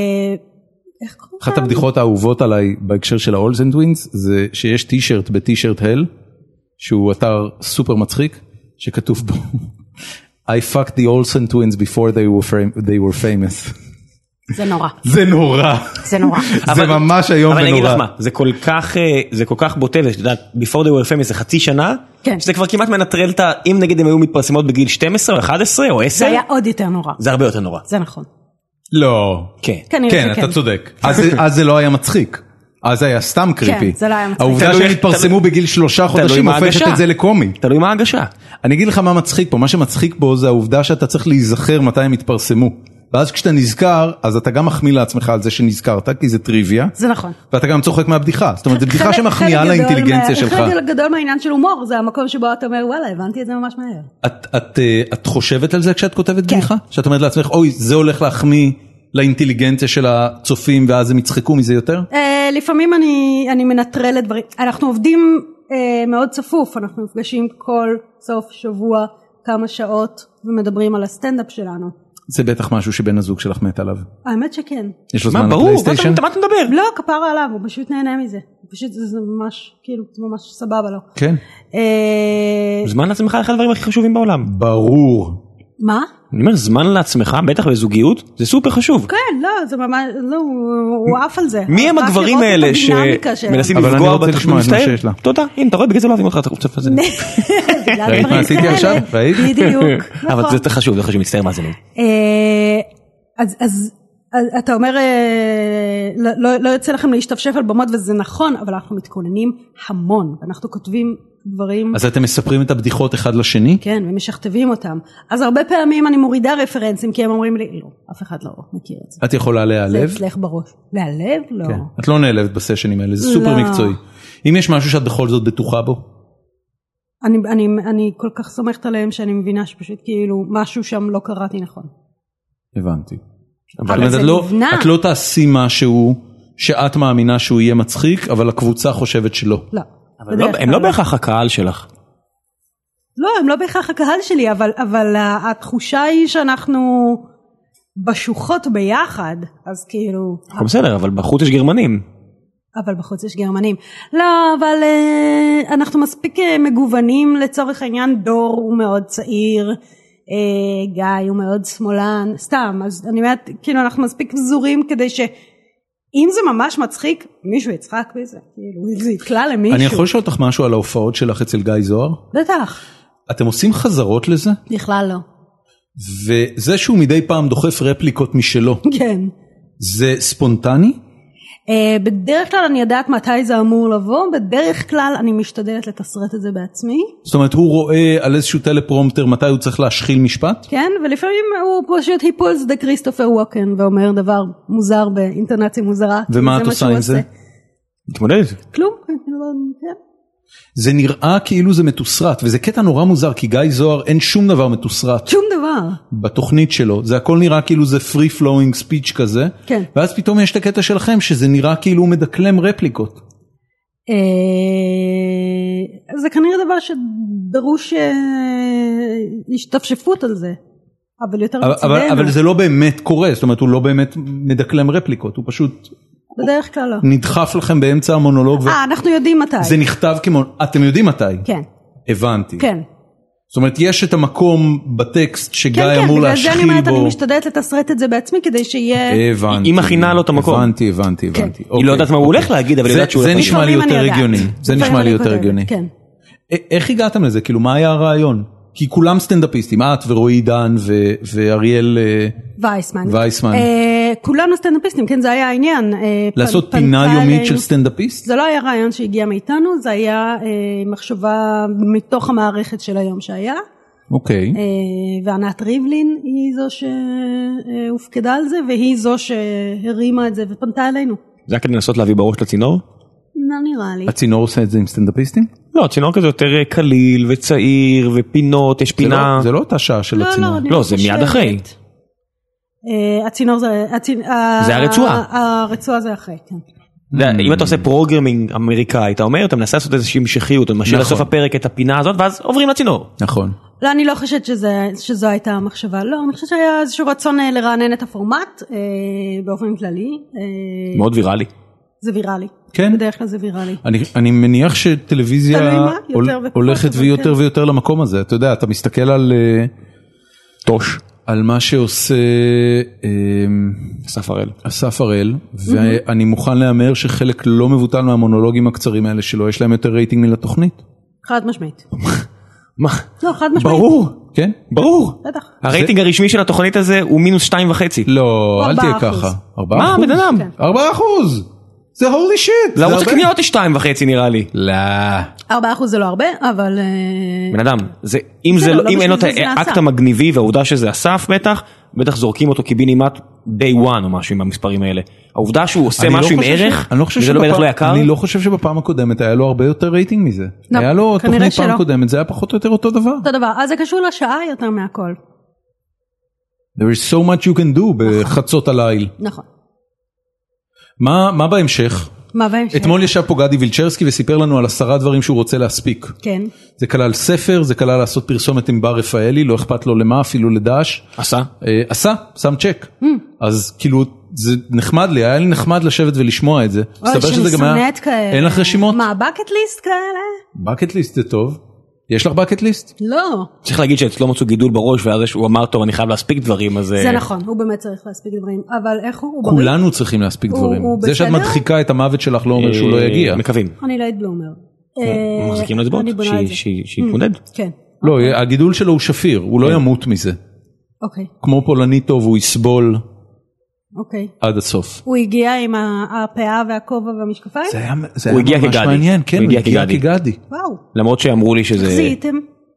איך קוראים? אחת הבדיחות האהובות עליי בהקשר של האולסן טווינס, זה שיש טישרט בטישרט הל, שהוא אתר סופר מצחיק, שכתוב בו, I fucked the Olsen twins before they were, fam- they were famous. זה נורא. זה נורא. זה נורא. זה ממש היום ונורא. אבל אני אגיד לך מה, זה כל כך, זה כל כך בוטה, ושאת יודעת, before they were famous זה חצי שנה, כן. שזה כבר כמעט מנטרל את ה... אם נגיד הם היו מתפרסמות בגיל שתים עשרה או אחת עשרה או עשר, זה היה עוד יותר נורא. זה הרבה יותר נורא. זה נכון. לא. כן. כן, אתה צודק. אז זה לא היה מצחיק. אז זה היה סתם קריפי. כן, זה לא היה מצחיק. העובדה שהם התפרסמו בגיל שלושה חודשים הופכת את זה לקומי. תלוי מה ההגשה. אני אגיד לך מה מצחיק פה, מה שמצחיק פה זה העובדה שאתה צריך להיזכר מתי הם התפרסמו. ואז כשאתה נזכר, אז אתה גם מחמיא לעצמך על זה שנזכרת, כי זה טריוויה. זה נכון. ואתה גם צוחק מהבדיחה. זאת אומרת, זו בדיחה שמחמיאה לאינטליגנציה שלך. חלק גדול מהעניין של הומור, זה המקום שבו אתה אומר, וואלה, הבנתי את זה ממש מהר. את חושבת על זה כשאת כותבת בדיחה? שאת אומרת לעצמך, אוי, זה הולך להחמיא לאינטליגנציה של הצופים, ואז הם יצחקו מזה יותר? לפעמים אני מנטרלת דברים. אנחנו עובדים מאוד צפוף, אנחנו נפגשים כל סוף שבוע כמה שעות, ומדברים על הסטנדאפ שלנו. זה בטח משהו שבן הזוג שלך מת עליו. האמת שכן. יש לו זמן לפלייסטיישן? מה אתה מדבר? לא, כפרה עליו, הוא פשוט נהנה מזה. פשוט זה ממש, כאילו, זה ממש סבבה לו. כן. זמן לעצמך אחד הדברים הכי חשובים בעולם. ברור. מה? אני אומר, זמן לעצמך, בטח בזוגיות, זה סופר חשוב. כן, לא, זה ממש, לא, הוא עף על זה. מי הם הגברים האלה שמנסים לפגוע בתחתון מסתער? תודה, הנה, אתה רואה, בגלל זה לא אוהבים אותך, אתה רוצה לפעול את זה. ראית מה עשיתי עכשיו? ראית? בדיוק. אבל זה חשוב, זה חשוב, מצטער מה זה לא. אז אתה אומר, לא יוצא לכם להשתפשף על במות, וזה נכון, אבל אנחנו מתכוננים המון, אנחנו כותבים דברים. אז אתם מספרים את הבדיחות אחד לשני? כן, ומשכתבים אותם. אז הרבה פעמים אני מורידה רפרנסים, כי הם אומרים לי, לא, אף אחד לא מכיר את זה. את יכולה להיעלב? זה אצלך בראש. להיעלב? לא. כן. את לא נעלבת בסשנים האלה, זה סופר מקצועי. אם יש משהו שאת בכל זאת בטוחה בו? אני, אני, אני כל כך סומכת עליהם שאני מבינה שפשוט כאילו משהו שם לא קראתי נכון. הבנתי. אבל את לא, את לא תעשי משהו שאת מאמינה שהוא יהיה מצחיק, אבל הקבוצה חושבת שלא. לא. אבל לא, הם לא בהכרח הקהל שלך. לא, הם לא בהכרח הקהל שלי, אבל, אבל התחושה היא שאנחנו בשוחות ביחד, אז כאילו... בסדר, אבל בחוץ יש גרמנים. אבל בחוץ יש גרמנים. לא, אבל uh, אנחנו מספיק מגוונים לצורך העניין, דור הוא מאוד צעיר, uh, גיא הוא מאוד שמאלן, סתם, אז אני אומרת, כאילו אנחנו מספיק פזורים כדי שאם זה ממש מצחיק, מישהו יצחק בזה, כאילו זה יתקלה למישהו. אני יכול לשאול אותך משהו על ההופעות שלך אצל גיא זוהר? בטח. אתם עושים חזרות לזה? בכלל לא. וזה שהוא מדי פעם דוחף רפליקות משלו. כן. זה ספונטני? Uh, בדרך כלל אני יודעת מתי זה אמור לבוא, בדרך כלל אני משתדלת לתסרט את זה בעצמי. זאת אומרת, הוא רואה על איזשהו טלפרומפטר מתי הוא צריך להשחיל משפט? כן, ולפעמים הוא פשוט he pulls the Christopher Walken ואומר דבר מוזר באינטונציה מוזרה. ומה את עושה עם זה? מתמודד. כלום, כן. זה נראה כאילו זה מתוסרט, וזה קטע נורא מוזר, כי גיא זוהר אין שום דבר מתוסרט. שום דבר. בתוכנית שלו, זה הכל נראה כאילו זה free flowing speech כזה, כן. ואז פתאום יש את הקטע שלכם, שזה נראה כאילו הוא מדקלם רפליקות. זה כנראה דבר שדרוש השתפשפות על זה, אבל יותר מצדנו. אבל זה לא באמת קורה, זאת אומרת, הוא לא באמת מדקלם רפליקות, הוא פשוט... בדרך כלל לא. נדחף לכם באמצע המונולוג. אה, אנחנו יודעים מתי. זה נכתב כמו, אתם יודעים מתי? כן. הבנתי. כן. זאת אומרת, יש את המקום בטקסט שגיא כן, אמור כן, להשחיל בו. בגלל זה אני אומרת, אני משתדלת לתסרט את זה בעצמי, כדי שיהיה... הבנתי. היא מכינה לו את המקום. הבנתי, הבנתי, הבנתי. היא לא יודעת מה הוא הולך להגיד, אבל היא יודעת שהוא הולך זה נשמע לי יותר הגיוני. זה נשמע לי יותר הגיוני. כן. איך הגעתם לזה? כאילו, מה היה הרעיון? כי כולם סטנדאפיסטים, את ורועי דן ואריאל וייסמן. וייסמן. כולנו סטנדאפיסטים, כן, זה היה העניין. לעשות פינה יומית של סטנדאפיסט? זה לא היה רעיון שהגיע מאיתנו, זה היה מחשבה מתוך המערכת של היום שהיה. אוקיי. וענת ריבלין היא זו שהופקדה על זה, והיא זו שהרימה את זה ופנתה אלינו. זה היה כדי לנסות להביא בראש לצינור? מה נראה לי? הצינור עושה את זה עם סטנדאפיסטים? לא, הצינור כזה יותר קליל וצעיר ופינות, יש פינה... זה לא אותה שעה של הצינור. לא, זה מיד אחרי. הצינור זה... זה הרצועה. הרצועה זה אחרי, כן. אם אתה עושה פרוגרמינג אמריקאי, אתה אומר, אתה מנסה לעשות איזושהי המשכיות, אתה משאיר לסוף הפרק את הפינה הזאת, ואז עוברים לצינור. נכון. לא, אני לא חושבת שזו הייתה המחשבה, לא, אני חושבת שהיה איזשהו רצון לרענן את הפורמט, באופן כללי. מאוד ויראלי. זה ויראלי. כן. בדרך כלל זה ויראלי. אני, אני מניח שטלוויזיה הולכת ויותר ויותר למקום הזה. אתה יודע, אתה מסתכל על... טוש. על מה שעושה... אסף הראל. אסף הראל, ואני מוכן לאמר שחלק לא מבוטל מהמונולוגים הקצרים האלה שלו, יש להם יותר רייטינג מלתוכנית. חד משמעית. מה? לא, חד משמעית. ברור. כן? ברור. בטח. הרייטינג הרשמי של התוכנית הזה הוא מינוס שתיים וחצי. לא, אל תהיה ככה. מה, בן אדם? ארבעה אחוז. זה הולי שיט. לערוץ הקניות יש שתיים וחצי נראה לי. לא. ארבעה אחוז זה לא הרבה, אבל... בן אדם, אם אין לו את האקט המגניבי והעובדה שזה אסף בטח, בטח זורקים אותו קיבינימט day one או משהו עם המספרים האלה. העובדה שהוא עושה משהו עם ערך, וזה לא בטח לא יקר. אני לא חושב שבפעם הקודמת היה לו הרבה יותר רייטינג מזה. היה לו תוכנית פעם קודמת, זה היה פחות או יותר אותו דבר. אותו דבר, אז זה קשור לשעה יותר מהכל. There is so much you can do בחצות הליל. נכון. מה, מה בהמשך? מה בהמשך? אתמול ישב פה גדי וילצ'רסקי וסיפר לנו על עשרה דברים שהוא רוצה להספיק. כן. זה כלל ספר, זה כלל לעשות פרסומת עם בר רפאלי, לא אכפת לו למה, אפילו לדש. עשה? אה, עשה, שם צ'ק. Mm. אז כאילו, זה נחמד לי, היה לי נחמד לשבת ולשמוע את זה. אוי, שמסונט כאלה. אין לך רשימות? מה, בקט ליסט כאלה? בקט ליסט זה טוב. יש לך בקט ליסט? לא. צריך להגיד שאצלו מצאו גידול בראש, ואז הוא אמר, טוב, אני חייב להספיק דברים, אז... זה נכון, הוא באמת צריך להספיק דברים, אבל איך הוא? כולנו צריכים להספיק דברים. זה שאת מדחיקה את המוות שלך לא אומר שהוא לא יגיע. מקווים. אני לא הייתי אומר. מחזיקים לצבות, שיתמודד. כן. לא, הגידול שלו הוא שפיר, הוא לא ימות מזה. אוקיי. כמו פולני טוב, הוא יסבול אוקיי. עד הסוף. הוא הגיע עם הפאה והכובע והמשקפיים? זה היה ממש מעניין, כן, הוא הגיע כגדי. וואו. למרות שאמרו לי שזה... איך זיהיתם?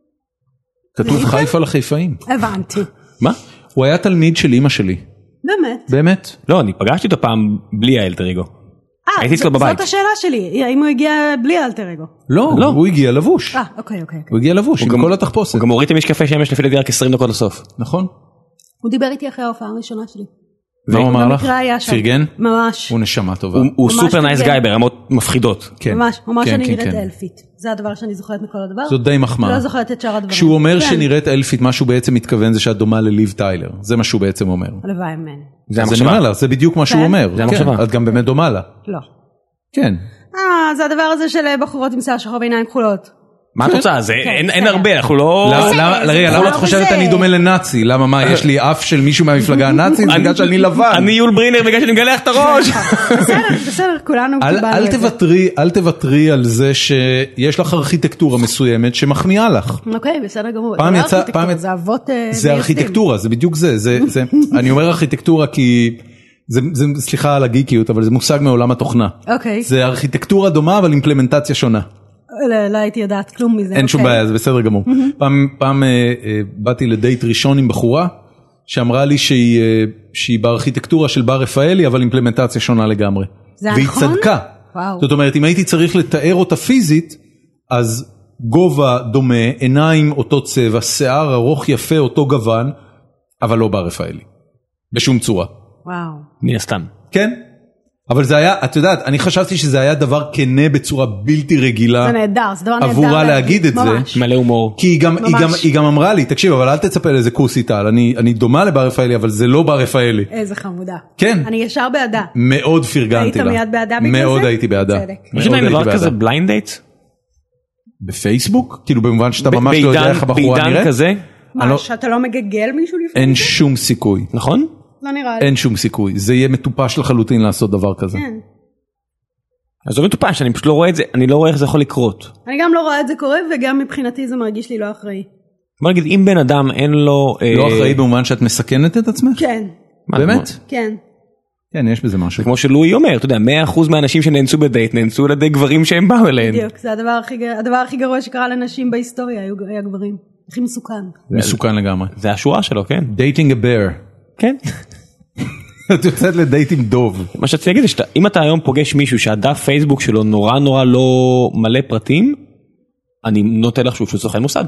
כתוב חיפה לחיפאים. הבנתי. מה? הוא היה תלמיד של אמא שלי. באמת? באמת? לא, אני פגשתי אותו פעם בלי האלטר אגו. אה, זאת השאלה שלי, האם הוא הגיע בלי האלטר אגו? לא, הוא הגיע לבוש. אה, אוקיי, אוקיי. הוא הגיע לבוש, עם כל התחפושת. הוא גם הוריד את המשקפי שמש לפי לדעתי רק עשרים דקות לסוף. נכון. הוא דיבר איתי אחרי ההופעה הראשונה שלי. מה הוא אמר לך? במקרה היה שם. פרגן? ממש. הוא נשמה טובה. הוא- הוא ממש סופר נייס פרגן. גאי ברמות מפחידות. כן. ממש, ממש כן, אני כן, נראית כן. אלפית. זה הדבר שאני זוכרת מכל הדבר. זאת די מחמאה. לא זוכרת את שאר הדברים. כשהוא אומר כן. שנראית אלפית, מה שהוא בעצם מתכוון זה שאת דומה לליב טיילר. זה מה שהוא בעצם אומר. הלוואי אמן. זה אז אני המחשבה. אומר לך, זה בדיוק מה שהוא כן? אומר. זה כן, המחשבה. את גם באמת דומה לה. לא. כן. אה, זה הדבר הזה של בחורות עם שיער שחור ועיניים כחולות. מה את רוצה? זה- אין אין בסדר. הרבה, אנחנו לא... למה- בסדר, למה- זה רגע, לא למה את בזה. חושבת אני דומה לנאצי? למה מה, יש לי אף של מישהו מהמפלגה הנאצית? זה בגלל שאני לבן. אני יול ברינר בגלל שאני מגלח את הראש. בסדר, בסדר, כולנו אל, קיבלנו אל את זה. תוותרי, אל תוותרי על זה שיש לך ארכיטקטורה מסוימת שמחמיאה לך. אוקיי, בסדר גמור. פעם זה לא יצא, ארכיטקטורה, פעם זה אבות אה, זה מייסדים. ארכיטקטורה, זה בדיוק זה, זה, זה, אני אומר ארכיטקטורה כי, זה, זה, סליחה על הגיקיות, אבל זה מושג מעולם התוכנה. אוקיי. זה ארכיטקטורה דומה, אבל אימפלמנטציה שונה. לא, לא הייתי יודעת כלום מזה. אין שום אוקיי. בעיה, זה בסדר גמור. פעם, פעם אה, אה, באתי לדייט ראשון עם בחורה, שאמרה לי שהיא, אה, שהיא בארכיטקטורה של בר רפאלי, אבל אימפלמנטציה שונה לגמרי. זה והיא נכון? צדקה. וואו. זאת אומרת, אם הייתי צריך לתאר אותה פיזית, אז גובה דומה, עיניים אותו צבע, שיער ארוך יפה אותו גוון, אבל לא בר רפאלי. בשום צורה. וואו. מן הסתם. כן? אבל זה היה, את יודעת, אני חשבתי שזה היה דבר כנה בצורה בלתי רגילה. זה נהדר, זה דבר נהדר. עבורה להגיד את זה. ממש. מלא הומור. כי היא גם, היא, גם, ממש. היא גם אמרה לי, תקשיב, אבל אל תצפה לאיזה כוס איטל, אני, אני דומה לבר רפאלי, אבל זה לא בר רפאלי. איזה חמודה. כן. אני ישר בעדה. מאוד פרגנתי לה. היית מיד בעדה בגלל מאוד זה? הייתי בעדה. צדק. יש מאוד להם הייתי דבר כזה בעדה. בליינד דייט? בפייסבוק? כאילו במובן שאתה ממש לא יודע איך הבחורה בעידן נראית? כזה? אני מה, לא- שאתה לא מגגל מישהו לפני? אין שום סיכוי. נכון? לא נראה לי. אין שום סיכוי. זה יהיה מטופש לחלוטין לעשות דבר כזה. כן. אז זה מטופש, אני פשוט לא רואה את זה, אני לא רואה איך זה יכול לקרות. אני גם לא רואה את זה קורה, וגם מבחינתי זה מרגיש לי לא אחראי. בוא נגיד, אם בן אדם אין לו... לא אה, אחראי במובן שאת מסכנת את עצמך? כן, מה, באמת? כמו- כן. כן, יש בזה משהו. כמו שלואי אומר, אתה יודע, מאה אחוז מהאנשים שנאנסו בדייט, נאנסו על ידי גברים שהם באו אליהם. בדיוק, זה הדבר הכי גרוע, הדבר הכי גרוע שקרה לנשים בהיסטוריה, היו- היה גברים. הכי מסוכן. מסוכן לגמרי. זה השורה שלו, כן? דייטינג a bear. כן. את יוצאת לדייט עם דוב. מה שרציתי להגיד זה שאם אתה היום פוגש מישהו שהדף פייסבוק שלו נורא נורא לא מלא פרטים, אני נוטה לך שהוא שהוא סוכן מוסד.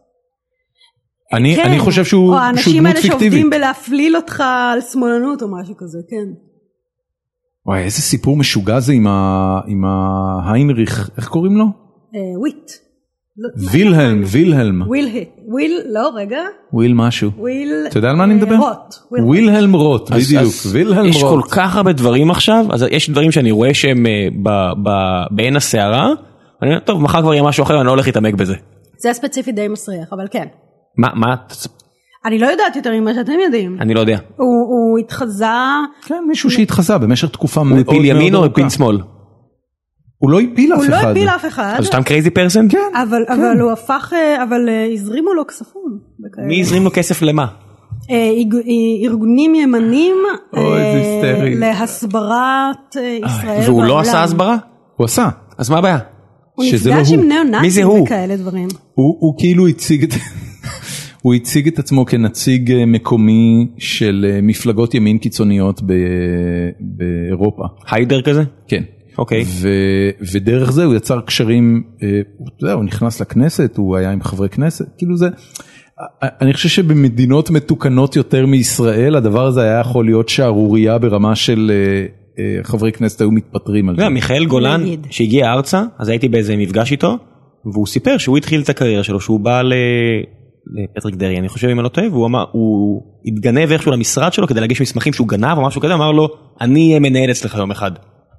אני, כן. אני חושב שהוא, או שהוא האנשים דמות האלה פיקטיבית. שעובדים בלהפליל אותך על שמאלנות או משהו כזה, כן. וואי, איזה סיפור משוגע זה עם, ה... עם ההיינריך, איך קוראים לו? אה, וויט. לא, וילהלם, וילהלם. וויל, וויל, לא רגע, וויל משהו. וויל, אתה יודע על מה אני אה, מדבר? רוט. וויל. וילהלם רוט, אז- בדיוק. אז וילהלם יש כל רוט. כך הרבה דברים עכשיו, אז יש דברים שאני רואה שהם אה, ב- ב- בעין הסערה, אני אומר, טוב, מחר כבר יהיה משהו אחר, אני לא הולך להתעמק בזה. זה ספציפי די מסריח, אבל כן. מה, מה, אני לא יודעת יותר ממה שאתם יודעים. אני לא יודע. הוא הוא התחזה, כן, מישהו שהתחזה במשך תקופה מאוד הוא מאוד הפיל ימין או ארוכה. הפיל שמאל? הוא לא הפיל אף הוא לא אחד. הפיל אף אחד, אז הוא סתם קרייזי פרסן? כן. אבל אבל הוא הפך, אה, אבל אה, הזרימו לו כספים. בכאלה. מי הזרים לו כסף למה? אה, אג- אה, ארגונים ימנים אוי, אה, איזה היסטרי. להסברת אה, ישראל והוא לא בעולם. עשה הסברה? הוא עשה. אז מה הבעיה? הוא שזה נפגש לא עם הוא. ניאו-נאצים מי זה הוא? וכאלה דברים. הוא, הוא כאילו הציג את, הוא הציג את עצמו כנציג אה, מקומי של אה, מפלגות ימין קיצוניות ב, באירופה. היידר כזה? כן. אוקיי. ו, ודרך זה הוא יצר קשרים, אה, הוא, אתה יודע, הוא נכנס לכנסת, הוא היה עם חברי כנסת, כאילו זה, אה, אני חושב שבמדינות מתוקנות יותר מישראל, הדבר הזה היה יכול להיות שערוריה ברמה של אה, אה, חברי כנסת היו מתפטרים על אתה זה. יודע, מיכאל גולן נגיד. שהגיע ארצה, אז הייתי באיזה מפגש איתו, והוא סיפר שהוא התחיל את הקריירה שלו, שהוא בא ל... לפטריק דרעי, אני חושב אם אני לא טועה, והוא אמר, הוא התגנב איכשהו למשרד שלו כדי להגיש מסמכים שהוא גנב או משהו כזה, אמר לו, אני אהיה מנהל אצלך יום אחד.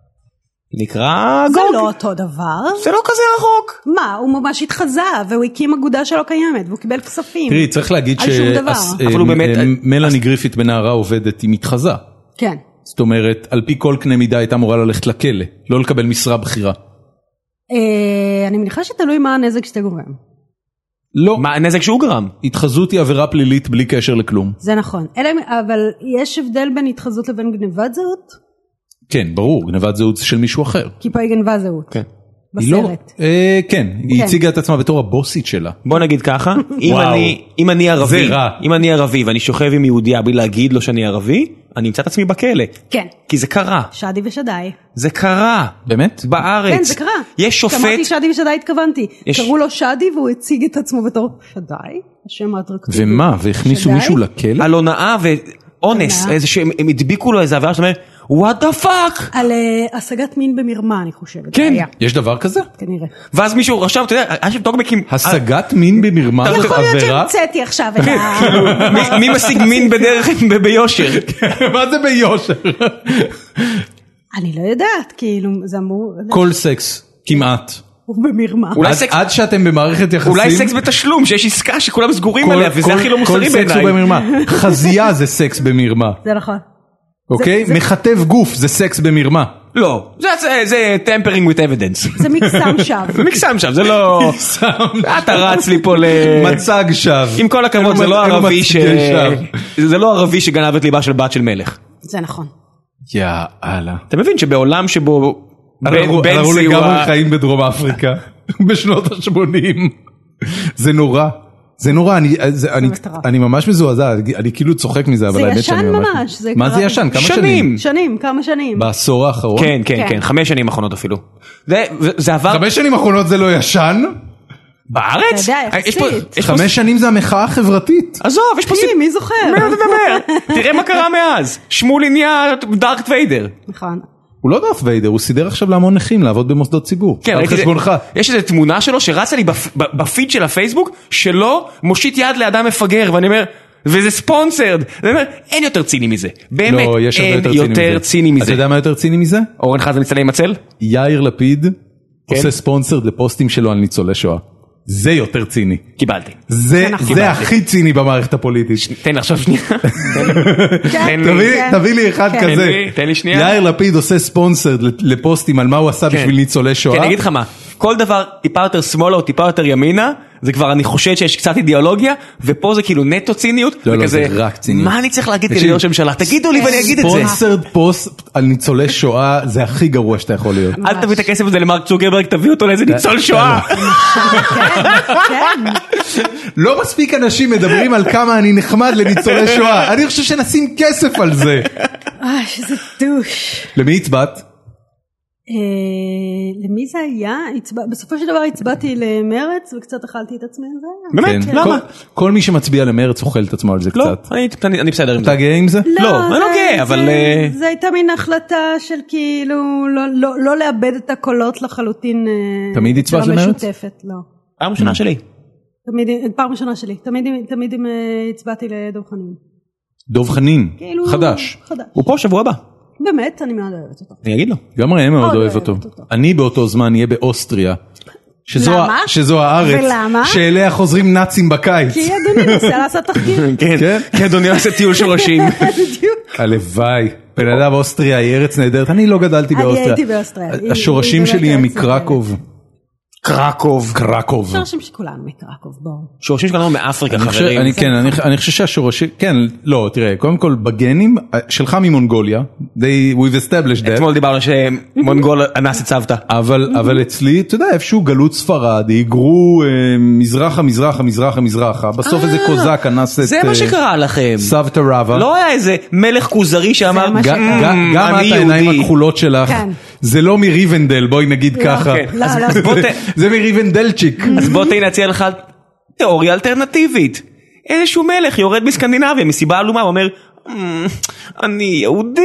נקרא זה גוג. לא אותו דבר. זה לא כזה רחוק. מה, הוא ממש התחזה והוא הקים אגודה שלא קיימת והוא קיבל כספים. תראי, צריך להגיד על שום דבר. אבל הוא באמת- שמלאני גריפית בנערה עובדת עם מתחזה. כן. זאת אומרת, על פי כל קנה מידה הייתה אמורה ללכת לכלא, לא לקבל משרה בכירה. אה, אני מניחה שתלוי מה הנזק שאתה גורם. לא, מה הנזק שהוא גרם? התחזות היא עבירה פלילית בלי קשר לכלום. זה נכון. אלא אם- אבל יש הבדל בין התחזות לבין גנבת זהות? כן, ברור, גנבת זהות של מישהו אחר. כי פה היא גנבה זהות. כן. היא לא, בסרט. אה, כן, היא כן. הציגה את עצמה בתור הבוסית שלה. בוא נגיד ככה, אם וואו. אני, אם אני ערבי, זה רע. אם אני ערבי ואני שוכב עם יהודיה בלי להגיד לו שאני ערבי, אני אמצא את עצמי בכלא. כן. כי זה קרה. שדי ושדי. זה קרה. באמת? בארץ. כן, זה קרה. יש שופט. כשאמרתי שדי ושדי התכוונתי. יש- קראו לו שדי והוא הציג את עצמו בתור שדי, השם האטרקטיבי. ומה, והכניסו שדי? מישהו לכלא? על הונאה ו... אונס, איזה שהם הדביקו לו איזה עבירה, שאתה אומר, what the fuck? על השגת מין במרמה, אני חושבת. כן. יש דבר כזה? כנראה. ואז מישהו רשם, אתה יודע, היה שם טוקבקים. השגת מין במרמה זאת עבירה? יכול להיות שהמצאתי עכשיו את ה... כאילו, מי משיג מין בדרך ביושר? מה זה ביושר? אני לא יודעת, כאילו, זה אמור... כל סקס, כמעט. הוא במרמה. עד שאתם במערכת יחסים... אולי סקס בתשלום, שיש עסקה שכולם סגורים עליה, וזה הכי לא מוסרי בעיניי. כל סקס הוא במרמה. חזייה זה סקס במרמה. זה נכון. אוקיי? מכתב גוף זה סקס במרמה. לא, זה tampering with evidence. זה מקסם שווא. זה מקסם שווא, זה לא... אתה רץ לי פה ל... מצג שווא. עם כל הכבוד, זה לא ערבי ש... זה לא ערבי שגנב את ליבה של בת של מלך. זה נכון. יאללה. אתה מבין שבעולם שבו... אנחנו לגמרי חיים בדרום אפריקה, בשנות ה-שמונים. זה נורא. זה נורא, אני ממש מזועזע, אני כאילו צוחק מזה, אבל האמת שאני ממש... זה ישן ממש. מה זה ישן? כמה שנים? שנים, כמה שנים. בעשור האחרון? כן, כן, כן, חמש שנים האחרונות אפילו. זה עבר... חמש שנים האחרונות זה לא ישן? בארץ? אתה יודע, יחסית. חמש שנים זה המחאה החברתית. עזוב, יש פה... מי זוכר? מי מדבר? תראה מה קרה מאז. שמולי נהיה דארק ויידר. נכון. הוא לא דארף ויידר, הוא סידר עכשיו להמון נכים לעבוד במוסדות ציבור. כן, על חשבונך. יש איזו תמונה שלו שרצה לי בפיד של הפייסבוק, שלו מושיט יד לאדם מפגר, ואני אומר, וזה ספונסרד. ואני אומר, אין יותר ציני מזה. באמת, אין יותר ציני מזה. אתה יודע מה יותר ציני מזה? אורן חזן מצלם עם הצל? יאיר לפיד עושה ספונסרד לפוסטים שלו על ניצולי שואה. זה יותר ציני. קיבלתי. זה הכי ציני במערכת הפוליטית. תן עכשיו שנייה. תביא לי אחד כזה. תן לי שנייה. יאיר לפיד עושה ספונסר לפוסטים על מה הוא עשה בשביל ניצולי שואה. כן, אני אגיד לך מה. כל דבר טיפה יותר שמאלה או טיפה יותר ימינה, זה כבר אני חושד שיש קצת אידיאולוגיה, ופה זה כאילו נטו ציניות. לא, לא, זה רק ציניות. מה אני צריך להגיד כדי להיות ממשלה? תגידו לי ואני אגיד את זה. ספונסרד פוסט על ניצולי שואה, זה הכי גרוע שאתה יכול להיות. אל תביא את הכסף הזה למרק צוקרברג, תביא אותו לאיזה ניצול שואה. לא מספיק אנשים מדברים על כמה אני נחמד לניצולי שואה. אני חושב שנשים כסף על זה. אה, שזה דוש. למי הצבעת? למי זה היה? בסופו של דבר הצבעתי למרץ וקצת אכלתי את עצמי על זה. באמת? למה? כל מי שמצביע למרץ אוכל את עצמו על זה קצת. לא, אני בסדר עם זה. אתה גאה עם זה? לא, אני לא גאה, אבל... זה הייתה מין החלטה של כאילו לא לאבד את הקולות לחלוטין. תמיד הצבעת למרץ? לא. פעם ראשונה שלי. פעם ראשונה שלי. תמיד הצבעתי לדוב חנין. דוב חנין? חדש. חדש. הוא פה שבוע הבא. באמת, אני מאוד אוהבת אותו. אני אגיד לו. גם ראם מאוד אוהב אותו. אני באותו זמן אהיה באוסטריה. למה? שזו הארץ. ולמה? שאליה חוזרים נאצים בקיץ. כי אדוני נוסע לעשות תחקיר. כן, כי אדוני עושה טיול שורשים. בדיוק. הלוואי. בן אדם באוסטריה היא ארץ נהדרת. אני לא גדלתי באוסטריה. אני הייתי באוסטריה. השורשים שלי הם מקרקוב. קרקוב. קרקוב. שורשים שכולנו מקרקוב, בואו. שורשים שלנו מאפריקה, חברים. אני כן, אני חושב שהשורשים, כן, לא, תראה, קודם כל בגנים, שלך ממונגוליה, we've established that. אתמול דיברנו שמונגול אנס את סבתא. אבל אצלי, אתה יודע, איפשהו גלות ספרד, היגרו מזרחה, מזרחה, מזרחה, מזרחה, בסוף איזה קוזק אנס את... זה מה שקרה לכם. סבתא רבא. לא היה איזה מלך כוזרי שאמר, גם את העיניים הכחולות שלך, זה לא מריבנדל, בואי נגיד ככה. זה מריבנדלצ'יק. אז בוא תהי נציע לך תיאוריה אלטרנטיבית. איזשהו מלך יורד בסקנדינביה מסיבה עלומה, הוא אומר, אני יהודי.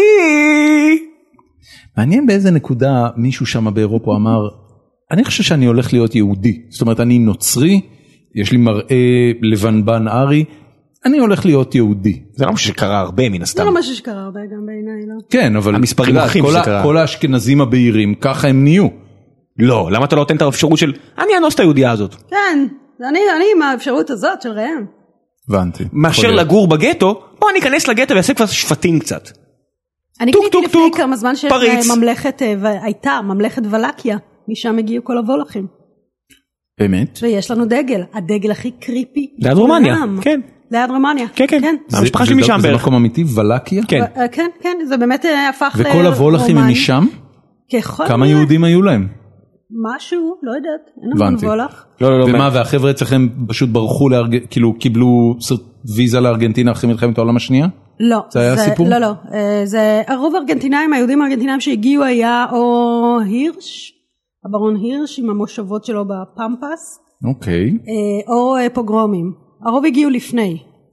מעניין באיזה נקודה מישהו שם באירופה אמר, אני חושב שאני הולך להיות יהודי. זאת אומרת, אני נוצרי, יש לי מראה לבנבן ארי, אני הולך להיות יהודי. זה לא משהו שקרה הרבה מן הסתם. זה לא משהו שקרה הרבה גם בעיניי, לא? כן, אבל המספרים הולכים שזה קרה. כל האשכנזים הבהירים, ככה הם נהיו. לא, למה אתה לא נותן את האפשרות של, אני אנוס את היהודיה הזאת? כן, אני עם האפשרות הזאת של ראם. הבנתי. מאשר לגור בגטו, בוא אני אכנס לגטו ויעשה כבר שפטים קצת. אני גיליתי לפני כמה זמן שיש ממלכת, הייתה ממלכת ולקיה, משם הגיעו כל הוולכים. באמת? ויש לנו דגל, הדגל הכי קריפי. ליד רומניה, כן. ליד רומניה. כן, כן. המשפחה שלי משם בערך. זה מקום אמיתי, ולקיה? כן. כן, כן, זה באמת הפך לרומניה. וכל הוולכים הם משם? כמה יהודים היו להם? משהו, לא יודעת, אין המון וולך. ומה, והחבר'ה אצלכם פשוט ברחו, כאילו קיבלו ויזה לארגנטינה אחרי מלחמת העולם השנייה? לא. זה היה סיפור? לא, לא. זה הרוב הארגנטינאים, היהודים הארגנטינאים שהגיעו היה או הירש, הברון הירש עם המושבות שלו בפמפס. אוקיי. או פוגרומים. הרוב הגיעו לפני.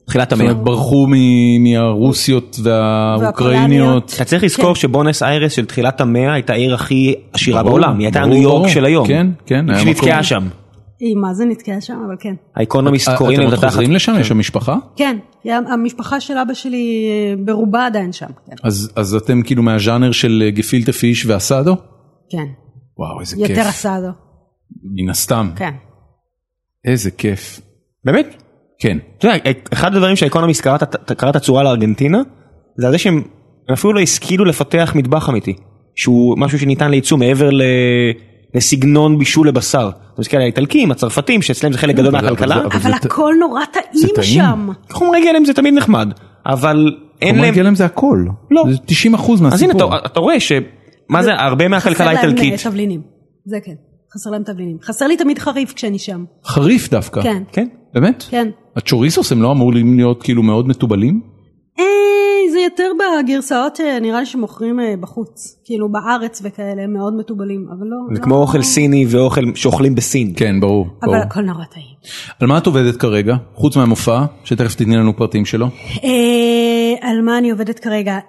תחילת זאת המאה. אומרת, ברחו מהרוסיות והאוקראיניות. אתה צריך לזכור שבונס איירס של תחילת המאה הייתה העיר הכי עשירה בעולם, היא הייתה ניו יורק של היום. כן, כן. היא נתקעה שם. מה זה נתקעה שם, אבל כן. האקונומיסט קוראים אתם לזה עוד תחת. חוזרים לשם? יש שם משפחה? כן, המשפחה של אבא שלי ברובה עדיין שם. אז אתם כאילו מהז'אנר של גפילטה פיש ואסדו? כן. וואו, איזה כיף. יותר אסדו. מן הסתם. כן. איזה כיף. באמת? כן. אתה יודע, אחד הדברים שהאקונומיסט קרא את הצורה לארגנטינה, זה זה שהם אפילו לא השכילו לפתח מטבח אמיתי, שהוא משהו שניתן לייצוא מעבר לסגנון בישול לבשר. אתה מסתכל על האיטלקים, הצרפתים, שאצלם זה חלק גדול מהכלכלה. אבל הכל נורא טעים שם. חומרי גלם זה תמיד נחמד, אבל אין להם... חומרי גלם זה הכל. לא. זה תשעים אחוז מהסיפור. אז הנה, אתה רואה שמה זה, הרבה מהכלכלה האיטלקית. חסר להם תבלינים. זה כן. חסר להם תבלינים. חסר לי תמיד חריף כשאני שם. חריף דווקא? כן. כן? באמת? כן. הצ'וריסוס הם לא אמורים להיות כאילו מאוד מטובלים? אה, זה יותר בגרסאות נראה לי שמוכרים בחוץ. כאילו בארץ וכאלה הם מאוד מטובלים, אבל לא... זה כמו אוכל סיני ואוכל שאוכלים בסין. כן, ברור. אבל הכל נורא טעים. על מה את עובדת כרגע? חוץ מהמופע, שתכף תתני לנו פרטים שלו. על מה אני עובדת כרגע?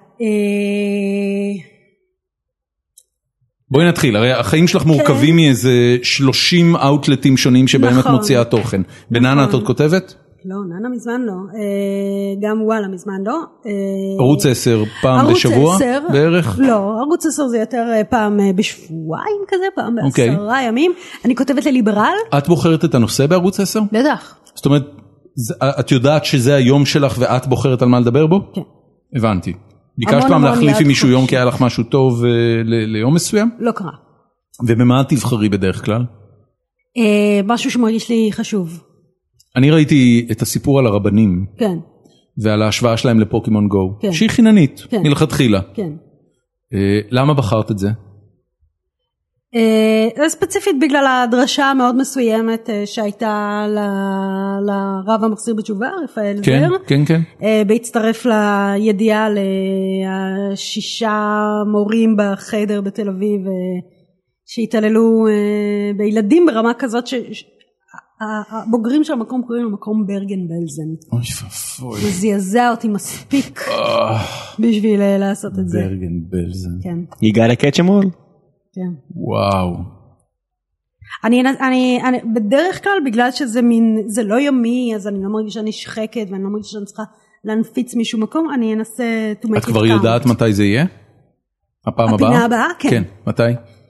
בואי נתחיל, הרי החיים שלך מורכבים מאיזה שלושים אאוטלטים שונים שבהם את מוציאה תוכן. בננה את עוד כותבת? לא, ננה מזמן לא. גם וואלה מזמן לא. ערוץ עשר פעם בשבוע בערך? לא, ערוץ עשר זה יותר פעם בשבועיים כזה, פעם בעשרה ימים. אני כותבת לליברל. את בוחרת את הנושא בערוץ עשר? בטח. זאת אומרת, את יודעת שזה היום שלך ואת בוחרת על מה לדבר בו? כן. הבנתי. ביקשת פעם להחליף עם מישהו יום כי היה לך משהו טוב ליום מסוים? לא קרה. ובמה את תבחרי בדרך כלל? משהו שמרגיש לי חשוב. אני ראיתי את הסיפור על הרבנים. כן. ועל ההשוואה שלהם לפוקימון גו. כן. שהיא חיננית, כן. מלכתחילה. כן. למה בחרת את זה? ספציפית בגלל הדרשה המאוד מסוימת שהייתה לרב המחזיר בתשובה, רפאל זר. כן, כן, כן. בהצטרף לידיעה לשישה מורים בחדר בתל אביב, שהתעללו בילדים ברמה כזאת שהבוגרים של המקום קוראים למקום ברגן בלזן. אוי פפוי. זה זעזע אותי מספיק בשביל לעשות את זה. ברגן בלזן. כן. You gotta catch them all. כן. וואו. אני, אני, אני, בדרך כלל בגלל שזה מין, זה לא יומי, אז אני לא מרגישה נשחקת, ואני לא מרגישה שאני צריכה להנפיץ משום מקום, אני אנסה to make it count. את כבר יודעת מתי זה יהיה? הפעם הבאה? הפינה הבאה? כן. כן, מתי?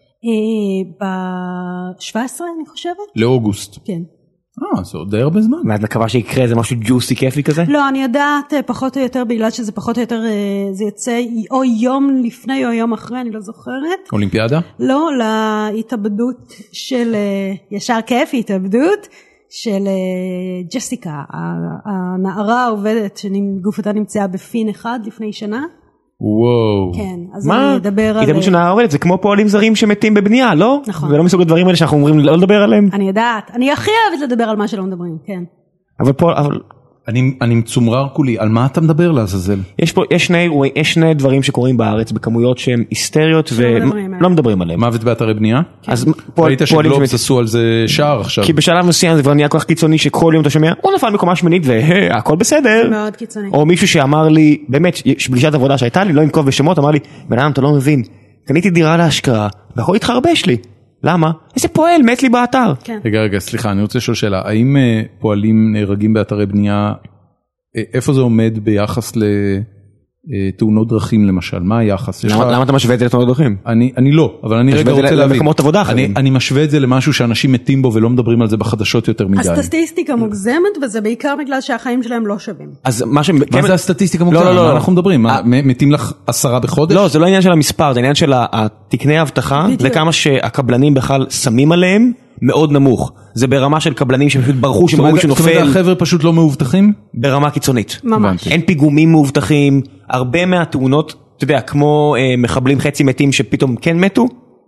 ב-שבע עשרה אני חושבת. לאוגוסט. כן. אה, זה עוד די הרבה זמן. ואת מקווה שיקרה איזה משהו ג'וסי כיפי כזה? לא, אני יודעת פחות או יותר, בגלל שזה פחות או יותר, זה יוצא או יום לפני או יום אחרי, אני לא זוכרת. אולימפיאדה? לא, להתאבדות של, ישר כיף, התאבדות של ג'סיקה, הנערה העובדת שגופתה נמצאה בפין אחד לפני שנה. וואו. כן, אז אני אדבר על... התאבדות של נערה עובדת, זה כמו פועלים זרים שמתים בבנייה, לא? נכון. ולא מסוג הדברים האלה שאנחנו אומרים לא לדבר עליהם? אני יודעת, אני הכי אוהבת לדבר על מה שלא מדברים, כן. אבל פה, אבל... אני, אני מצומרר כולי, על מה אתה מדבר לעזאזל? יש פה, יש שני, יש שני דברים שקורים בארץ בכמויות שהן היסטריות ולא מדברים עליהם. מוות באתרי בנייה? אז ראית שגלובס עשו על זה שער עכשיו. כי בשלב מסוים זה כבר נהיה כל כך קיצוני שכל יום אתה שומע, הוא נפל מקומה שמינית והכל בסדר. מאוד קיצוני. או מישהו שאמר לי, באמת, פגישת עבודה שהייתה לי, לא אנקוב בשמות, אמר לי, בן אדם אתה לא מבין, קניתי דירה להשקעה, והכל התחרבש לי. למה? איזה פועל מת לי באתר. רגע, רגע, סליחה, אני רוצה לשאול שאלה. האם פועלים נהרגים באתרי בנייה, איפה זה עומד ביחס לתאונות דרכים למשל? מה היחס? למה אתה משווה את זה לתאונות דרכים? אני לא, אבל אני רגע רוצה להבין. אני, אני משווה את זה למשהו שאנשים מתים בו ולא מדברים על זה בחדשות יותר מדי. הסטטיסטיקה מוגזמת, וזה בעיקר בגלל שהחיים שלהם לא שווים. אז מה ש... מה זה הסטטיסטיקה מוגזמת? לא, לא, מה אנחנו מדברים? מתים לך עשרה בחודש? לא, זה לא עניין של המספר, זה עניין של התקני הבטחה, זה כמה שהקבלנים בכלל שמים עליהם מאוד נמוך. זה ברמה של קבלנים שפשוט ברחו, שמראו שנופל. זאת אומרת, החבר'ה פשוט לא מאובטחים? ברמה קיצונית. ממש. אין פיגומים מאובטחים, הרבה מהתאונות, אתה יודע, כמו מחבלים חצי מתים שפתאום כן מתו,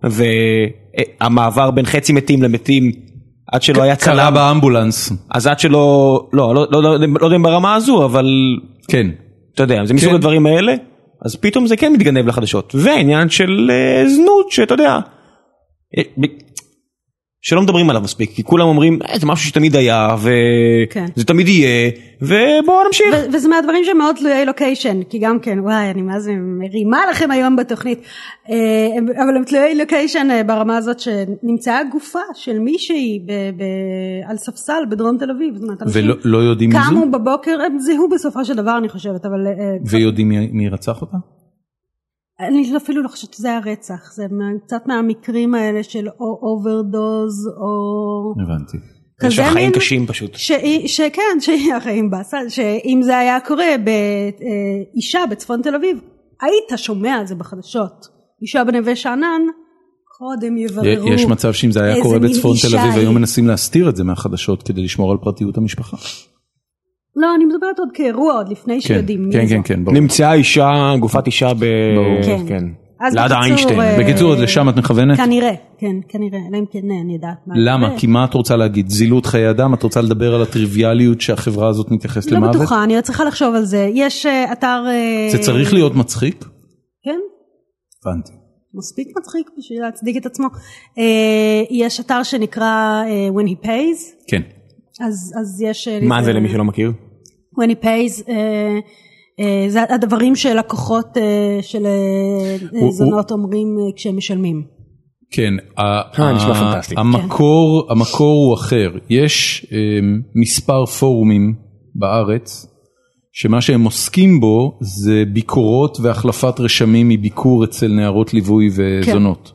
והמעבר בין חצי מתים למתים, עד שלא היה צלם. קרה באמבולנס. אז עד שלא, לא, לא, לא, לא יודע אם ברמה הזו, אבל... כן. אתה יודע, זה מסוג הדברים האלה, אז פתאום זה כן מתגנב לחדשות. ועניין של זנות, שאתה יודע... שלא מדברים עליו מספיק, כי כולם אומרים, זה משהו שתמיד היה, וזה תמיד יהיה, ובואו נמשיך. וזה מהדברים שמאוד תלויי לוקיישן, כי גם כן, וואי, אני מה זה מרימה לכם היום בתוכנית, אבל הם תלויי לוקיישן ברמה הזאת, שנמצאה גופה של מישהי על ספסל בדרום תל אביב. ולא יודעים מי זו? קמו בבוקר, הם זיהו בסופו של דבר, אני חושבת, אבל... ויודעים מי רצח אותה? אני אפילו לא חושבת שזה היה רצח, זה קצת מהמקרים האלה של או אוברדוז או... הבנתי. יש החיים קשים פשוט. שכן, שהיא החיים בסל, שאם זה היה קורה באישה בצפון תל אביב, היית שומע על זה בחדשות. אישה בנווה שאנן, קודם יבררו. יש מצב שאם זה היה קורה בצפון תל אביב, היו מנסים להסתיר את זה מהחדשות כדי לשמור על פרטיות המשפחה. לא, אני מדברת עוד כאירוע, עוד לפני שיודעים מי כן, זו. כן, כן, ברור. נמצאה אישה, גופת אישה ב... כן. כן. ליד איינשטיין. בקיצור, לשם את מכוונת? כנראה, כן, כנראה, אלא אם כן אני יודעת מה. למה? כי מה את רוצה להגיד? זילות חיי אדם? את רוצה לדבר על הטריוויאליות שהחברה הזאת מתייחסת למוות? לא בטוחה, אני צריכה לחשוב על זה. יש אתר... זה צריך להיות מצחיק? כן. הבנתי. מספיק מצחיק בשביל להצדיק את עצמו. יש אתר שנקרא When He Pays. כן. אז יש... מה זה למי שלא מכיר? When He Pays, זה הדברים שלקוחות של זונות אומרים כשהם משלמים. כן, נשמע פנטסטי. המקור הוא אחר. יש מספר פורומים בארץ, שמה שהם עוסקים בו זה ביקורות והחלפת רשמים מביקור אצל נערות ליווי וזונות.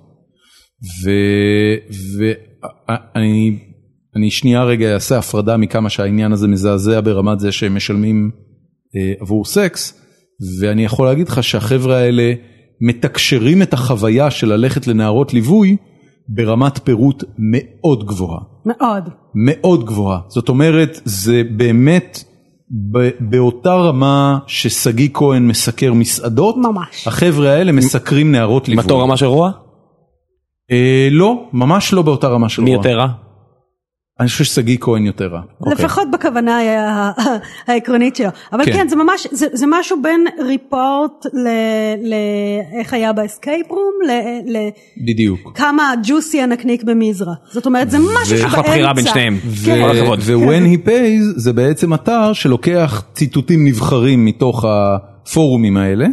ואני... אני שנייה רגע אעשה הפרדה מכמה שהעניין הזה מזעזע ברמת זה שהם משלמים אה, עבור סקס, ואני יכול להגיד לך שהחבר'ה האלה מתקשרים את החוויה של ללכת לנערות ליווי ברמת פירוט מאוד גבוהה. מאוד. מאוד גבוהה. זאת אומרת, זה באמת באותה רמה שסגי כהן מסקר מסעדות, ממש. החבר'ה האלה מסקרים נערות ליווי. מאותה רמה של רוע? אה, לא, ממש לא באותה רמה של רוע. מי יותר רע? אני חושב שסגי כהן יותר רע. לפחות בכוונה העקרונית שלו. אבל כן, זה ממש, זה משהו בין ריפורט לאיך היה באסקייפ רום, בדיוק. כמה ג'וסי הנקניק במזרע. זאת אומרת, זה משהו שבאמצע. אחלה בחירה בין שניהם. ו-When He Pays זה בעצם אתר שלוקח ציטוטים נבחרים מתוך הפורומים האלה,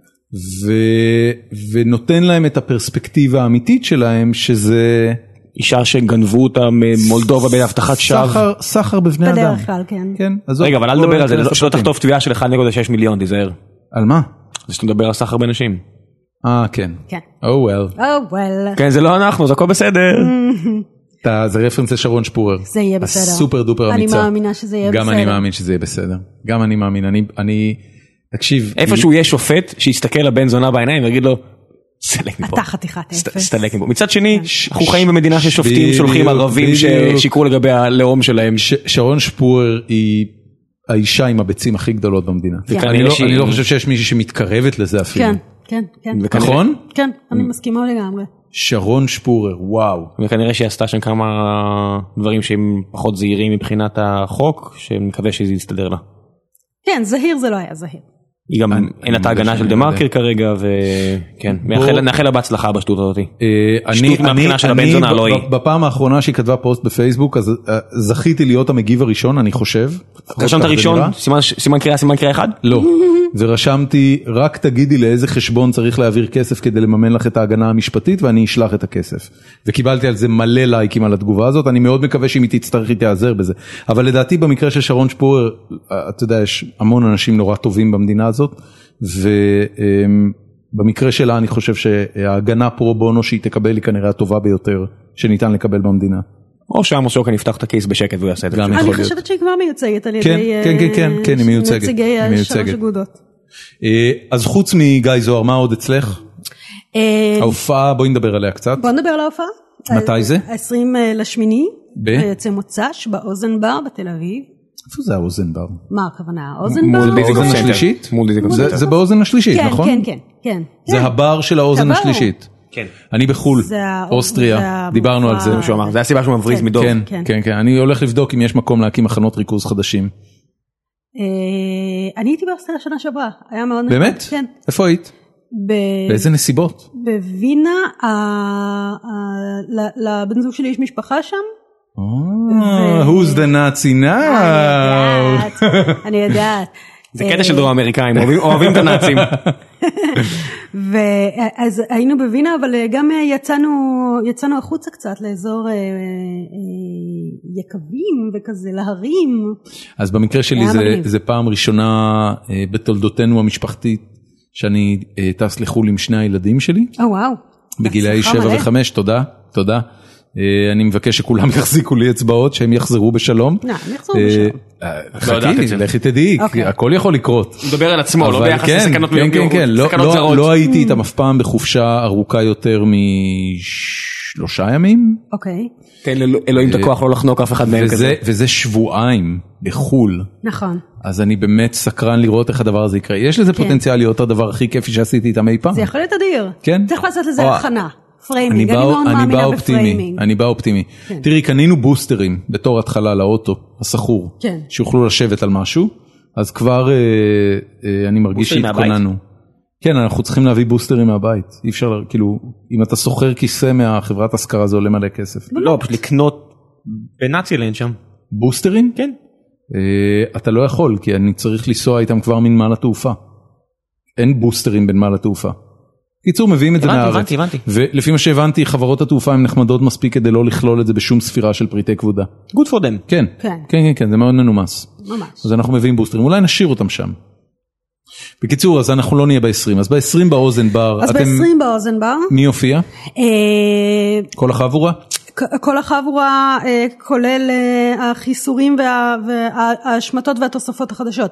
ונותן להם את הפרספקטיבה האמיתית שלהם, שזה... אישה שגנבו אותה ממולדובה בהבטחת שווא. סחר בבני אדם. בדרך כלל, כן. רגע, אבל אל נדבר על זה, שלא תחטוף תביעה של אחד נקודה שש מיליון, תיזהר. על מה? זה שאתה מדבר על סחר בנשים. אה, כן. כן. Oh well. Oh well. כן, זה לא אנחנו, זה הכל בסדר. זה רפרנס לשרון שפורר. זה יהיה בסדר. הסופר דופר אמיצה. אני מאמינה שזה יהיה בסדר. גם אני מאמין שזה יהיה בסדר. גם אני מאמין. אני, תקשיב. איפשהו יהיה שופט שיסתכל לבן זונה בעיניים ויגיד לו, סתלק מפה. אתה חתיכת אפס. סתלק מפה. מצד שני, אנחנו חיים במדינה ששופטים שולחים ערבים ששיקרו לגבי הלאום שלהם. שרון שפורר היא האישה עם הביצים הכי גדולות במדינה. אני לא חושב שיש מישהי שמתקרבת לזה אפילו. כן, כן. נכון? כן, אני מסכימה לגמרי. שרון שפורר, וואו. וכנראה שהיא עשתה שם כמה דברים שהם פחות זהירים מבחינת החוק, שאני מקווה שזה יסתדר לה. כן, זהיר זה לא היה זהיר. היא גם אין לה את ההגנה של דה מרקר כרגע, וכן, נאחל לה בהצלחה בשטות הזאת. שטות מהבחינה של הבן זונה, לא היא. בפעם האחרונה שהיא כתבה פוסט בפייסבוק, אז זכיתי להיות המגיב הראשון, אני חושב. רשמת הראשון? סימן קריאה, סימן קריאה אחד? לא. ורשמתי, רק תגידי לאיזה חשבון צריך להעביר כסף כדי לממן לך את ההגנה המשפטית, ואני אשלח את הכסף. וקיבלתי על זה מלא לייקים על התגובה הזאת, אני מאוד מקווה שאם היא תצטרך, היא תעזר בזה. אבל לדעתי במקרה של שרון שפורר, אתה יודע, יש המון אנשים נורא טובים במדינה הזאת, ובמקרה שלה אני חושב שההגנה פרו בונו שהיא תקבל היא כנראה הטובה ביותר שניתן לקבל במדינה. או שעמוס שוקן יפתח את הכיס בשקט והוא יעשה את זה. אני חושבת שהיא כבר מיוצגת על ידי נציגי שלוש אגודות. אז חוץ מגיא זוהר, מה עוד אצלך? ההופעה, בואי נדבר עליה קצת. בואי נדבר על ההופעה. מתי זה? ה-עשרים לשמיני, יוצא מוצ"ש באוזן בר בתל אביב. איפה זה האוזן בר? מה הכוונה? האוזן בר? באוזן השלישית? זה באוזן השלישית, נכון? כן, כן, כן. זה הבר של האוזן השלישית. כן. אני בחול, אוסטריה, דיברנו על זה. זה הסיבה שהוא מבריז מדוב. כן, כן, כן. אני הולך לבדוק אם יש מקום להקים מחנות ריכוז חדשים. אני הייתי באוסטריה שנה שעברה, היה מאוד נחמד. באמת? כן. איפה היית? באיזה נסיבות? בווינה, לבן זוג שלי יש משפחה שם. Who's the Nazi now? אני יודעת. זה קטע של דרום אמריקאים, אוהבים את הנאצים. אז היינו בווינה, אבל גם יצאנו החוצה קצת לאזור יקבים וכזה, להרים. אז במקרה שלי זה פעם ראשונה בתולדותינו המשפחתית, שאני טס לחול עם שני הילדים שלי. או וואו. בגילאי שבע וחמש, תודה, תודה. אני מבקש שכולם יחזיקו לי אצבעות, שהם יחזרו בשלום. לא, הם יחזרו בשלום. חכי, לכי תדעי, הכל יכול לקרות. הוא מדבר על עצמו, לא ביחס לסכנות זרות. לא הייתי איתם אף פעם בחופשה ארוכה יותר משלושה ימים. אוקיי. תן אלוהים את הכוח לא לחנוק אף אחד מהם כזה. וזה שבועיים בחול. נכון. אז אני באמת סקרן לראות איך הדבר הזה יקרה. יש לזה פוטנציאל להיות הדבר הכי כיפי שעשיתי איתם אי פעם. זה יכול להיות אדיר. כן. צריך לעשות לזה הכנה. אני בא אופטימי, אני בא אופטימי. תראי, קנינו בוסטרים בתור התחלה לאוטו הסחור, שיוכלו לשבת על משהו, אז כבר אני מרגיש שהתכוננו. כן, אנחנו צריכים להביא בוסטרים מהבית. אי אפשר, כאילו, אם אתה סוחר כיסא מהחברת השכרה, זה עולה מלא כסף. לא, פשוט לקנות בנאצילנד שם. בוסטרים? כן. אתה לא יכול, כי אני צריך לנסוע איתם כבר מנמל התעופה. אין בוסטרים בנמל התעופה. קיצור, מביאים את זה מהארץ, ולפי מה שהבנתי, חברות התעופה הן נחמדות מספיק כדי לא לכלול את זה בשום ספירה של פריטי כבודה. Good for them. כן, כן, כן, כן, זה מאוד מנומס. ממש. אז אנחנו מביאים בוסטרים, אולי נשאיר אותם שם. בקיצור, אז אנחנו לא נהיה ב-עשרים, אז ב-עשרים באוזן בר. אז ב-עשרים באוזן בר. מי יופיע? כל החבורה? כל החבורה, כולל החיסורים וההשמטות והתוספות החדשות.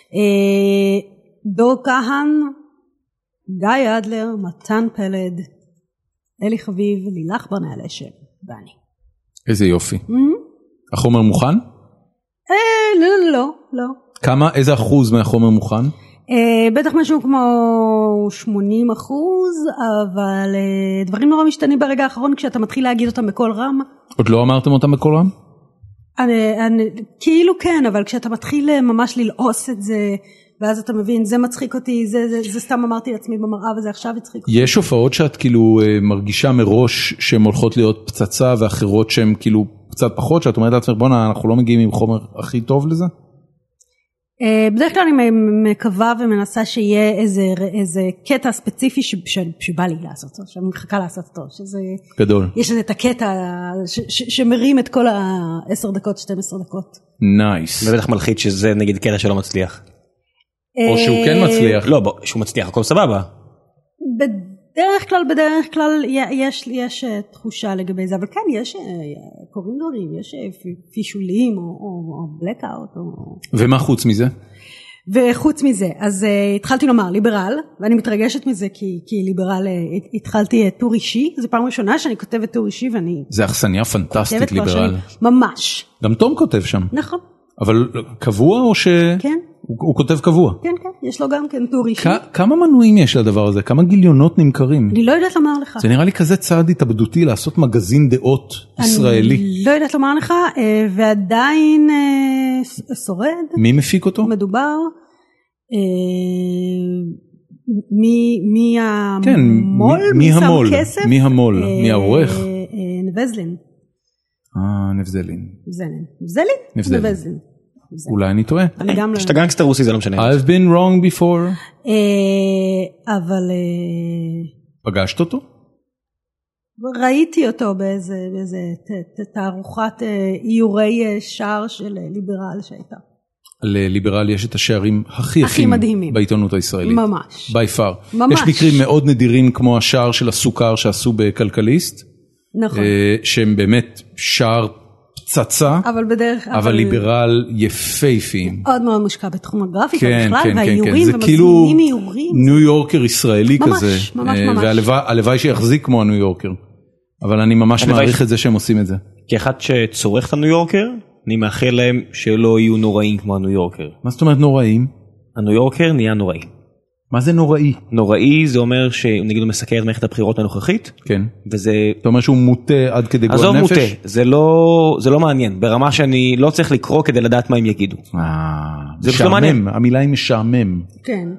דור כהן, גיא אדלר, מתן פלד, אלי חביב, לילך ברנע לשם, ואני. איזה יופי. החומר מוכן? לא, לא, לא, לא. כמה, איזה אחוז מהחומר מוכן? בטח משהו כמו שמונים אחוז, אבל דברים נורא משתנים ברגע האחרון כשאתה מתחיל להגיד אותם בכל רם. עוד לא אמרתם אותם בכל רם? כאילו כן, אבל כשאתה מתחיל ממש ללעוס את זה, ואז אתה מבין, זה מצחיק אותי, זה, זה, זה סתם אמרתי לעצמי במראה, וזה עכשיו הצחיק אותי. יש הופעות שאת כאילו מרגישה מראש שהן הולכות להיות פצצה, ואחרות שהן כאילו קצת פחות, שאת אומרת לעצמך, בוא'נה, אנחנו לא מגיעים עם חומר הכי טוב לזה? בדרך כלל אני מקווה ומנסה שיהיה איזה, איזה קטע ספציפי ש, ש, שבא לי לעשות אותו, שאני מחכה לעשות אותו, שזה... גדול. יש איזה את הקטע ש, ש, שמרים את כל העשר דקות, שתים עשרה דקות. נייס. ובטח מלחיץ שזה נגיד קטע שלא מצליח. או שהוא כן מצליח. לא, שהוא מצליח, הכל סבבה. בדרך כלל, בדרך כלל יש, יש תחושה לגבי זה, אבל כן, יש קוראים דברים, יש פישולים או, או, או בלקאוט. או... ומה חוץ מזה? וחוץ מזה, אז uh, התחלתי לומר ליברל, ואני מתרגשת מזה כי, כי ליברל, uh, התחלתי uh, טור אישי, זו פעם ראשונה שאני כותבת טור אישי ואני... זה אכסניה פנטסטית ליברל. ממש. גם תום כותב שם. נכון. אבל קבוע או ש... כן. הוא, הוא כותב קבוע. כן, כן, יש לו גם כן טור אישי. כ- כמה מנויים יש לדבר הזה? כמה גיליונות נמכרים? אני לא יודעת לומר לך. זה נראה לי כזה צעד התאבדותי לעשות מגזין דעות ישראלי. אני לא יודעת לומר לך, ועדיין שורד. מי מפיק אותו? מדובר. מי המול? מי המול? מי המול? מי העורך? נבזלין. אה, נבזלין. נבזלין. נבזלין? נבזלין. אולי אני טועה. שאתה גנגסטר רוסי זה לא משנה. I've been wrong before. אבל... פגשת אותו? ראיתי אותו באיזה תערוכת איורי שער של ליברל שהייתה. לליברל יש את השערים הכי יפים בעיתונות הישראלית. ממש. by far. ממש. יש מקרים מאוד נדירים כמו השער של הסוכר שעשו בכלכליסט. נכון. שהם באמת שער פצצה, אבל בדרך, אבל, אבל ליברל יפהפיים. מאוד מאוד מושקע בתחום הגרפיקה כן, בכלל, כן, והאיורים, כן, כן. זה כאילו ניו יורקר ישראלי ממש, כזה. ממש, ממש. והלוואי שיחזיק כמו הניו יורקר. אבל אני ממש מעריך ש... את זה שהם עושים את זה. כאחד שצורך את הניו יורקר, אני מאחל להם שלא יהיו נוראים כמו הניו יורקר. מה זאת אומרת נוראים? הניו יורקר נהיה נוראי. מה זה נוראי? נוראי זה אומר שנגיד הוא מסקר את מערכת הבחירות הנוכחית. כן. וזה... אתה אומר שהוא מוטה עד כדי גועל נפש? עזוב מוטה, זה לא, זה לא מעניין. ברמה שאני לא צריך לקרוא כדי לדעת מה הם יגידו. אה, משעמם, המילה היא משעמם. כן.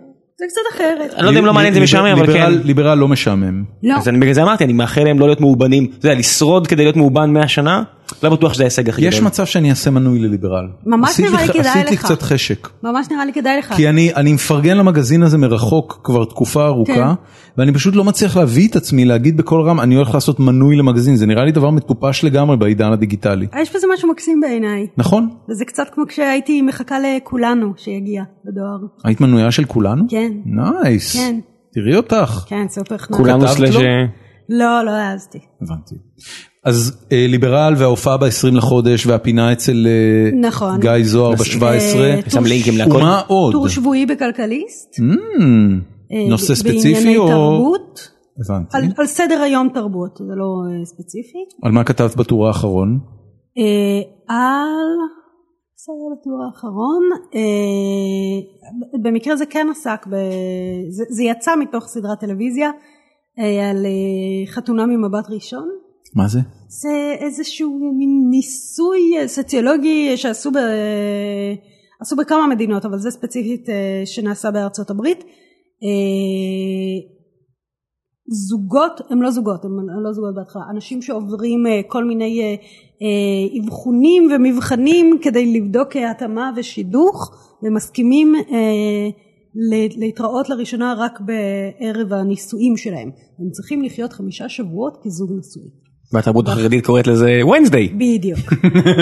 זה קצת אחרת. אני לא יודע אם לא מעניין, זה משעמם, אבל כן. ליברל לא משעמם. לא. אז אני בגלל זה אמרתי, אני מאחל להם לא להיות מאובנים, זה יודע, לשרוד כדי להיות מאובן מאה שנה, לא בטוח שזה ההישג הכי גדול. יש מצב שאני אעשה מנוי לליברל. ממש נראה לי כדאי לך. עשית לי קצת חשק. ממש נראה לי כדאי לך. כי אני, אני מפרגן למגזין הזה מרחוק כבר תקופה ארוכה, כן. ואני פשוט לא מצליח להביא את עצמי, להגיד בכל רם, אני הולך לעשות מנוי למגזין, זה נראה לי דבר מטופש לגמרי בעידן הדיגיטלי. יש בזה משהו מקסים בעיניי. נכון. וזה קצת כמו כשהייתי מחכה לכולנו שיגיע בדואר. היית מנויה של כולנו? כן. נייס. כן. תראי אותך. כן, סופר חנן. כולנו סלש... לא, לא העזתי. הבנתי. אז אה, ליברל וההופעה ב-עשרים לחודש והפינה אצל אה, נכון. גיא זוהר ב-שבע עשרה. שם לינקים להכל. ומה עוד? טור שבועי בכלכליסט. Mm, אה, נושא ב- ספציפי בענייני או... תרבות. הבנתי. על, על סדר היום תרבות, זה לא אה, ספציפי. על מה כתבת בטור האחרון? אה, על... סדר בטור האחרון. אה, במקרה זה כן עסק, ב... זה, זה יצא מתוך סדרת טלוויזיה אה, על אה, חתונה ממבט ראשון. מה זה? זה איזשהו מין ניסוי סוציולוגי שעשו ב... עשו בכמה מדינות, אבל זה ספציפית שנעשה בארצות הברית. זוגות, הם לא זוגות, הם לא זוגות בהתחלה, אנשים שעוברים כל מיני אבחונים ומבחנים כדי לבדוק התאמה ושידוך, ומסכימים להתראות לראשונה רק בערב הנישואים שלהם. הם צריכים לחיות חמישה שבועות כזוג נשוי. והתרבות החרדית קוראת לזה Wednesday. בדיוק.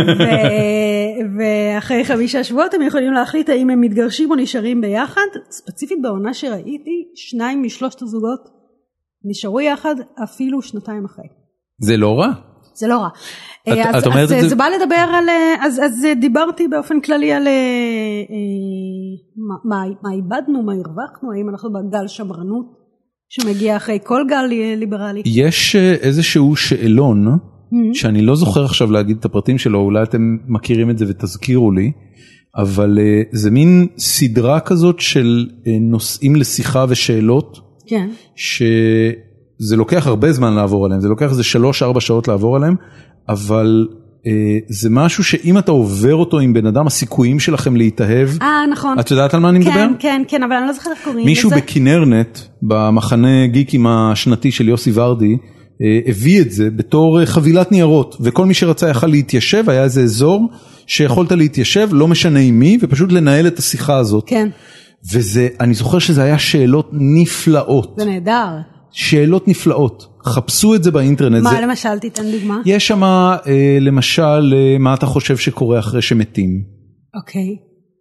ואחרי חמישה שבועות הם יכולים להחליט האם הם מתגרשים או נשארים ביחד. ספציפית בעונה שראיתי, שניים משלושת הזוגות נשארו יחד אפילו שנתיים אחרי. זה לא רע? זה לא רע. את, אז, את אומרת אז את זה... זה בא לדבר על, אז, אז דיברתי באופן כללי על מה, מה, מה איבדנו, מה הרווחנו, האם אנחנו בגל שמרנות שמגיע אחרי כל גל ליברלי. יש איזשהו שאלון, mm-hmm. שאני לא זוכר עכשיו להגיד את הפרטים שלו, אולי אתם מכירים את זה ותזכירו לי, אבל זה מין סדרה כזאת של נושאים לשיחה ושאלות, כן. שזה לוקח הרבה זמן לעבור עליהם, זה לוקח איזה שלוש ארבע שעות לעבור עליהם, אבל זה משהו שאם אתה עובר אותו עם בן אדם, הסיכויים שלכם להתאהב. אה, נכון. את יודעת על מה אני מדבר? כן, כן, כן, אבל אני לא זוכרת איך קוראים. מישהו בכינרנט, במחנה גיקים השנתי של יוסי ורדי, הביא את זה בתור חבילת ניירות, וכל מי שרצה יכל להתיישב, היה איזה אזור שיכולת להתיישב, לא משנה עם מי, ופשוט לנהל את השיחה הזאת. כן. וזה, אני זוכר שזה היה שאלות נפלאות. זה נהדר. שאלות נפלאות. חפשו את זה באינטרנט. מה זה... למשל, תיתן דוגמה? יש שם, אה, למשל, אה, מה אתה חושב שקורה אחרי שמתים? אוקיי.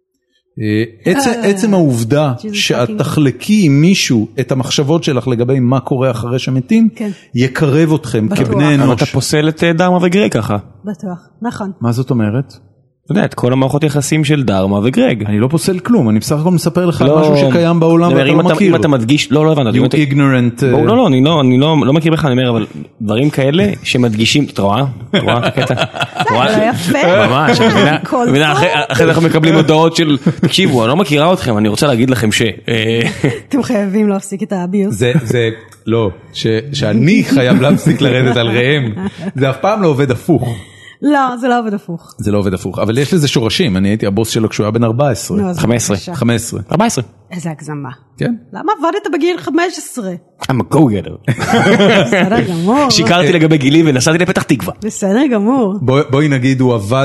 אה, עצם, uh, עצם העובדה שאת תחלקי עם מישהו את המחשבות שלך לגבי מה קורה אחרי שמתים, כן. יקרב אתכם בטוח. כבני אנוש. אבל אתה פוסל את דרמה וגרג ככה. בטוח, נכון. מה זאת אומרת? אתה יודע, את כל המערכות יחסים של דרמה וגרג. אני לא פוסל כלום, אני בסך הכל מספר לך משהו שקיים בעולם ואתה לא מכיר. אם אתה מדגיש, לא, לא הבנת. You ignorant. לא, לא, אני לא מכיר בך, אני אומר, אבל דברים כאלה שמדגישים, אתה רואה? אתה רואה את הקטע? זה לא יפה. ממש, אחרי זה אנחנו מקבלים הודעות של, תקשיבו, אני לא מכירה אתכם, אני רוצה להגיד לכם ש... אתם חייבים להפסיק את האביוס. זה, לא, שאני חייב להפסיק לרדת על ראם, זה אף פעם לא עובד הפוך. לא, זה לא עובד הפוך. זה לא עובד הפוך, אבל יש לזה שורשים, אני הייתי הבוס שלו כשהוא היה בן ארבע עשרה. חמש עשרה. חמש עשרה. ארבע עשרה. איזה הגזמה. כן. למה עבדת בגיל חמש עשרה? I'm a go-getter. בסדר גמור. שיקרתי לגבי גילי ונסעתי לפתח תקווה. בסדר גמור. בואי נגיד, הוא עבד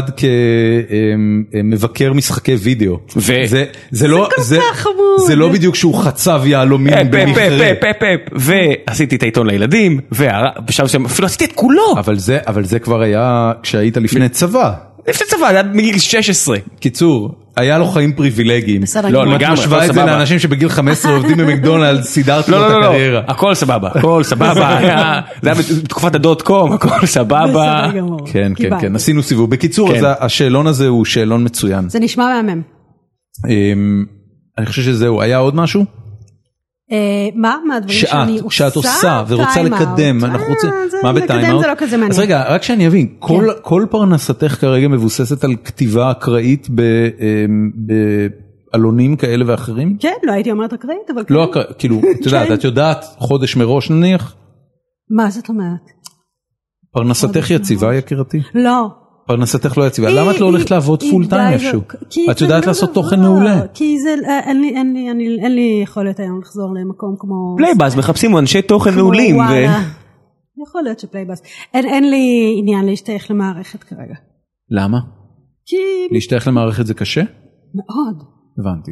כמבקר משחקי וידאו. זה לא כל כך חמוד. זה לא בדיוק שהוא חצב יהלומים במכרה. ועשיתי את העיתון לילדים, ואפילו עשיתי את כולו. אבל זה כבר היה כשהיית לפני צבא. לפני צבא, זה היה מגיל שש עשרה. קיצור, היה לו חיים פריבילגיים. לא, לגמרי, הכל משווה את זה לאנשים שבגיל חמש עשרה עובדים במקדונלד, סידרתי לו את הקריירה. הכל סבבה, הכל סבבה. זה היה בתקופת הדוט קום, הכל סבבה. כן, כן, כן, עשינו סיבוב. בקיצור, השאלון הזה הוא שאלון מצוין. זה נשמע מהמם. אני חושב שזהו, היה עוד משהו? מה? מהדברים שאני עושה? שאת עושה ורוצה לקדם, אנחנו רוצים, מה בטיימאוט? זה לא כזה מעניין. אז רגע, רק שאני אבין, כל פרנסתך כרגע מבוססת על כתיבה אקראית בעלונים כאלה ואחרים? כן, לא הייתי אומרת אקראית, אבל כן. לא, כאילו, את יודעת, את יודעת חודש מראש נניח? מה זאת אומרת? פרנסתך יציבה יקירתי? לא. פרנסתך לא יציבה. למה את לא הולכת לעבוד פול טיים איפשהו? את יודעת לעשות תוכן מעולה. כי אין לי יכולת היום לחזור למקום כמו... פלייבאז, מחפשים אנשי תוכן מעולים. יכול להיות שפלייבאז. אין לי עניין להשתייך למערכת כרגע. למה? כי... להשתייך למערכת זה קשה? מאוד. הבנתי.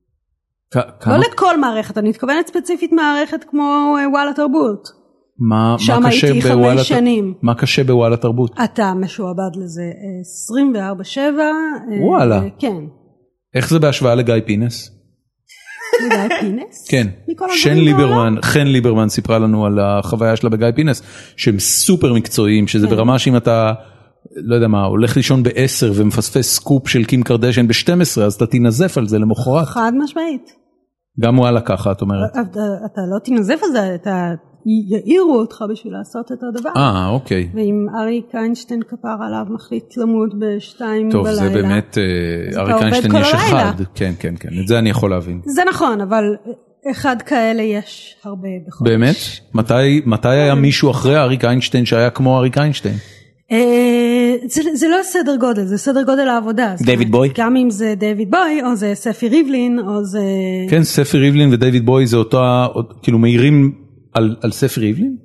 לא לכל מערכת, אני מתכוונת ספציפית מערכת כמו וואלה תרבות. שם הייתי חמש שנים. מה קשה בוואלה תרבות? אתה משועבד לזה עשרים וארבע שבע. וואלה. כן. איך זה בהשוואה לגיא פינס? לגיא פינס? כן. שן ליברמן, חן ליברמן סיפרה לנו על החוויה שלה בגיא פינס, שהם סופר מקצועיים, שזה ברמה שאם אתה, לא יודע מה, הולך לישון בעשר ומפספס סקופ של קים קרדשן ב-שתים עשרה, אז אתה תינזף על זה למחרת. חד משמעית. גם וואלה ככה, את אומרת. אתה לא תינזף על זה, אתה... יעירו אותך בשביל לעשות את הדבר. אה, אוקיי. ואם אריק איינשטיין כפר עליו מחליט למות בשתיים בלילה. טוב, זה באמת, אריק איינשטיין יש אחד. כן, כן, כן, את זה אני יכול להבין. זה נכון, אבל אחד כאלה יש הרבה בחודש. באמת? מתי, מתי היה מישהו אחרי אריק איינשטיין שהיה כמו אריק איינשטיין? זה, זה לא סדר גודל, זה סדר גודל העבודה. דיוויד בוי? גם אם זה דיוויד בוי, או זה ספי ריבלין, או זה... כן, ספי ריבלין ודיוויד בוי זה אותו, כאילו מהירים... על, על ספר ריבלין?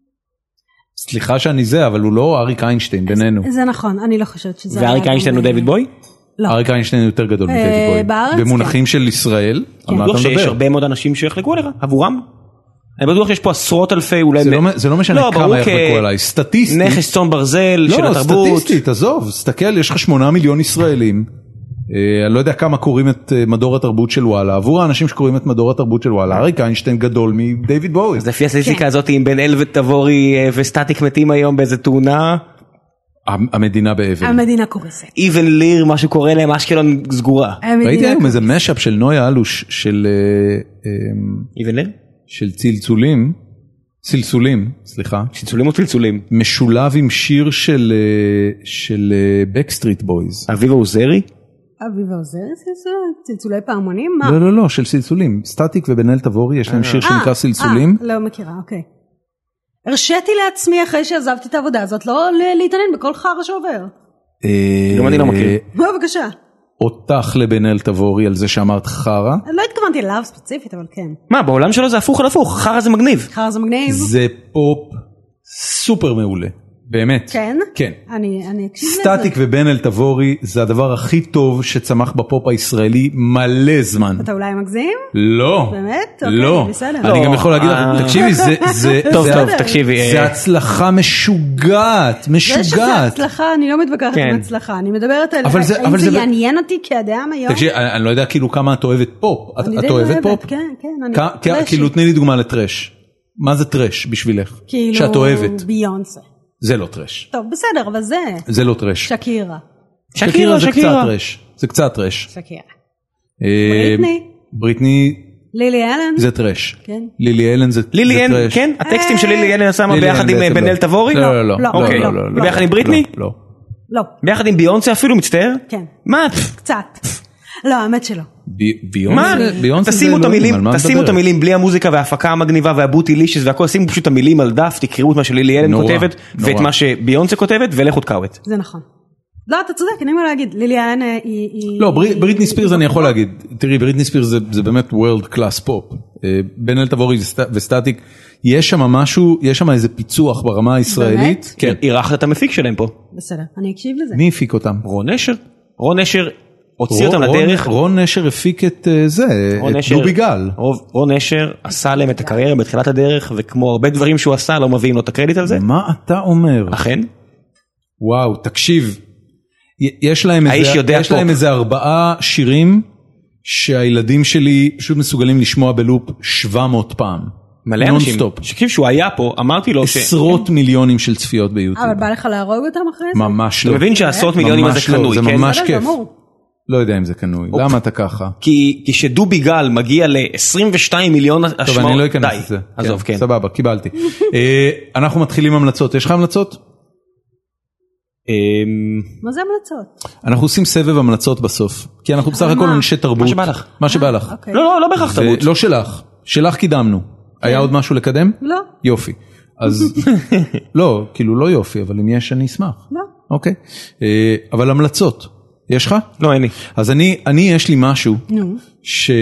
סליחה שאני זה, אבל הוא לא אריק איינשטיין בינינו. זה נכון, אני לא חושבת שזה... ואריק איינשטיין הוא דיוויד בוי? לא. אריק איינשטיין יותר גדול מדיוויד בוי. בארץ? במונחים של ישראל, על מה אתה מדבר? שיש הרבה מאוד אנשים שיחלקו עליך, עבורם. אני בטוח שיש פה עשרות אלפי, אולי... זה לא משנה כמה יחלקו עליי, סטטיסטית. נכס צאן ברזל של התרבות. לא, סטטיסטית, עזוב, סתכל, יש לך שמונה מיליון ישראלים. אני לא יודע כמה קוראים את מדור התרבות של וואלה, עבור האנשים שקוראים את מדור התרבות של וואלה, אריק איינשטיין גדול מדיוויד בוי. אז לפי הסטטיסטיקה הזאת, אם בין אל ותבורי וסטטיק מתים היום באיזה תאונה... המדינה באבן. המדינה קורסת. איבן ליר, מה שקורה להם, אשקלון סגורה. ראיתי היום איזה משאפ של נויה אלוש, של... איבן ליר? של צלצולים, צלצולים, סליחה. צלצולים או צלצולים? משולב עם שיר של בקסטריט בויז. אביבה עוזרי? אביבה עוזרי, צלצולי פעמונים? לא, לא, לא, של צלצולים. סטטיק ובן אל תבורי, יש להם שיר שנקרא צלצולים. לא מכירה, אוקיי. הרשיתי לעצמי אחרי שעזבתי את העבודה הזאת, לא להתעניין בכל חרא שעובר. גם אני לא מכיר. בבקשה. אותך לבן אל תבורי על זה שאמרת חרא? לא התכוונתי אליו ספציפית, אבל כן. מה, בעולם שלו זה הפוך על הפוך, חרא זה מגניב. חרא זה מגניב. זה פופ סופר מעולה. באמת. כן? כן. אני, אני אקשיב לזה. סטטיק ובן אל תבורי זה הדבר הכי טוב שצמח בפופ הישראלי מלא זמן. אתה אולי מגזים? לא. באמת? לא. בסדר. אני גם יכול להגיד לך, תקשיבי, זה, זה, טוב, טוב, תקשיבי. זה הצלחה משוגעת, משוגעת. זה שזה הצלחה, אני לא מתווכחת עם הצלחה, אני מדברת על, האם זה יעניין אותי כאדם היום? תקשיבי, אני לא יודע כאילו כמה את אוהבת פופ. את אוהבת פופ? כן, כן. כאילו תני לי דוגמה לטרש. מה זה טרש בשבילך? שאת אוהבת. כאילו ביונסה. זה לא טרש. טוב, בסדר, אבל זה... זה לא טרש. שקירה. שקירה זה קצת טרש. זה קצת טרש. שקירה. בריטני. בריטני. לילי אלן. זה טרש. כן. לילי אלן זה טרש. לילי אלן, כן? הטקסטים של לילי אלן שמה ביחד עם בן אל תבורי? לא, לא, לא. אוקיי. ביחד עם בריטני? לא. לא. ביחד עם ביונסה אפילו, מצטער? כן. מה? קצת. לא, האמת שלא. ביונסה זה אלוהים, תשימו את המילים בלי המוזיקה וההפקה המגניבה והבוטילישיס והכל, שימו פשוט את המילים על דף, תקראו את מה שלילי אלן כותבת ואת מה שביונסה כותבת ולכו תקראו את. זה נכון. לא, אתה צודק, אני אומר להגיד, לילי אלן היא... לא, בריטני ספירס אני יכול להגיד, תראי, בריטני ספירס זה באמת world class pop, בן אל תבורי וסטטיק, יש שם משהו, יש שם איזה פיצוח ברמה הישראלית. כן, אירחת את המפיק שלהם פה. בסדר, אני אקשיב לזה. מי הפיק אותם? רון נשר. רון נשר הוציא אותם לדרך. רון נשר הפיק את זה, את דובי גל. רון נשר עשה להם את הקריירה בתחילת הדרך, וכמו הרבה דברים שהוא עשה, לא מביאים לו את הקרדיט על זה. מה אתה אומר? אכן? וואו, תקשיב. יש להם איזה ארבעה שירים, שהילדים שלי פשוט מסוגלים לשמוע בלופ שבע מאות פעם. מלא אנשים. שכיף שהוא היה פה, אמרתי לו ש... עשרות מיליונים של צפיות ביוטיוב. אבל בא לך להרוג אותם אחרי זה? ממש לא. אתה מבין שעשרות מיליונים הזה קנוי, כן? זה ממש כיף. לא יודע אם זה קנוי. למה אתה ככה? כי כשדובי גל מגיע ל-עשרים ושניים מיליון השמעות... טוב, אני לא אכנס לזה. עזוב, כן. סבבה, קיבלתי. אנחנו מתחילים המלצות. יש לך המלצות? מה זה המלצות? אנחנו עושים סבב המלצות בסוף. כי אנחנו בסך הכל אנשי תרבות. מה שבא לך. מה שבא לך. לא, לא, לא בהכרח תרבות. לא שלך. שלך קידמנו. היה עוד משהו לקדם? לא. יופי. אז, לא, כאילו לא יופי, אבל אם יש אני אשמח. לא. אוקיי. אבל המלצות, יש לך? לא, אין לי. אז אני, אני יש לי משהו, שלא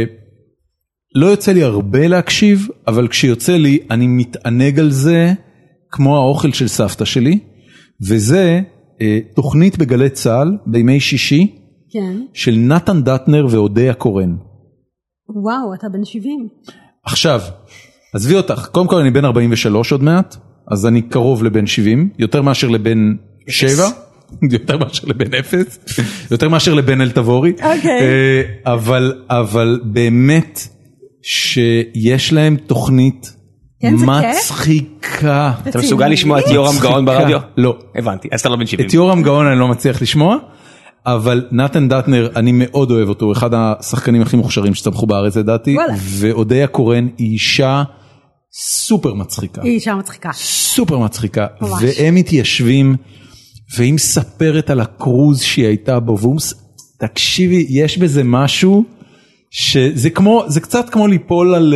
יוצא לי הרבה להקשיב, אבל כשיוצא לי, אני מתענג על זה, כמו האוכל של סבתא שלי, וזה תוכנית בגלי צהל, בימי שישי, כן. של נתן דטנר ואודיה קורן. וואו, אתה בן שבעים. עכשיו, עזבי אותך, קודם כל אני בן ארבעים ושלוש עוד מעט, אז אני קרוב לבן שבעים, יותר מאשר לבן שבע, יותר מאשר לבן אפס, יותר מאשר לבן אלתבורי, אוקיי. אבל, אבל באמת שיש להם תוכנית כן, זה מצחיקה. אתה מסוגל לשמוע את יורם גאון ברדיו? לא. הבנתי, אז אתה לא בן שבעים. את יורם גאון אני לא מצליח לשמוע, אבל נתן דטנר, אני מאוד אוהב אותו, הוא אחד השחקנים הכי מוכשרים שצמחו בארץ לדעתי, ואודיה קורן היא אישה סופר מצחיקה. היא אישה מצחיקה. סופר מצחיקה, והם מתיישבים, והיא מספרת על הקרוז שהיא הייתה בו, תקשיבי, יש בזה משהו, שזה כמו, זה קצת כמו ליפול על,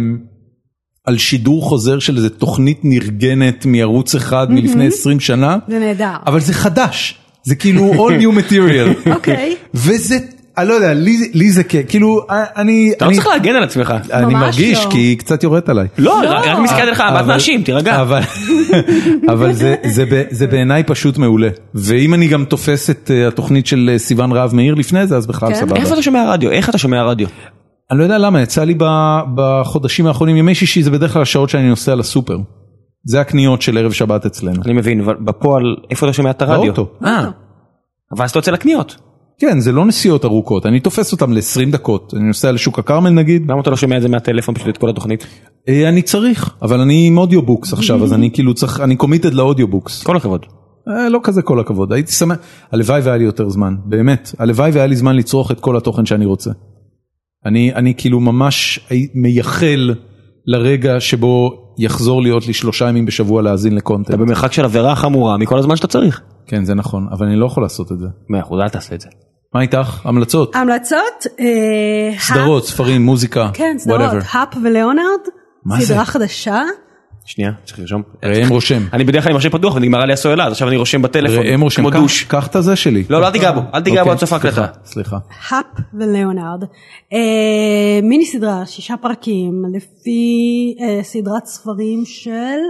על שידור חוזר של איזה תוכנית נרגנת מערוץ אחד מלפני עשרים שנה. זה נהדר. אבל זה חדש. זה כאילו all new material. אוקיי. וזה, אני לא יודע, לי זה כאילו, אני... אתה לא צריך להגן על עצמך. אני מרגיש, כי היא קצת יורדת עליי. לא, רק מסתכל עליך, עבד מאשים, תירגע. אבל זה בעיניי פשוט מעולה. ואם אני גם תופס את התוכנית של סיוון רהב מאיר לפני זה, אז בכלל סבבה. איפה אתה שומע רדיו? איך אתה שומע רדיו? אני לא יודע למה, יצא לי בחודשים האחרונים, ימי שישי זה בדרך כלל השעות שאני נוסע לסופר. זה הקניות של ערב שבת אצלנו. אני מבין, בפועל, איפה אתה שומע את הרדיו? באוטו. אה, אבל אז אתה יוצא לקניות. כן, זה לא נסיעות ארוכות, אני תופס אותם ל-עשרים דקות, אני נוסע לשוק הכרמל נגיד. למה אתה לא שומע את זה מהטלפון פשוט את כל התוכנית? אני צריך, אבל אני עם אודיובוקס עכשיו, אז אני כאילו צריך, אני קומיטד לאודיובוקס. כל הכבוד. לא כזה כל הכבוד, הייתי שמח, הלוואי והיה לי יותר זמן, באמת, הלוואי והיה לי זמן לצרוך את כל התוכן שאני רוצה. אני, אני כאילו ממש מייחל לרגע שבו יחזור להיות לי שלושה ימים בשבוע להאזין לקונטנט. אתה במרחק של עבירה חמורה מכל הזמן שאתה צריך. כן, זה נכון, אבל אני לא יכול לעשות את זה. מאה אחוז, אל תעשה את זה. מה איתך? המלצות? המלצות? סדרות, ספרים, מוזיקה, כן, סדרות, האפ ולאונרד, סדרה חדשה. שנייה, צריך לרשום. ראם רושם. אני בדרך כלל עם ראשי פתוח ונגמרה לי הסוללה, אז עכשיו אני רושם בטלפון. ראם רושם, קח את הזה שלי. לא, לא, אל תיגע בו, אל תיגע בו עד סוף ההקלטה. סליחה. האפ ולאונרד. מיני סדרה, שישה פרקים, לפי סדרת ספרים של...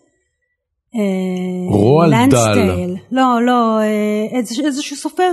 רועל דל. לא, לא, איזשהו סופר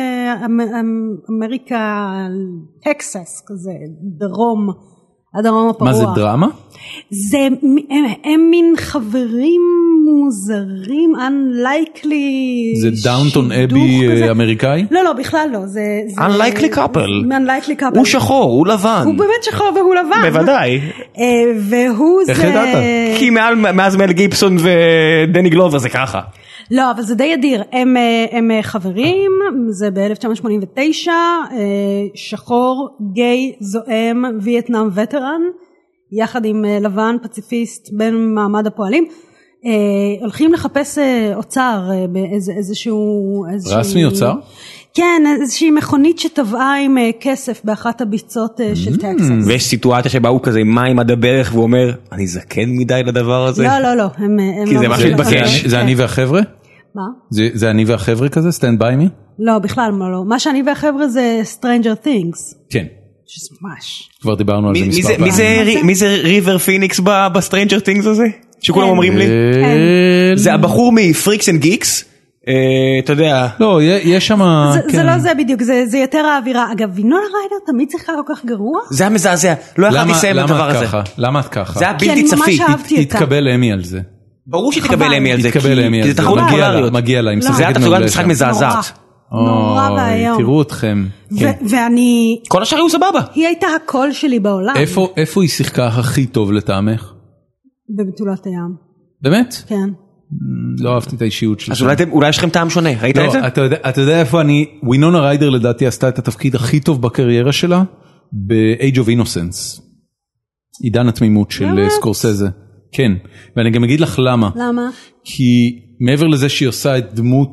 אמריקה, טקסס כזה, דרום, הדרום הפרוע. מה זה דרמה? זה, הם מין חברים מוזרים, unlikely. זה דאונטון אבי אמריקאי? לא, לא, בכלל לא. זה unlikely couple. unlikely couple. הוא שחור, הוא לבן. הוא באמת שחור והוא לבן. בוודאי. והוא זה... איך ידעת? כי מאז מל גיבסון ודני גלובר זה ככה. לא, אבל זה די אדיר. הם, הם חברים, זה ב-אלף תשע מאות שמונים ותשע, שחור, גיי, זועם, וייטנאם וטרן, יחד עם לבן, פציפיסט, בין מעמד הפועלים, הולכים לחפש אוצר באיזשהו... רסמי אוצר? כן, איזושהי מכונית שטבעה עם כסף באחת הביצות של טקסס. ויש סיטואציה שבה הוא כזה מים עד הברך והוא אומר, אני זקן מדי לדבר הזה? לא, לא, לא. כי זה מה שהתבקש. זה אני והחבר'ה? מה? זה אני והחבר'ה כזה? Stand by me? לא, בכלל לא. מה שאני והחבר'ה זה Stranger Things. כן. ממש. כבר דיברנו על זה מספר פעמים. מי זה ריבר פיניקס בסטרנג'ר טינגס הזה? שכולם אומרים לי? זה הבחור מפריקס אנד גיקס, אתה יודע. לא, יש שם... זה לא זה בדיוק, זה יותר האווירה. אגב, וינונה ריידר תמיד שיחקה כל כך גרוע. זה היה מזעזע, לא יכולתי לסיים את הדבר הזה. למה את ככה? זה היה בלתי צפי. תתקבל אמי על זה. ברור שתקבל אמי על זה, כי זה תחרות פולריות. מגיע לה, זה היה תחרות משחק מזעזעת. נורא והיום. תראו אתכם. ואני... כל השאר היו סבבה. היא הייתה הקול שלי בעולם. איפה היא שיחקה הכי טוב לטעמך? בבתולת הים. באמת? כן. לא אהבתי את האישיות שלי. אז אולי יש לכם טעם שונה, ראית את זה? אתה יודע איפה אני... וינונה ריידר לדעתי עשתה את התפקיד הכי טוב בקריירה שלה, ב-Age of Innocence. עידן התמימות של סקורסזה. כן, ואני גם אגיד לך למה. למה? כי מעבר לזה שהיא עושה את דמות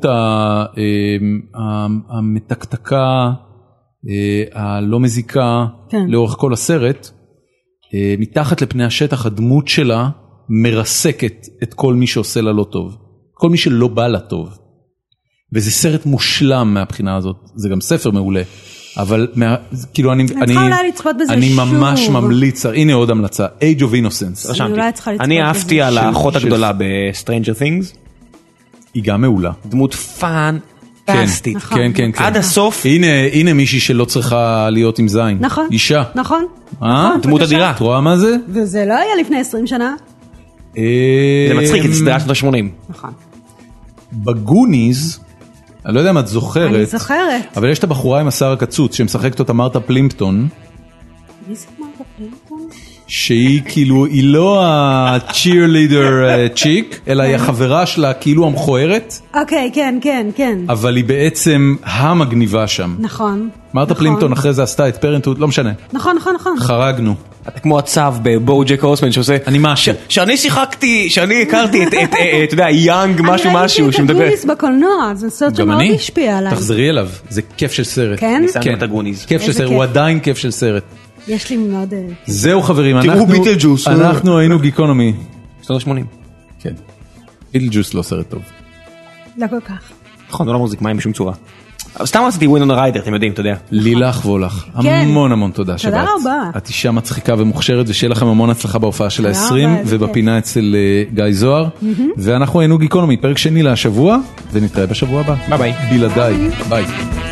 המתקתקה, הלא מזיקה, לאורך כל הסרט, מתחת לפני השטח הדמות שלה מרסקת את כל מי שעושה לה לא טוב. כל מי שלא בא לה טוב. וזה סרט מושלם מהבחינה הזאת, זה גם ספר מעולה, אבל מה, כאילו אני, אני, אני ממש ממליץ, הנה עוד המלצה, Age of Innocence. אני אהבתי על האחות הגדולה ב-Stranger Things. היא גם מעולה. דמות פנטסטית. כן, כן, כן. עד הסוף. הנה, הנה מישהי שלא צריכה להיות עם זין. נכון. אישה. נכון. דמות אדירה. את רואה מה זה? וזה לא היה לפני עשרים שנה. זה מצחיק, זה סדרה שנות ה-שמונים. נכון. בגוניז, אני לא יודע אם את זוכרת. אני זוכרת. אבל יש את הבחורה עם השיער הקצוץ, שמשחקת אותה מרתה פלימפטון. מי זה מרתה פלימפטון? שהיא כאילו, היא לא ה-cheerleader צ'יק, אלא היא החברה שלה כאילו המכוערת. אוקיי, כן, כן, כן. אבל היא בעצם המגניבה שם. נכון. מרתה פלימפטון אחרי זה עשתה את פרנטהוד, לא משנה. נכון, נכון, נכון. חרגנו. אתה כמו הצו בבוג'ק הורסמן שעושה, אני משהו. שאני שיחקתי, שאני הכרתי את, אתה יודע, יאנג משהו משהו שמדבר. אני ראיתי את הגוניס בקולנוע, זה סרט שמאוד השפיע עליי. תחזרי אליו, זה כיף של סרט. כן? כן, את הגוניס. כיף של סרט, הוא עדיין כיף של סרט. יש לי מאוד... זהו חברים, תראו ביטלג'וס. אנחנו היינו גיקונומי. שנות ה-שמונים. כן. ביטלג'וס לא סרט טוב. לא כל כך. נכון, לא מחזיק מים בשום צורה. סתם רציתי ווינונה ריידר, אתם יודעים, אתה יודע. לילך וולך, המון המון תודה שבאת. תודה רבה. את אישה מצחיקה ומוכשרת, ושיהיה לכם המון הצלחה בהופעה של ה-עשרים, ובפינה אצל גיא זוהר. ואנחנו היינו גיקונומי, פרק שני להשבוע, ונתראה בשבוע הבא. ביי ביי. בלעדיי. ביי.